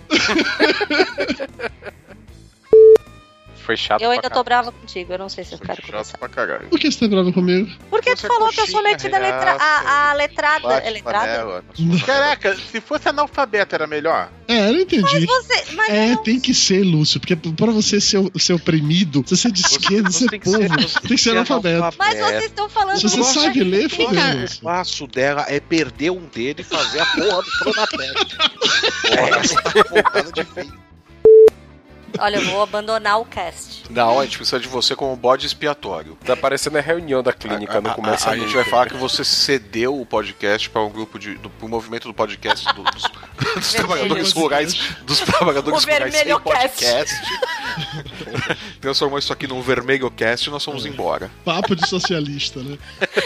Foi chato Eu pra ainda tô brava contigo, eu não sei se eu quero conversar. Chato pra caralho. Por que você tá bravo comigo? Porque tu falou que eu sou metida a, letra, a, a letrada. É letrada? Caraca, se fosse analfabeto era melhor? É, eu não entendi. Você, mas É, tem que ser, Lúcio, porque pra você ser, ser oprimido, você ser de esquerda, ser tem que povo, ser- tem você que tem ser que ser analfabeto. Mas vocês estão falando... Se você do- sabe ler, O fodeu, Lúcio. passo dela é perder um dedo e fazer a porra do Pronatec. Porra, você tá voltando de vez. Olha, eu vou abandonar o cast. Não, a gente precisa de você como bode expiatório. Tá parecendo a reunião da clínica, não começa a, a, a gente vai falar que você cedeu o podcast para um grupo de. Do, pro movimento do podcast do- dos, dos trabalhadores rurais. Dos trabalhadores O rurais sem Vermelho podcast. Transformou isso aqui num vermelho cast e nós fomos embora. Papo de socialista, né?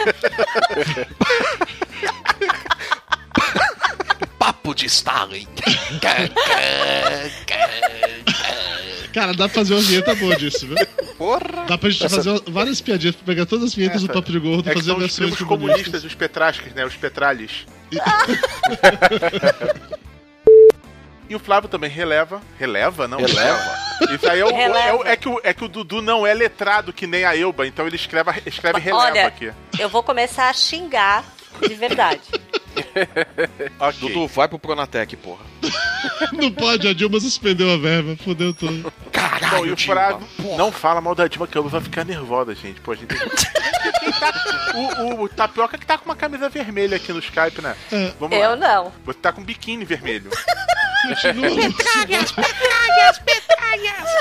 Papo de Stalin. Cara, dá pra fazer uma vinheta boa disso, viu? Porra! Dá pra gente Essa- fazer várias piadinhas, pra pegar todas as vinhetas do Papo de Gordo e É que fazer são os versões primos comunistas, os petrascos, né? Os petralhes. E o Flávio também releva. Releva, não? Releva. Isso aí é, o, Releva. é, o- é que o, é que o Dudu não é letrado que nem a Elba, então ele escreve, escreve releva Olha, aqui. eu vou começar a xingar de verdade. Okay. Dudu, vai pro Pronatec, porra. Não pode, a Dilma suspendeu a verba, fodeu tudo. Caralho, Bom, e o Flávio não fala mal da Dilma, que a Elba vai ficar nervosa, gente. Pô, a gente tem que... Quem tá- o, o, o Tapioca que tá com uma camisa vermelha aqui no Skype, né? É. Vamos Eu lá. não. Você tá com um biquíni vermelho. Petralhas, petralhas, petralhas.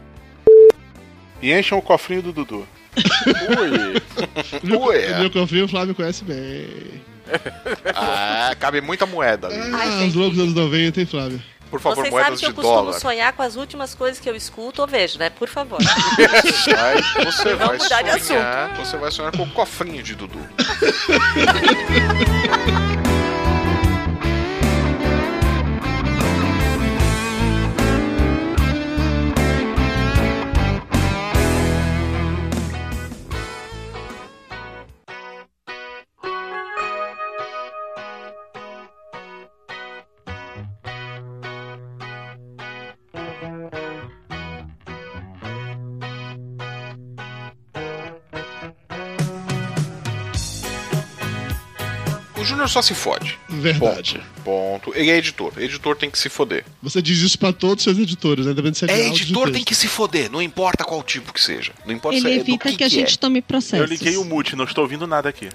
E enchem o cofrinho do Dudu. Ui. Meu, Ué. meu cofrinho o Flávio conhece bem. Ah, cabe muita moeda ali. Ah, os loucos dos anos noventa, hein, Flávio? Por favor, Vocês sabem moedas que eu de costumo dólar. sonhar com as últimas coisas que eu escuto ou vejo, né? Por favor. Vai, você Vamos vai mudar de sonhar. Você vai sonhar com o cofrinho de Dudu. O Júnior só se fode. Verdade. Ponto. Ponto. Ele é editor. Editor tem que se foder. Você diz isso pra todos os seus editores, ainda bem que você é, é editor tem que se foder, não importa qual tipo que seja. Não importa Ele se é evita do que, que a que gente é. tome processos. Eu liguei o mute, não estou ouvindo nada aqui.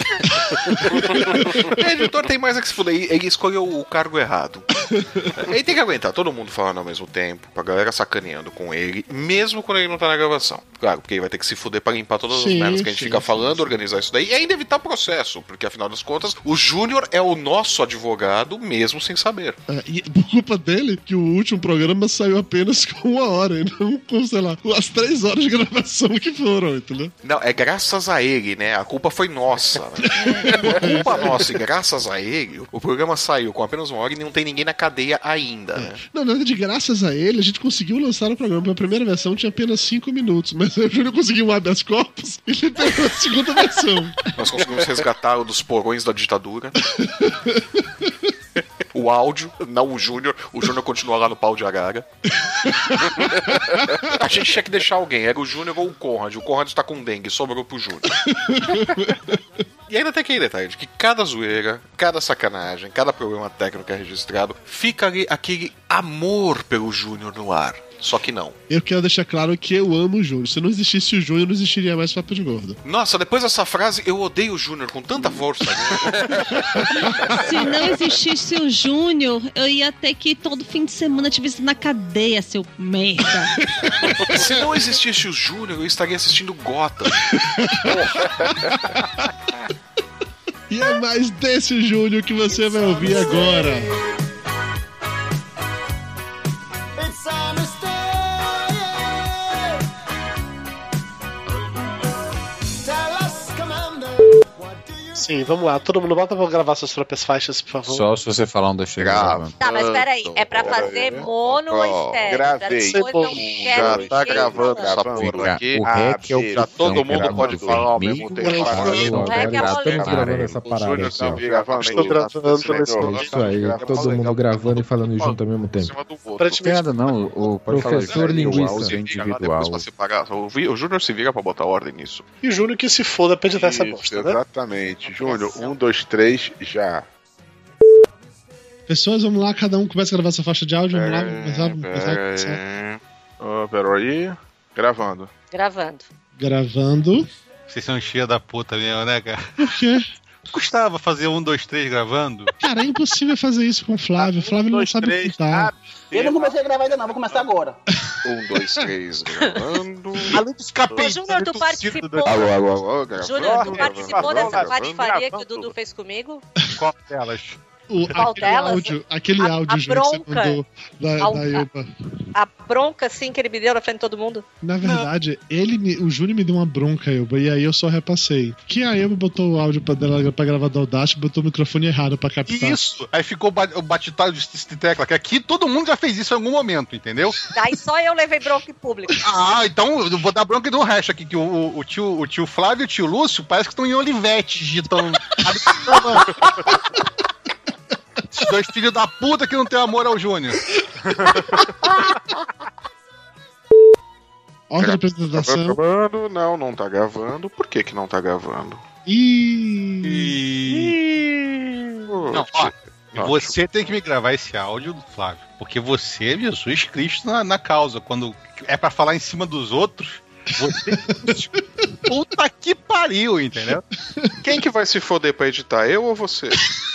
O editor tem mais a que se foder. Ele escolheu o cargo errado. Ele tem que aguentar todo mundo falando ao mesmo tempo, pra galera sacaneando com ele, mesmo quando ele não tá na gravação. Claro, porque ele vai ter que se foder pra limpar todas as Sim, merdas que a gente sim, fica sim, falando, sim. organizar isso daí e ainda evitar processo, porque afinal das contas, o Júnior é o nosso advogado, mesmo sem saber. É, e por culpa dele, que o último programa saiu apenas com uma hora, e não com, sei lá, as três horas de gravação que foram, entendeu? Não, é graças a ele, né? A culpa foi nossa. Né? Por culpa nossa e graças a ele, o programa saiu com apenas uma hora e não tem ninguém na cadeia ainda, né? Não, na verdade, graças a ele, a gente conseguiu lançar o programa. A primeira versão tinha apenas cinco minutos, mas o Júnior conseguiu um habeas corpus e ele pegou a segunda versão. Nós conseguimos resgatar o dos porões da ditadura. O áudio, não o Júnior. O Júnior continua lá no pau de arara. A gente tinha que deixar alguém. Era o Júnior ou o Conrad. O Conrad está com dengue, sobrou pro Júnior. E ainda tem aquele detalhe de que cada zoeira, cada sacanagem, cada problema técnico que é registrado, fica ali aquele amor pelo Júnior no ar. Só que não. Eu quero deixar claro que eu amo o Júnior. Se não existisse o Júnior, não existiria mais Papo de Gordo. Nossa, depois dessa frase, eu odeio o Júnior com tanta força. Se não existisse o Júnior, eu ia ter que ir todo fim de semana te visitar na cadeia, seu merda. Se não existisse o Júnior, eu estaria assistindo Gotham. E é mais desse Júnior que você vai ouvir agora. Sim, vamos lá. Todo mundo volta pra gravar suas próprias faixas, por favor. Só se você falar um dois, três. Tá, mas peraí, é pra fazer mono ou estéreo? Gravei. Depois não Já quero tá ninguém gravando falando. essa porra aqui. O REC é o Já todo botão, mundo grava pode no falar ao vermelho, mesmo tempo. O REC é a Estamos moleza. gravando essa parada aqui, ó. Gravando, Estou gravando nesse momento. Isso aí, todo mundo gravando e falando junto ao mesmo tempo. Não tem nada não, o Professor linguista. áudio é individual. O Júnior se vira pra botar ordem nisso. E o Júnior que se foda pra editar essa Isso, bosta, né? exatamente. Júnior, um, dois, três, já. Pessoas, vamos lá, cada um começa a gravar sua faixa de áudio. Vamos lá, vamos começar. Vamos começar. É... Oh, peraí. Gravando. Gravando. Gravando. Vocês são cheia da puta mesmo, né, cara? Por quê? Custava fazer um, dois, três gravando? Cara, é impossível fazer isso com o Flávio. O Flávio não sabe contar. Eu não comecei a gravar ainda não, vou começar agora. Um, dois, três, gravando. Além dos Ô, Júnior, tu participou. Alô, alô, alô, gravando. Júnior, tu participou gravando, dessa gravando, patifaria que o gravando. Dudu fez comigo? Qual delas? O, Qual aquele delas? áudio, aquele A- áudio a Júnior, que você bronca. mandou da, Ao- da Ilpa. A bronca, assim, que ele me deu na frente de todo mundo? Na verdade, ele me- o Júnior me deu uma bronca, Ilba, e aí eu só repassei. Que a Ilba botou o áudio pra, dela, pra gravar do Audacity, botou o microfone errado pra captar. Isso! Aí ficou o ba- o batidão de de tecla, que aqui todo mundo já fez isso em algum momento, entendeu? Daí só eu levei bronca em público. Ah, então eu vou dar bronca do resto aqui, que o, o, o tio, o tio Flávio e o tio Lúcio parece que estão em Olivete, digitando. Esses dois filhos da puta que não tem amor ao Júnior. Ordem de apresentação. Tá gravando? Não, não tá gravando. Por que que não tá gravando? E... Não, ó, você tem que me gravar esse áudio, Flávio, porque você é Jesus Cristo na, na causa. Quando é pra falar em cima dos outros, você... Puta que pariu, entendeu? Quem que vai se foder pra editar, eu ou você?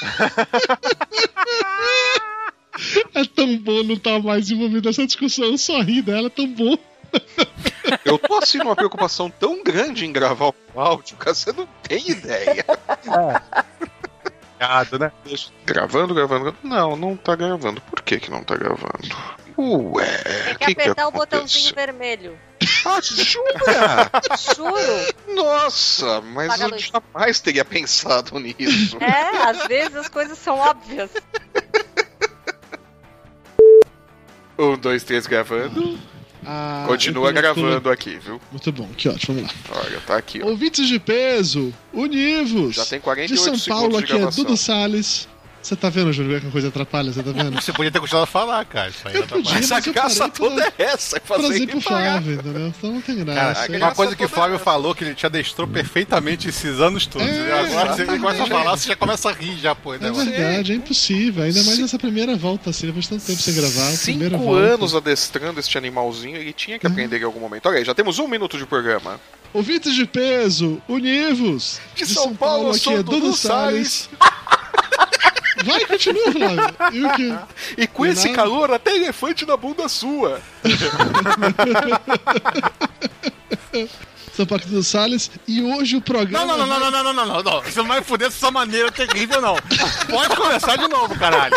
É tão bom não estar mais envolvido nessa discussão. Eu só ri dela, é tão bom. Eu tô assim numa preocupação tão grande em gravar o áudio, cara, você não tem ideia. Errado, né? Gravando, gravando, gravando. Não, não tá gravando. Por que que não tá gravando? Ué, Tem que que que apertar o aconteceu? botãozinho vermelho. Ah, jura? Juro. Nossa, mas Apaga a eu luz. jamais teria pensado nisso. É, às vezes as coisas são óbvias. Um, dois, três, gravando. Ah, Continua eu tô- gravando aqui, viu? Muito bom, que ótimo, vamos lá. Olha, tá aqui, ó. Ouvintes de peso, univos. Já tem quarenta e De oito São Paulo, segundos de aqui é gravação. Dudu Salles. Você tá vendo, Júnior, que a coisa atrapalha? Você tá vendo? Você podia ter gostado de falar, cara. Isso aí Eu podia, atrapalha. mas eu parei toda pra- é essa. Trazer pro Flávio, entendeu? Então não tem graça. Cara, Aí- uma coisa que o Flávio falou, que ele te adestrou perfeitamente esses anos todos. É, Agora você exatamente. começa a falar, você já começa a rir já, pô. É verdade, é impossível. Ainda mais nessa primeira volta, assim. Depois de tanto tempo sem gravar. a primeira Cinco volta. anos adestrando este animalzinho, ele tinha que aprender em algum momento. Olha aí, já temos um minuto de programa. Ouvintes de peso, univos! De São Paulo, aqui sou é Dudu Dudu Salles. Vai, continua, Flávio. E o quê? E com E esse nada? calor, até elefante na bunda sua. Sou Paco Dudu Salles. E hoje o programa... Não, não, não, não, não, não, não, não, não. Você não vai foder dessa maneira terrível, não. Pode começar de novo, caralho.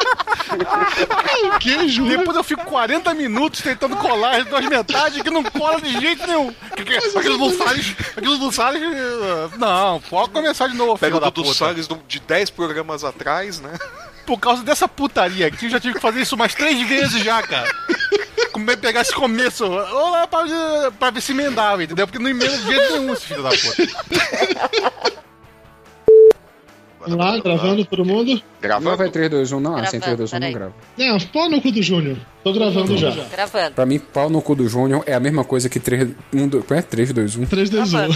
O que, Júnior? Depois eu fico quarenta minutos tentando colar as duas metades que não cola de jeito nenhum. Que- que- Aquilo do Salles. Aquilo do Salles. eh, Não, pode começar de novo, Pega filho o da Dudu puta. Salles do- de dez programas atrás, né? Por causa dessa putaria aqui, eu já tive que fazer isso umas três vezes já, cara. Como é pegar esse começo, ou lá pra, pra ver se emendava, entendeu? Porque não emenda de jeito nenhum esse filho da puta. Vamos lá, gravando todo mundo? Não vai três, dois, um, não. Gravando, Sem três, dois, um, não peraí. grava. Não, pau no cu do Júnior. Tô gravando já. Gravando. Pra mim, pau no cu do Júnior é a mesma coisa que três, um, dois, é três, dois, um. três, dois, um.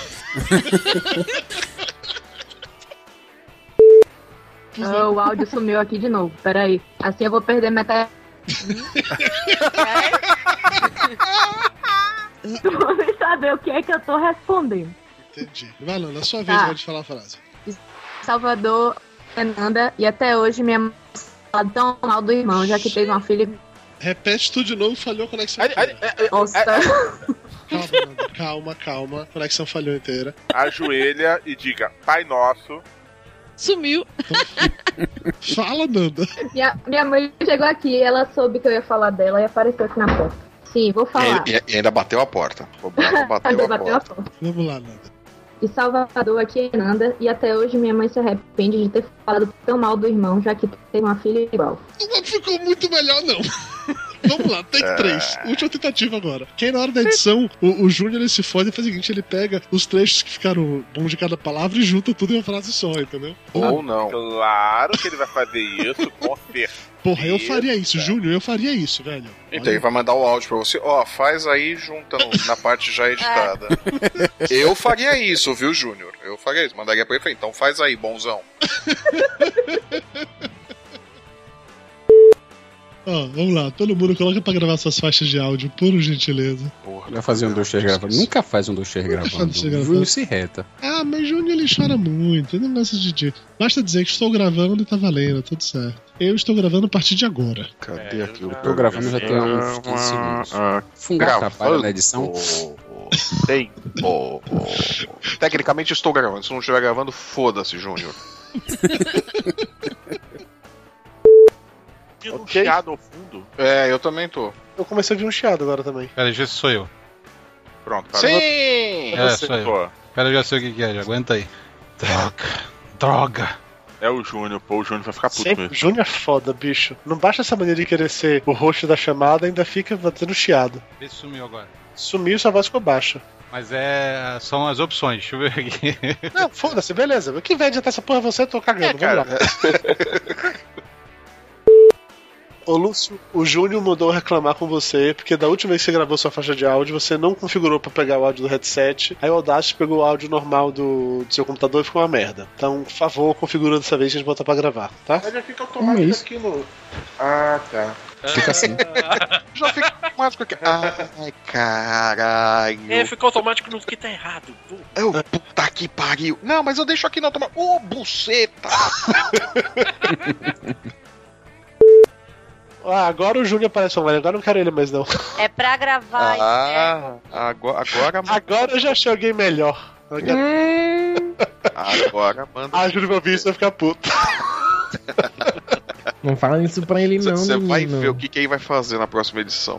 Ah, o áudio sumiu aqui de novo. Peraí. Assim eu vou perder metade. Tu vai saber o que é que eu tô respondendo. Entendi. Vai lá, na sua vez, Tá. pode falar a frase. Salvador, Fernanda, e até hoje minha mãe fala tão mal do irmão, já que teve uma filha. Repete tudo de novo, falhou a conexão. Nossa. Calma, Nanda, calma, calma. A conexão falhou inteira. Ajoelha e diga, Pai Nosso. Sumiu. Fala, Nanda. Minha, minha mãe chegou aqui, ela soube que eu ia falar dela e apareceu aqui na porta. Sim, vou falar. E, e ainda bateu a porta. O Bravo bateu Ainda a bateu porta. a porta. Vamos lá, Nanda. De Salvador, aqui é Nanda, e até hoje minha mãe se arrepende de ter falado tão mal do irmão, já que teve uma filha igual. Não ficou muito melhor, não. Vamos lá, take É. três. Última tentativa agora. Quem na hora da edição, o, o Júnior ele se fode e faz o seguinte: ele pega os trechos que ficaram bons de cada palavra e junta tudo em uma frase só, entendeu? Ou não. Claro que ele vai fazer isso, com certeza. Porra, eu faria isso, Júnior, eu faria isso, velho. Então ele vai mandar o áudio pra você. Ó, faz aí junta no- na parte já editada. Eu faria isso, viu, Júnior? Eu faria isso. Mandaria pra ele. Então faz aí, bonzão. Ó, vamos lá, todo mundo coloca pra gravar suas faixas de áudio, por gentileza. Já fazia um dois, três gravando. Nunca faz um dois, três gravando. faz um dois, três O gravando. Júnior se reta. Ah, mas Júnior ele chora muito, ele não gosta de dia. Basta dizer que estou gravando e tá valendo, tudo certo. Eu estou gravando a partir de agora. Cadê aqui o Tô gravando já tem uns quinze segundos. Fungar atrapalha na edição. Tem. Oh, oh. Tecnicamente estou gravando. Se não estiver gravando, foda-se, Júnior. Um chiado ao fundo. É, eu também tô. Eu comecei a vir um chiado agora também. Pera, já sou eu. Pronto, cara. Sim! É, sou eu. Pera, eu já sei o que que é, já aguenta aí. Droga. Droga. É o Júnior, pô, o Júnior vai ficar puto Sempre, mesmo. Júnior é foda, bicho. Não basta essa maneira de querer ser o host da chamada, ainda fica batendo chiado. Vê se sumiu agora. Sumiu, sua voz ficou baixa. Mas é. São as opções, deixa eu ver aqui. Não, foda-se, beleza. Que vende até essa porra você, eu tô cagando. Vamos lá. Ô Lúcio, o Júnior mandou reclamar com você, porque da última vez que você gravou sua faixa de áudio, você não configurou pra pegar o áudio do headset, aí o Audacity pegou o áudio normal do, do seu computador e ficou uma merda. Então, por favor, configura dessa vez e a gente volta pra gravar, tá? Mas já fica Como é automático isso? aqui no. Ah, tá. Fica assim. Já fica automático aqui. Ai, caralho. É, ficou automático no que tá errado. Eu, puta que pariu. Não, mas eu deixo aqui no automático. Ô, buceta! Ah, agora o Júnior aparece online, agora eu não quero ele mais não. É pra gravar. Ah, agora, agora, agora eu já achei alguém melhor. agora manda. Ah, Júnior vai ouvir isso e vai ficar puto. Não fala isso pra ele não, Você vai menino. ver o que, que ele vai fazer na próxima edição.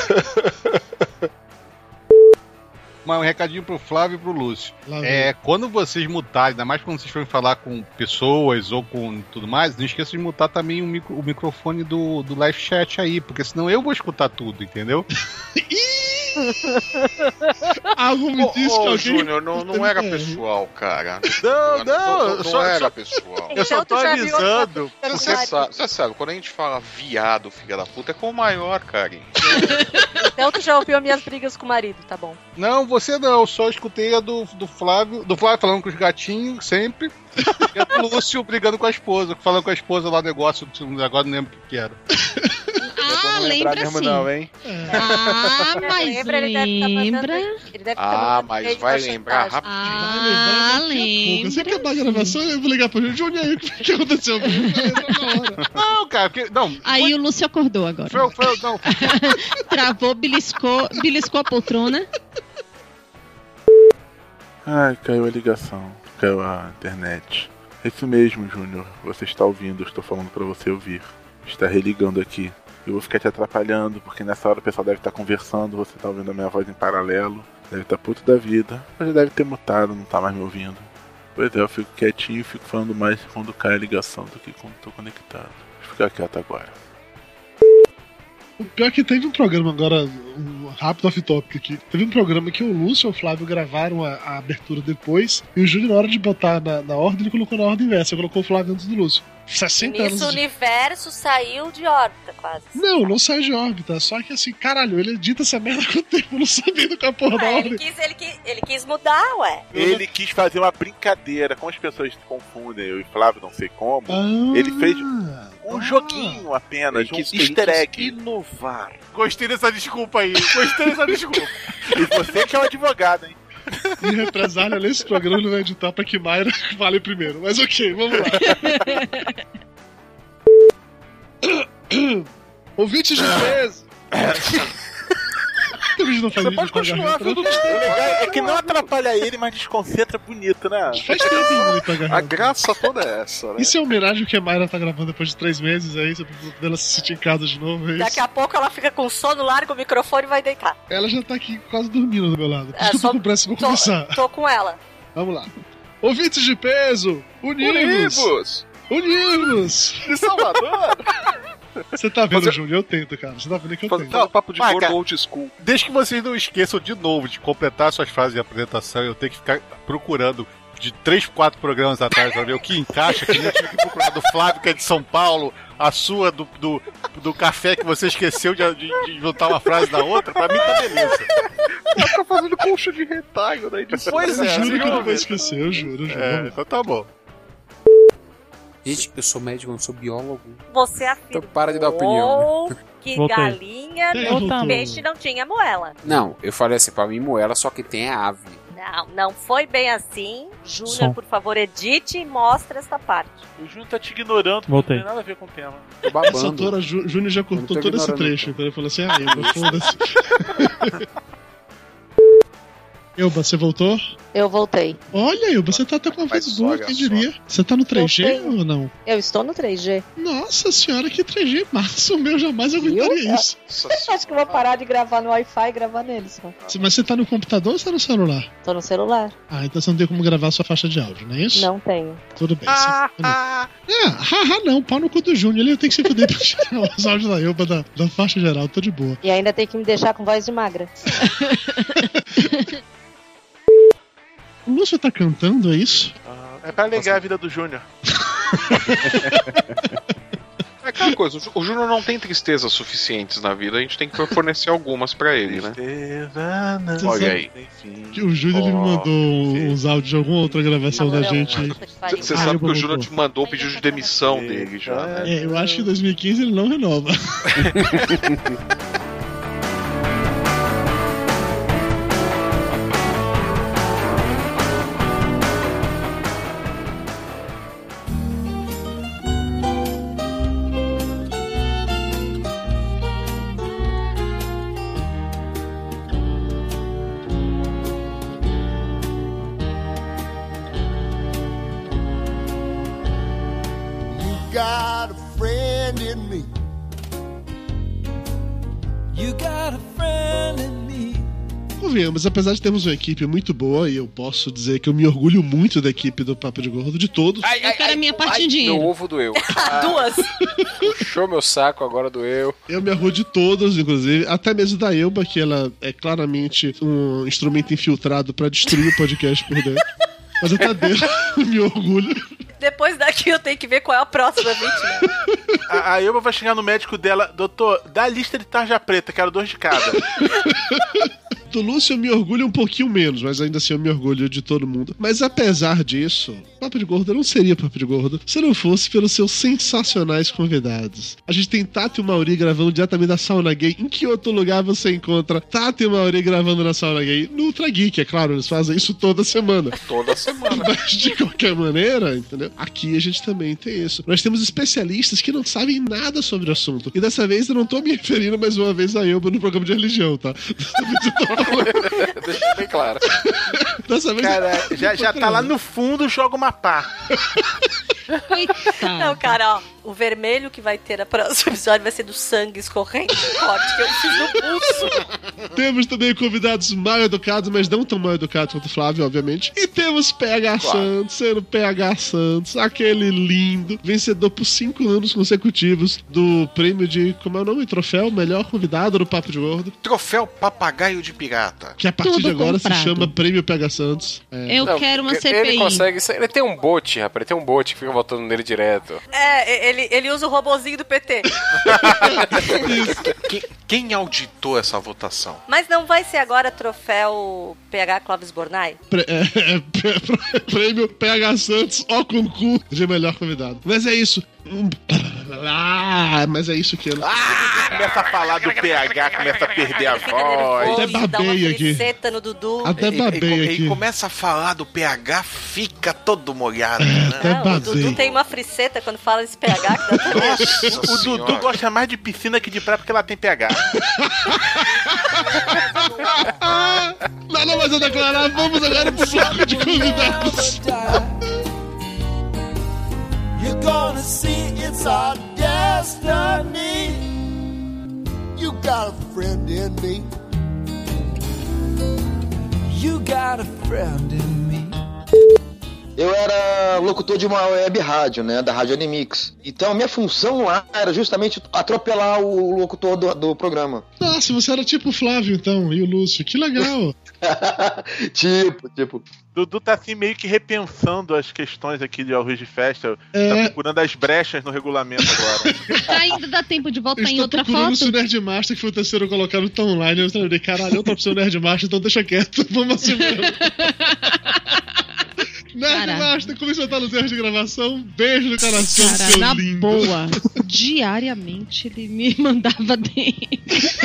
Mas um recadinho pro Flávio e pro Lúcio. Lá vem. É, quando vocês mutarem, ainda mais quando vocês forem falar com pessoas ou com tudo mais, não esqueça de mutar também o, micro- o microfone do, do live chat aí, porque senão eu vou escutar tudo, entendeu? Algo me Ô, diz que ô, alguém... Júnior, não, não era pessoal, cara. Não, não, não, eu não só- era só- pessoal. Eu só tô avisando. Você sabe, você sabe, quando a gente fala viado, filha da puta, é com o maior, cara. Então tu já ouviu as minhas brigas com o marido, tá bom. Não, você não, eu só escutei a do, do Flávio, do Flávio falando com os gatinhos, sempre. E a do Lúcio brigando com a esposa, falando com a esposa lá negócio, agora não lembro o que que era. Ah, lembra mesmo sim. não, hein? Ah, mas Lembra, ele deve tá mandando- lembra? Ele deve tá Ah, mandando mas e-mail vai pra lembrar chantagem. rapidinho. Ah, Pouco. Assim que lembra? acabar a gravação, eu vou ligar pro Júnior. Júnior, aí, o que que aconteceu? Não, cara, porque, não. Aí o Lúcio acordou agora. Foi, foi, não. Travou, beliscou, beliscou a poltrona. Ai, caiu a ligação, caiu a internet. É isso mesmo, Júnior. Você está ouvindo, eu estou falando pra você ouvir. Está religando aqui. Eu vou ficar te atrapalhando, porque nessa hora o pessoal deve estar conversando, você está ouvindo a minha voz em paralelo. Deve estar puto da vida. Mas já deve ter mutado, não tá mais me ouvindo. Pois é, eu fico quietinho e fico falando mais quando cai a ligação do que quando estou conectado. Vou ficar quieto agora. O pior é que teve um programa agora, um rápido off-topic aqui. Teve um programa que o Lúcio e o Flávio gravaram a, a abertura depois, e o Júnior, na hora de botar na, na ordem, ele colocou na ordem inversa. Ele colocou o Flávio antes do Lúcio. sessenta anos. Nisso o de... universo saiu de órbita, quase. Não, não saiu de órbita. Só que assim, caralho, ele edita essa merda com o tempo, não sabendo com a porra da Ué, ordem. ele, quis, ele, quis, ele quis mudar, ué. Ele quis fazer uma brincadeira, como as pessoas se confundem, eu e Flávio não sei como. Ah, Ele fez um joguinho apenas, um easter egg. Inovar. Gostei dessa desculpa aí. Gostei dessa desculpa. E você que é um advogado, hein? Em represália, nesse programa ele vai editar pra que Mayra fale primeiro. Mas ok, vamos lá. Ouvintes de peso! Não Você pode continuar, viu? O legal é que não atrapalha ele, mas desconcentra bonito, né? Faz tempo muito a A garganta. graça toda é essa, né? Isso é homenagem ao que a Mayra tá gravando depois de três meses aí, pra poder ela se sentir em casa de novo. É Daqui isso. a pouco ela fica com sono, larga o microfone e vai deitar. Ela já tá aqui quase dormindo do meu lado. Por É, isso que eu só- tô com pressa, vou tô- começar. Tô com ela. Vamos lá. Ouvintes de peso, unimos! Unimos! Unimos! De Salvador! Você tá vendo, Você- Júnior? Eu tento, cara. Você tá vendo que eu Faz- tento. Fala papo de Mas, gordo cara, old school. Desde que vocês não esqueçam de novo de completar suas frases de apresentação, eu tenho que ficar procurando de três, quatro programas atrás pra ver o que encaixa, que nem eu tive que procurar do Flávio, que é de São Paulo, a sua do, do, do café que você esqueceu de, de, de juntar uma frase na outra, pra mim tá beleza. Ela fica fazendo colcha de retalho na edição. Pois é, Eu juro que eu não realmente. vou esquecer, eu juro, eu juro. É, Vamos lá. então tá bom. Gente, eu sou médico, eu não sou biólogo. Você afirmou Então para de dar opinião. que Voltei. galinha, É, no voltou. peixe não tinha moela. Não, eu falei assim, pra mim moela só que tem a ave. Não, não foi bem assim. Som. Júnior, por favor, edite e mostre essa parte. O Júnior tá te ignorando, Voltei. não tem nada a ver com o tema. Tô Essa babando. autora, Jú- Júnior já cortou Eu não tô todo esse ignorando, trecho. então. Então ele falou assim: ah, Elba, foda-se. Elba, você voltou? Eu voltei. Olha, Elba, você tá até com uma voz Mas boa, olha quem só. diria? Você tá no três G Voltei. ou não? Eu estou no três G. Nossa senhora, que três G massa! O meu jamais aguentaria isso. Acho que eu vou parar de gravar no Wi-Fi e gravar neles. Mano. Mas você tá no computador ou você tá no celular? Tô no celular. Ah, então você não tem como gravar a sua faixa de áudio, não é isso? Não tenho. Tudo bem. Ah, você... ah. haha, não, pau no cu do Júnior. Ele tem que se fuder pra tirar os áudios da Elba da, da faixa geral, tô de boa. E ainda tem que me deixar com voz de magra. O Lúcio tá cantando, é isso? Ah, é pra alegar a vida do Júnior. É aquela coisa, o Jú- o Júnior não tem tristezas suficientes na vida, a gente tem que fornecer algumas pra ele, né? Olha aí. Que o Júnior ele me mandou uns áudios de alguma outra gravação da gente aí. Você Ah, sabe eu que o vou- Júnior te mandou o pedido de demissão dele já, né? É, eu acho que em dois mil e quinze ele não renova. got a friend in me. You got a friend in me. convenhamos, apesar de termos uma equipe muito boa, e eu posso dizer que eu me orgulho muito da equipe do Papo de Gordo, de todos. Ai, ai, Eu quero ai, a minha parte ai, em dinheiro. Meu ovo doeu. Duas. Puxou meu saco, agora doeu. Eu me orgulho de todos, inclusive, até mesmo da Elba, que ela é claramente um instrumento infiltrado pra destruir o podcast por dentro. Mas até dele, me orgulho. Depois daqui eu tenho que ver qual é a próxima vítima. A, a Elba vai chegar no médico dela, doutor, dá a lista de tarja preta, quero dois de cada. Do Lúcio eu me orgulho um pouquinho menos, mas ainda assim eu me orgulho de todo mundo. Mas apesar disso, Papo de Gordo não seria Papo de Gordo se não fosse pelos seus sensacionais convidados. A gente tem Tato e Mauri gravando diretamente da Sauna Gay. Em que outro lugar você encontra Tato e Mauri gravando na Sauna Gay? No Ultra Geek, é claro, eles fazem isso toda semana. Toda semana. Mas de qualquer maneira, entendeu? Aqui a gente também tem isso. Nós temos especialistas que não sabem nada sobre o assunto. E dessa vez eu não tô me referindo mais uma vez a Elba no programa de religião, tá? Dessa vez eu tô Deixa bem claro. Dessa vez cara, já, já tá lá no fundo, joga uma pá. Coitado. Não, cara, ó, o vermelho que vai ter no próximo episódio vai ser do sangue escorrendo do corte que eu fiz no pulso. Temos também convidados mal educados, mas não tão mal educados quanto o Flávio, obviamente. E temos P H claro. Santos, sendo P H Santos, aquele lindo, vencedor por cinco anos consecutivos do prêmio de, como é o nome? Troféu Melhor Convidado do Papo de Gordo. Troféu Papagaio de Pirata. Que a partir Tudo de agora comprado. se chama Prêmio P H Santos. É. Eu Não, quero uma C P I. Ele consegue, ele tem um bot, rapaz, ele tem um bot que fica voltando nele direto. É, ele, ele usa o robozinho do P T. quem, quem auditou essa votação? Mas não vai ser agora troféu P H Clóvis Bornai? Pre- é, é, é, prêmio P H Santos, ó com cu de melhor convidado. Mas é isso. Ah, mas é isso que eu não... Ah, começa a falar do P H, começa a perder a voz. Até babei aqui. No Dudu. Até babei e, e, aqui. E começa a falar do P H, fica todo molhado. Né? Até Não, o Dudu tem uma friceta quando fala desse P H que dá até Nossa, o Dudu senhora. Gosta mais de piscina que de praia porque ela tem P H. Nada mais a declarar, vamos agora pro bloco de convidados. You're gonna see it's our destiny. You got a friend in me. You got a friend in me. Eu era locutor de uma web rádio, né, da Rádio Animix. Então a minha função lá era justamente atropelar o locutor do, do programa. Nossa, você era tipo o Flávio então, e o Lúcio, que legal. tipo, tipo. Dudu tá assim meio que repensando as questões aqui de Arroz de Festa. É... Tá procurando as brechas no regulamento agora. Ainda dá tempo de voltar eu em outra procurando foto? Se o Nerdmaster, que foi o terceiro colocado, tá online. Eu falei, caralho, eu tô pro seu Nerdmaster, então deixa quieto, vamos assim mesmo. Nerdmaster, como você tá nos erros de gravação, beijo no coração, cara, seu na lindo. boa, diariamente ele me mandava dentro.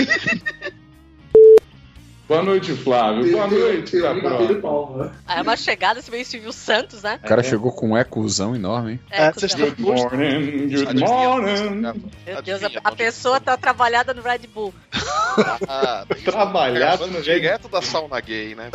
Boa noite, Flávio. Boa noite, Capron. Ah, é uma chegada, se meio Silvio Santos, né? O cara chegou com um ecozão enorme, hein? É, good morning, good morning. Meu Deus, a, a pessoa tá trabalhada no Red Bull. Ah, Trabalhado no direto da sauna gay, né?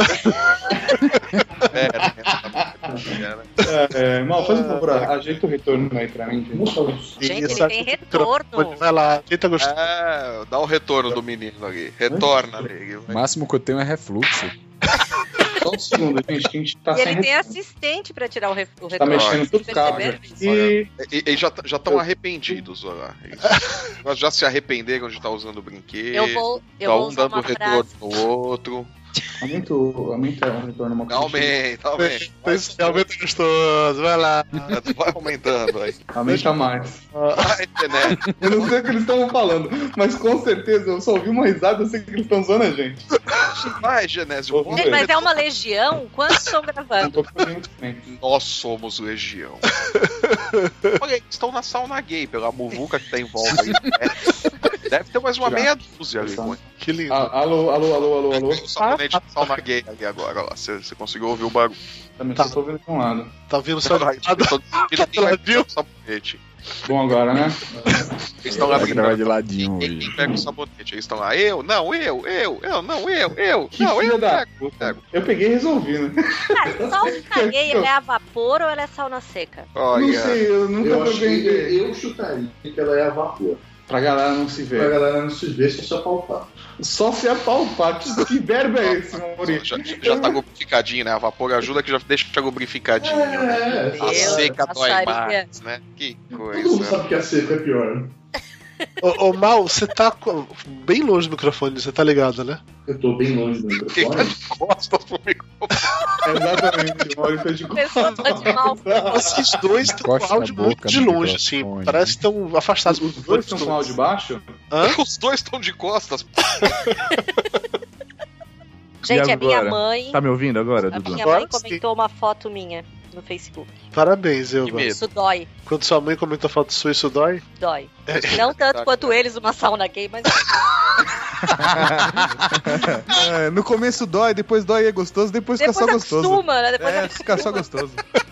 é, é, é, mal, faz um favor, ajeita o retorno aí pra mim. Gente, ele tem retorno. Vai lá, tenta gostar. É, dá o retorno do menino aqui. Retorna, amigo. O máximo que eu tenho é refluxo. Só um segundo, gente, que a gente tá E ele sem tem assistente pra tirar o, re o Tá retorno. mexendo tudo cabo. E... e, e já estão arrependidos, olha lá. Eles já se arrependeram de estar usando o brinquedo. Eu vou, eu tá vou um usar dando uma retorno frase. no outro. Aumenta o, aumenta o retorno uma coisa. Aumenta, aumenta. Aumenta gostoso, vai lá. Vai aumentando aí. Aumenta mais. Vai, né? Eu não sei o que eles estavam falando, mas com certeza eu só ouvi uma risada, eu sei que eles estão zoando a gente. Vai, Genésio. Ei, mas é uma legião? Quantos estão gravando? Nós somos legião. Olha, eles estão na sauna gay, pela muvuca que tá em volta aí. Deve ter mais uma meia dúzia ali. Que lindo. Ah, alô, alô, alô, alô, alô. O sabonete de sauna gay ali agora, olha lá. Você conseguiu ouvir o barulho. Também só tô ouvindo de um lado. Tá ouvindo só de um lado? Sabonete. Bom agora, né? Eles estão lá Vai gravar de ladinho quem, hoje. quem pega o sabonete? Eles estão lá, eu, não, eu, eu, eu, não, eu, eu, Que não, filho eu da pego, pego. Eu peguei e resolvi, né? Cara, sauna gay, ele é a vapor ou ela é sauna seca? Não sei, eu nunca Eu, joguei. achei, eu chutaria que ela é a vapor. Pra galera não se ver. Pra galera não se ver, só se apalpar. Só se apalpar. Que, que verbo é esse, Maurício? Já, já tá lubrificadinho, né? A vapor ajuda que já deixa lubrificadinho. É, a seca dói passaria. mais, né? Que coisa. Todo mundo sabe que a seca é pior. Ô, ô Mal, você tá com- bem longe do microfone, você tá ligado, né? Eu tô bem longe do Quem tá microfone. de costas pro microfone? Exatamente, o Maurício tá de Pessoa tá de mal. Vocês dois estão com Encosta a áudio muito boca de no longe, assim. microfone. Parece que estão afastados. Os dois estão com áudio baixo? Hã? Os dois estão de costas. Gente, E a minha agora? mãe. Tá me ouvindo agora, A Dudu? minha Agora mãe comentou uma foto minha no Facebook. Parabéns, eu. Isso dói, Quando sua mãe comenta foto sua, isso dói? dói. É. Não tanto quanto eles numa sauna gay, mas. É, no começo dói, depois dói e é gostoso, depois, Depois fica só gostoso. acostuma, né? Depois é, fica só gostoso.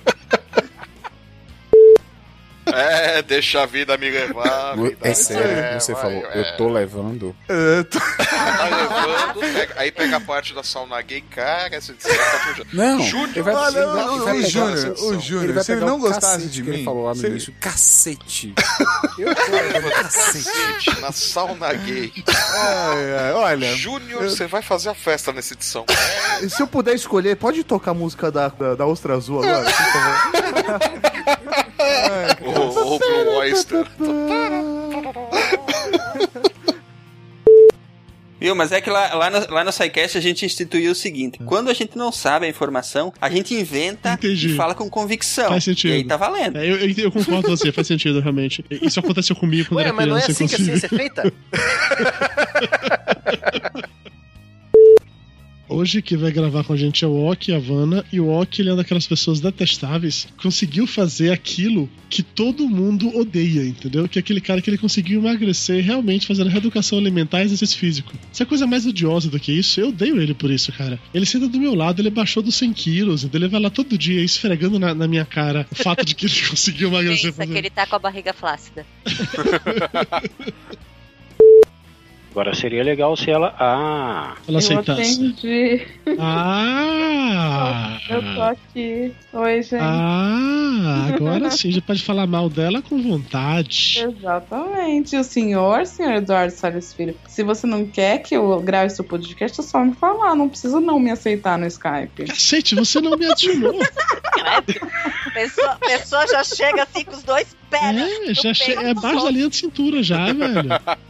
É, deixa a vida me levar. Vo- vida É sério, é, você vai, falou, é. eu tô levando. É, tô- Tá levando, pega- aí pega a parte da sauna gay, cara, essa edição tá pro- Não, Júnior, ele vai, Olha, ele vai- o- ele vai o pegar Júnior, essa edição. o Júnior, Ele vai se ele pegar não o gostasse cacete de que ele mim, falou lá no se ele- início. Cacete. Eu tô levando cacete. Cacete, na sauna gay. Ai, ai, olha, Júnior, eu- você vai fazer a festa nessa edição. se eu puder escolher, pode tocar a música da, da, da Ostra Azul agora, por favor? O, o Blue Oyster. Viu, mas é que lá, lá, no, lá no SciCast a gente instituiu o seguinte: quando a gente não sabe a informação, a gente inventa Entendi. e fala com convicção. Faz sentido. E aí tá valendo. É, eu, eu, eu concordo com você, faz sentido, realmente. Isso aconteceu comigo quando Ué, era mas não é criança. assim que a inclusive. ciência é feita? Hoje que vai gravar com a gente é o Ok e a Vanna, e o Ok, ele é uma daquelas pessoas detestáveis, conseguiu fazer aquilo que todo mundo odeia, entendeu? Que é aquele cara que ele conseguiu emagrecer realmente fazendo reeducação alimentar e exercício físico. Isso é coisa mais odiosa do que isso, eu odeio ele por isso, cara. Ele senta do meu lado, ele baixou dos cem quilos, então ele vai lá todo dia esfregando na, na minha cara o fato de que ele conseguiu emagrecer. Pensa que ele tá com a barriga flácida. Agora seria legal se ela. Ah! Ela aceitasse. Entendi. Ah! Eu tô aqui. Oi, gente. Ah, agora sim, já pode falar mal dela com vontade. Exatamente. O senhor, senhor Eduardo Salles Filho, se você não quer que eu grave seu podcast, é só me falar. Não precisa não me aceitar no Skype. Cacete, você não me adicionou. Pessoa, pessoa já chega assim com os dois pés. É, já che... é abaixo da linha de cintura já, velho.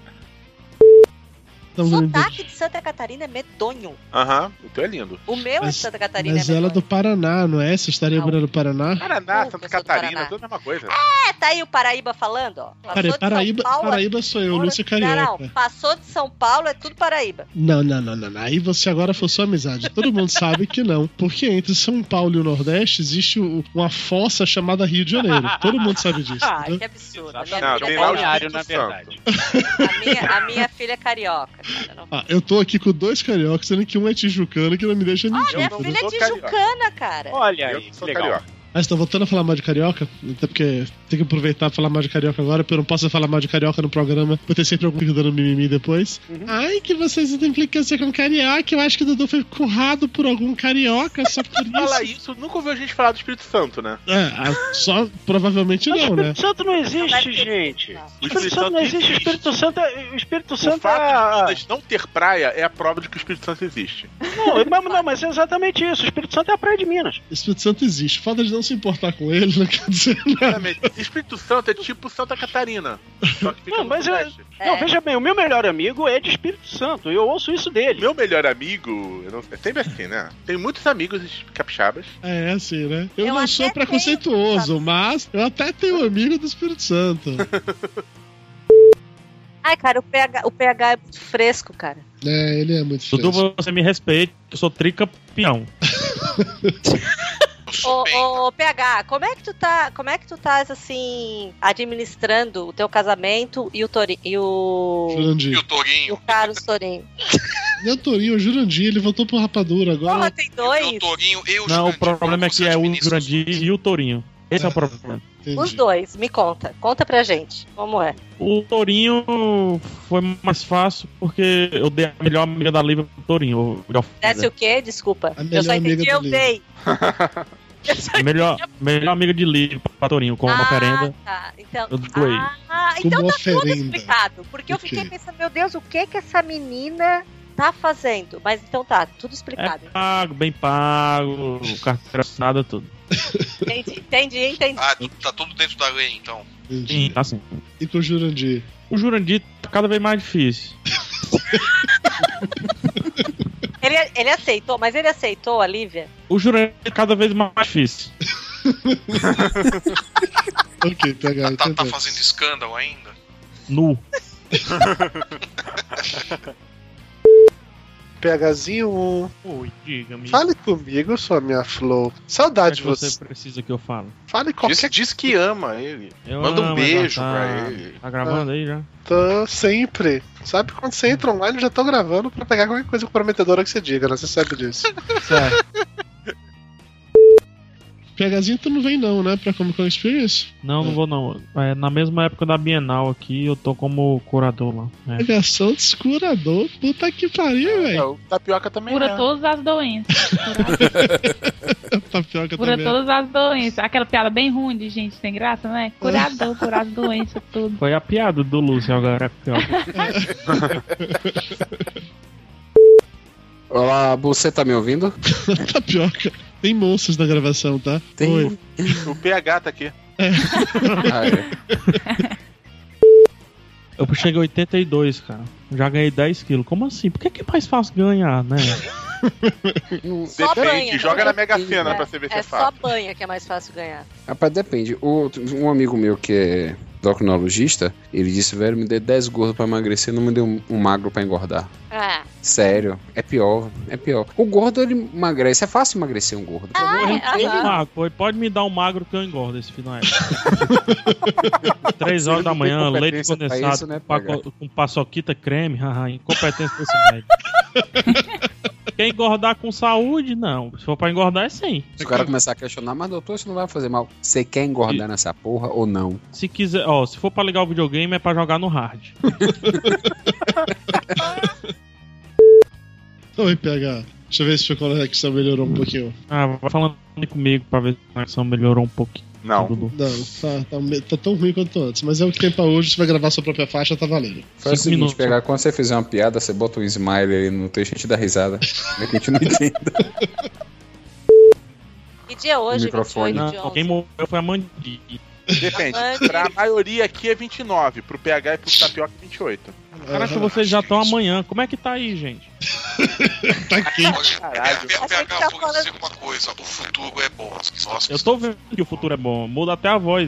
O sotaque de Santa Catarina é medonho. Aham, o teu é lindo. O meu é de Santa Catarina. Mas é ela é medonho. do Paraná, não é? Você estaria morando no Paraná? Paraná, Santa Catarina, tudo a mesma coisa. É, tá aí o Paraíba falando, ó. Passou Peraí, de Paraíba, São Paulo, Paraíba sou eu, é... Lúcio Não, Carioca. não, passou de São Paulo, é tudo Paraíba. Não, não, não, não, não. Aí você agora forçou a amizade. Todo mundo sabe que não. Porque entre São Paulo e o Nordeste existe o- uma fossa chamada Rio de Janeiro. Todo mundo sabe disso. Ah, entendeu? que absurdo. A minha Não, filha tem é lá o carioca. Espírito Santo. A minha, a minha filha é carioca, cara. Não... Ah, eu tô aqui com dois cariocas, sendo que um é tijucano, que não me deixa mentir. Ah, minha filha é tijucana, cara. Olha Eu aí, sou legal. carioca. Mas tô voltando a falar mal de carioca, até porque tem que aproveitar e falar mal de carioca agora, porque eu não posso falar mal de carioca no programa, vou ter sempre algum que dando mimimi depois. Uhum. Ai, que vocês têm implicância com carioca, eu acho que o Dudu foi currado por algum carioca, só por isso. Fala isso, nunca ouviu a gente falar do Espírito Santo, né? É, ah, só provavelmente Mas não, o né? Espírito Santo não existe, gente. O Espírito Santo não existe. O Espírito Santo é. O Espírito O Santo fato é. de Minas não ter praia é a prova de que o Espírito Santo existe. Não, mas, não, mas é exatamente isso. O Espírito Santo é a praia de Minas. O Espírito Santo existe, falta de não se importar com ele não quer dizer nada. Exatamente. Espírito Santo é tipo Santa Catarina. Só que fica Não, no mas eu, Nordeste. não, veja bem, o meu melhor amigo é de Espírito Santo. Eu ouço isso dele. Meu melhor amigo, eu não, é sempre assim, né? Tem muitos amigos capixabas. É, assim, né? Eu, Eu não até sou preconceituoso, mas eu até tenho amigo do Espírito Santo. Ai, cara, o pH, o pH é muito fresco, cara. É, ele é muito Dudu, fresco. você me respeita, eu sou tricampeão. Ô, ô, P H, como é que tu tá, como é que tu estás assim administrando o teu casamento e o Tori, e o Jurandir. E o Torinho. e o Carlos Torinho? Meu Torinho, o Jurandir, ele voltou pro rapadura agora. Porra, tem dois? O Torinho e o Não, o Jurandir, problema é que é o administram Jurandir e o Tourinho. Esse é o problema. Os dois, me conta. Conta pra gente, como é? O Tourinho foi mais fácil porque eu dei a melhor amiga da Lívia pro Tourinho. o melhor filho Desce dela. o quê? Desculpa. A Eu melhor só entendi, amiga eu do dei. Melhor, melhor amiga de livro pra Torinho, com uma oferenda. Tá, então. Eu doei. Ah, então Como tá tudo oferenda. explicado. Porque eu Ok. fiquei pensando, meu Deus, o que que essa menina tá fazendo? Mas então tá, tudo explicado. É pago, bem pago, carteira assinada, tudo. Entendi, entendi, entendi. Ah, tu- tá tudo dentro da lei, então. Sim, tá assim. E com o Jurandir? O Jurandir tá cada vez mais difícil. Ele, ele aceitou, mas ele aceitou a Lívia? O Jurandir é cada vez mais difícil. Ok, pegar. Tá, tá fazendo escândalo ainda? Nu. PHzinho. Oi, diga-me. Fale comigo, sua minha flor. Saudade de O que é que você. você precisa que eu fale? Fale qualquer Diz, diz que ama ele. Eu Manda um amo, beijo tá- pra ele. Tá gravando aí já? Tô sempre. Sabe quando você entra online, eu já tô gravando pra pegar qualquer coisa comprometedora que você diga, né? Você sabe disso. Certo. PHzinho tu não vem não, né? Pra Comic Con Experience? Não, não vou não. É, na mesma época da Bienal aqui, eu tô como curador lá. É. Pegação descurador, puta que pariu, velho. O tapioca também Cura é. todas as doenças. Tapioca Cura também. todas as doenças. Aquela piada bem ruim de gente sem graça, né? Curador, curar as doenças, tudo. Foi a piada do Lúcio agora, é pior. Olá, você tá me ouvindo? Tapioca. Tem moças na gravação, tá? Tem. Oi. O P H tá aqui. Ah, é. Eu cheguei a oitenta e dois, cara. Já ganhei dez quilos. Como assim? Por que que é mais fácil ganhar, né? Só Depende, banha, joga né? na Mega Sena É, pra você ver se é é só fácil. banha que é mais fácil ganhar. Rapaz, depende. O, um amigo meu que é endocrinologista, ele disse, velho, me dê dez gordos pra emagrecer, não me dê um, um magro pra engordar. Ah, Sério, é pior, é pior. O gordo, ele emagrece, é fácil emagrecer um gordo. ah, é, Ele aham. magro, pô, pode me dar um magro que eu engordo esse final aí. Três horas da manhã, Tem leite competência pra condensado isso, né, com, P H? paco- com paçoquita creme, haha, incompetência desse médico. Quer engordar com saúde? Não. Se for pra engordar, é sem. Se o cara começar a questionar, mas doutor, isso não vai fazer mal. Você quer engordar nessa porra ou não? Se quiser, ó, se for pra ligar o videogame, é pra jogar no hard. Oi, P H. Deixa eu ver se a conexão melhorou um pouquinho. Ah, vai falando comigo pra ver se a conexão melhorou um pouquinho. Não. Não, tá, tá, me- tá tão ruim quanto antes. Mas é o que tem pra hoje. Você vai gravar sua própria faixa, tá valendo. Faz o seguinte, pegar, quando você fizer uma piada, você bota um smile aí no texto e a gente dá risada. É que a gente não entende. Que dia é hoje? microfone. vinte e oito de Não, onze. quem morreu foi a Mandy. Depende. Pra maioria aqui é vinte e nove, pro P H e pro Tapioca é vinte e oito. Caraca, vocês já estão amanhã. Como é que tá aí, gente? Tá quente. Caralho. P H, vou dizer uma coisa: o futuro é bom. Nossa, Eu tô vendo que o futuro é bom. Muda até a voz.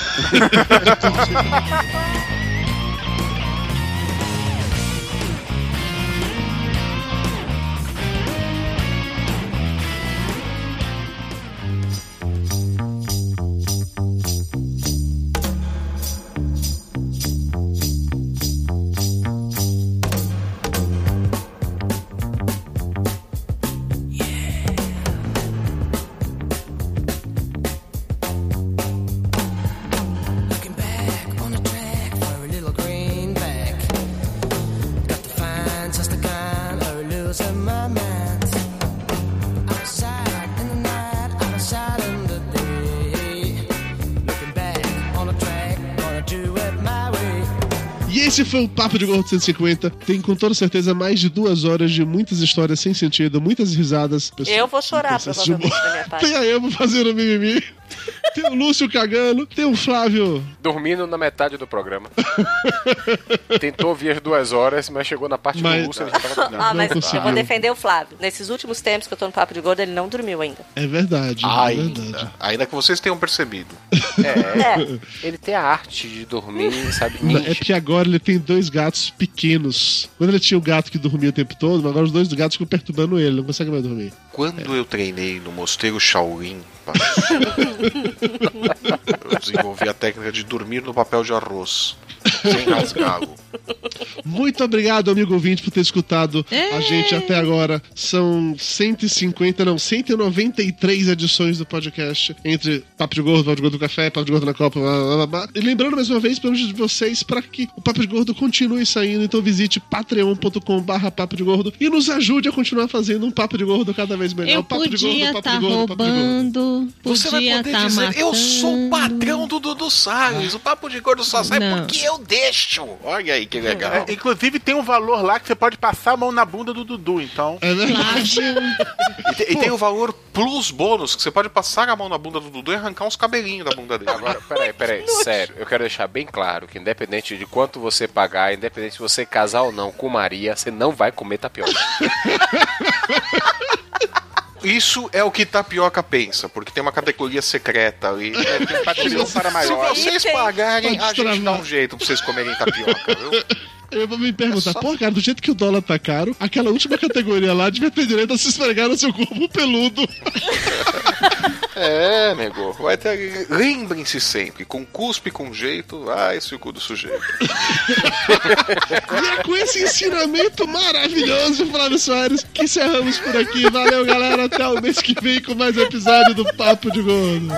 E esse foi o Papo de Gordo cento e cinquenta. Tem com toda certeza mais de duas horas de muitas histórias sem sentido, muitas risadas. Eu vou chorar, Pessoas de provavelmente, da minha parte. Tem a Emo fazendo mimimi. Tem o Lúcio cagando. Tem o Flávio. Dormindo na metade do programa. Tentou vir as duas horas, mas chegou na parte Mas- do Lúcio e ele já tava dormindo. Ah, mas eu conseguiu. vou defender o Flávio. Nesses últimos tempos que eu tô no Papo de Gordo, ele não dormiu ainda. É verdade. É Ainda. verdade. Ainda que vocês tenham percebido. É, ele tem a arte de dormir, sabe? Não, é porque agora ele tem dois gatos pequenos. Quando ele tinha o gato que dormia o tempo todo, mas agora os dois gatos ficam perturbando ele, não consegue mais dormir. Quando eu treinei no mosteiro Shaolin, pá, Eu desenvolvi a técnica de dormir no papel de arroz, sem rasgá-lo. Muito obrigado, amigo ouvinte, por ter escutado Ei. a gente até agora. São cento e cinquenta, não, cento e noventa e três edições do podcast, entre Papo de Gordo, Papo de Gordo do Café, Papo de Gordo na Copa, blá, blá, blá, blá. E lembrando mais uma vez, pelo de vocês, para que o Papo de Gordo continue saindo, então visite patreon ponto com barra Papo de Gordo e nos ajude a continuar fazendo um Papo de Gordo cada vez melhor. Eu Papo podia de Gordo, Papo tá de Gordo, Papo de Gordo. roubando, Você vai podia poder tá dizer, matando. eu sou o patrão do Dudu Salles, o Papo de Gordo só sai Não. porque eu deixo. Olha aí que legal. É, inclusive tem um valor lá que você pode passar a mão na bunda do Dudu, então. É verdade. E, te- e tem o valor plus bônus, que você pode passar a mão na bunda do Dudu e arrancar uns cabelinhos da bunda dele. Agora, peraí, peraí, sério, eu quero deixar bem claro que independente de quanto você pagar, independente se você casar ou não com Maria, você não vai comer tapioca. Isso é o que Tapioca pensa, porque tem uma categoria secreta ali. É, tem patrão para Se maiores. vocês pagarem, Pode a gente dá travar. um jeito pra vocês comerem tapioca, viu? Eu vou me perguntar, pô, cara, do jeito que o dólar tá caro, aquela última categoria lá devia ter direito a se esfregar no seu corpo peludo. É, nego. Vai ter... Lembrem-se sempre, com cuspe com jeito, vai esse o cu do sujeito. E é com esse ensinamento maravilhoso de Flávio Soares que encerramos por aqui. Valeu, galera. Até o mês que vem com mais um episódio do Papo de Gordo.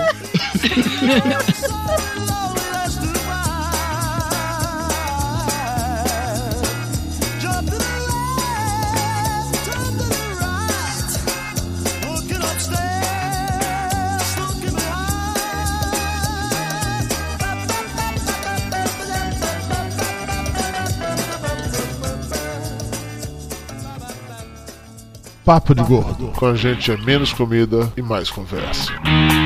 Papo de Gordo. Com a gente é menos comida e mais conversa.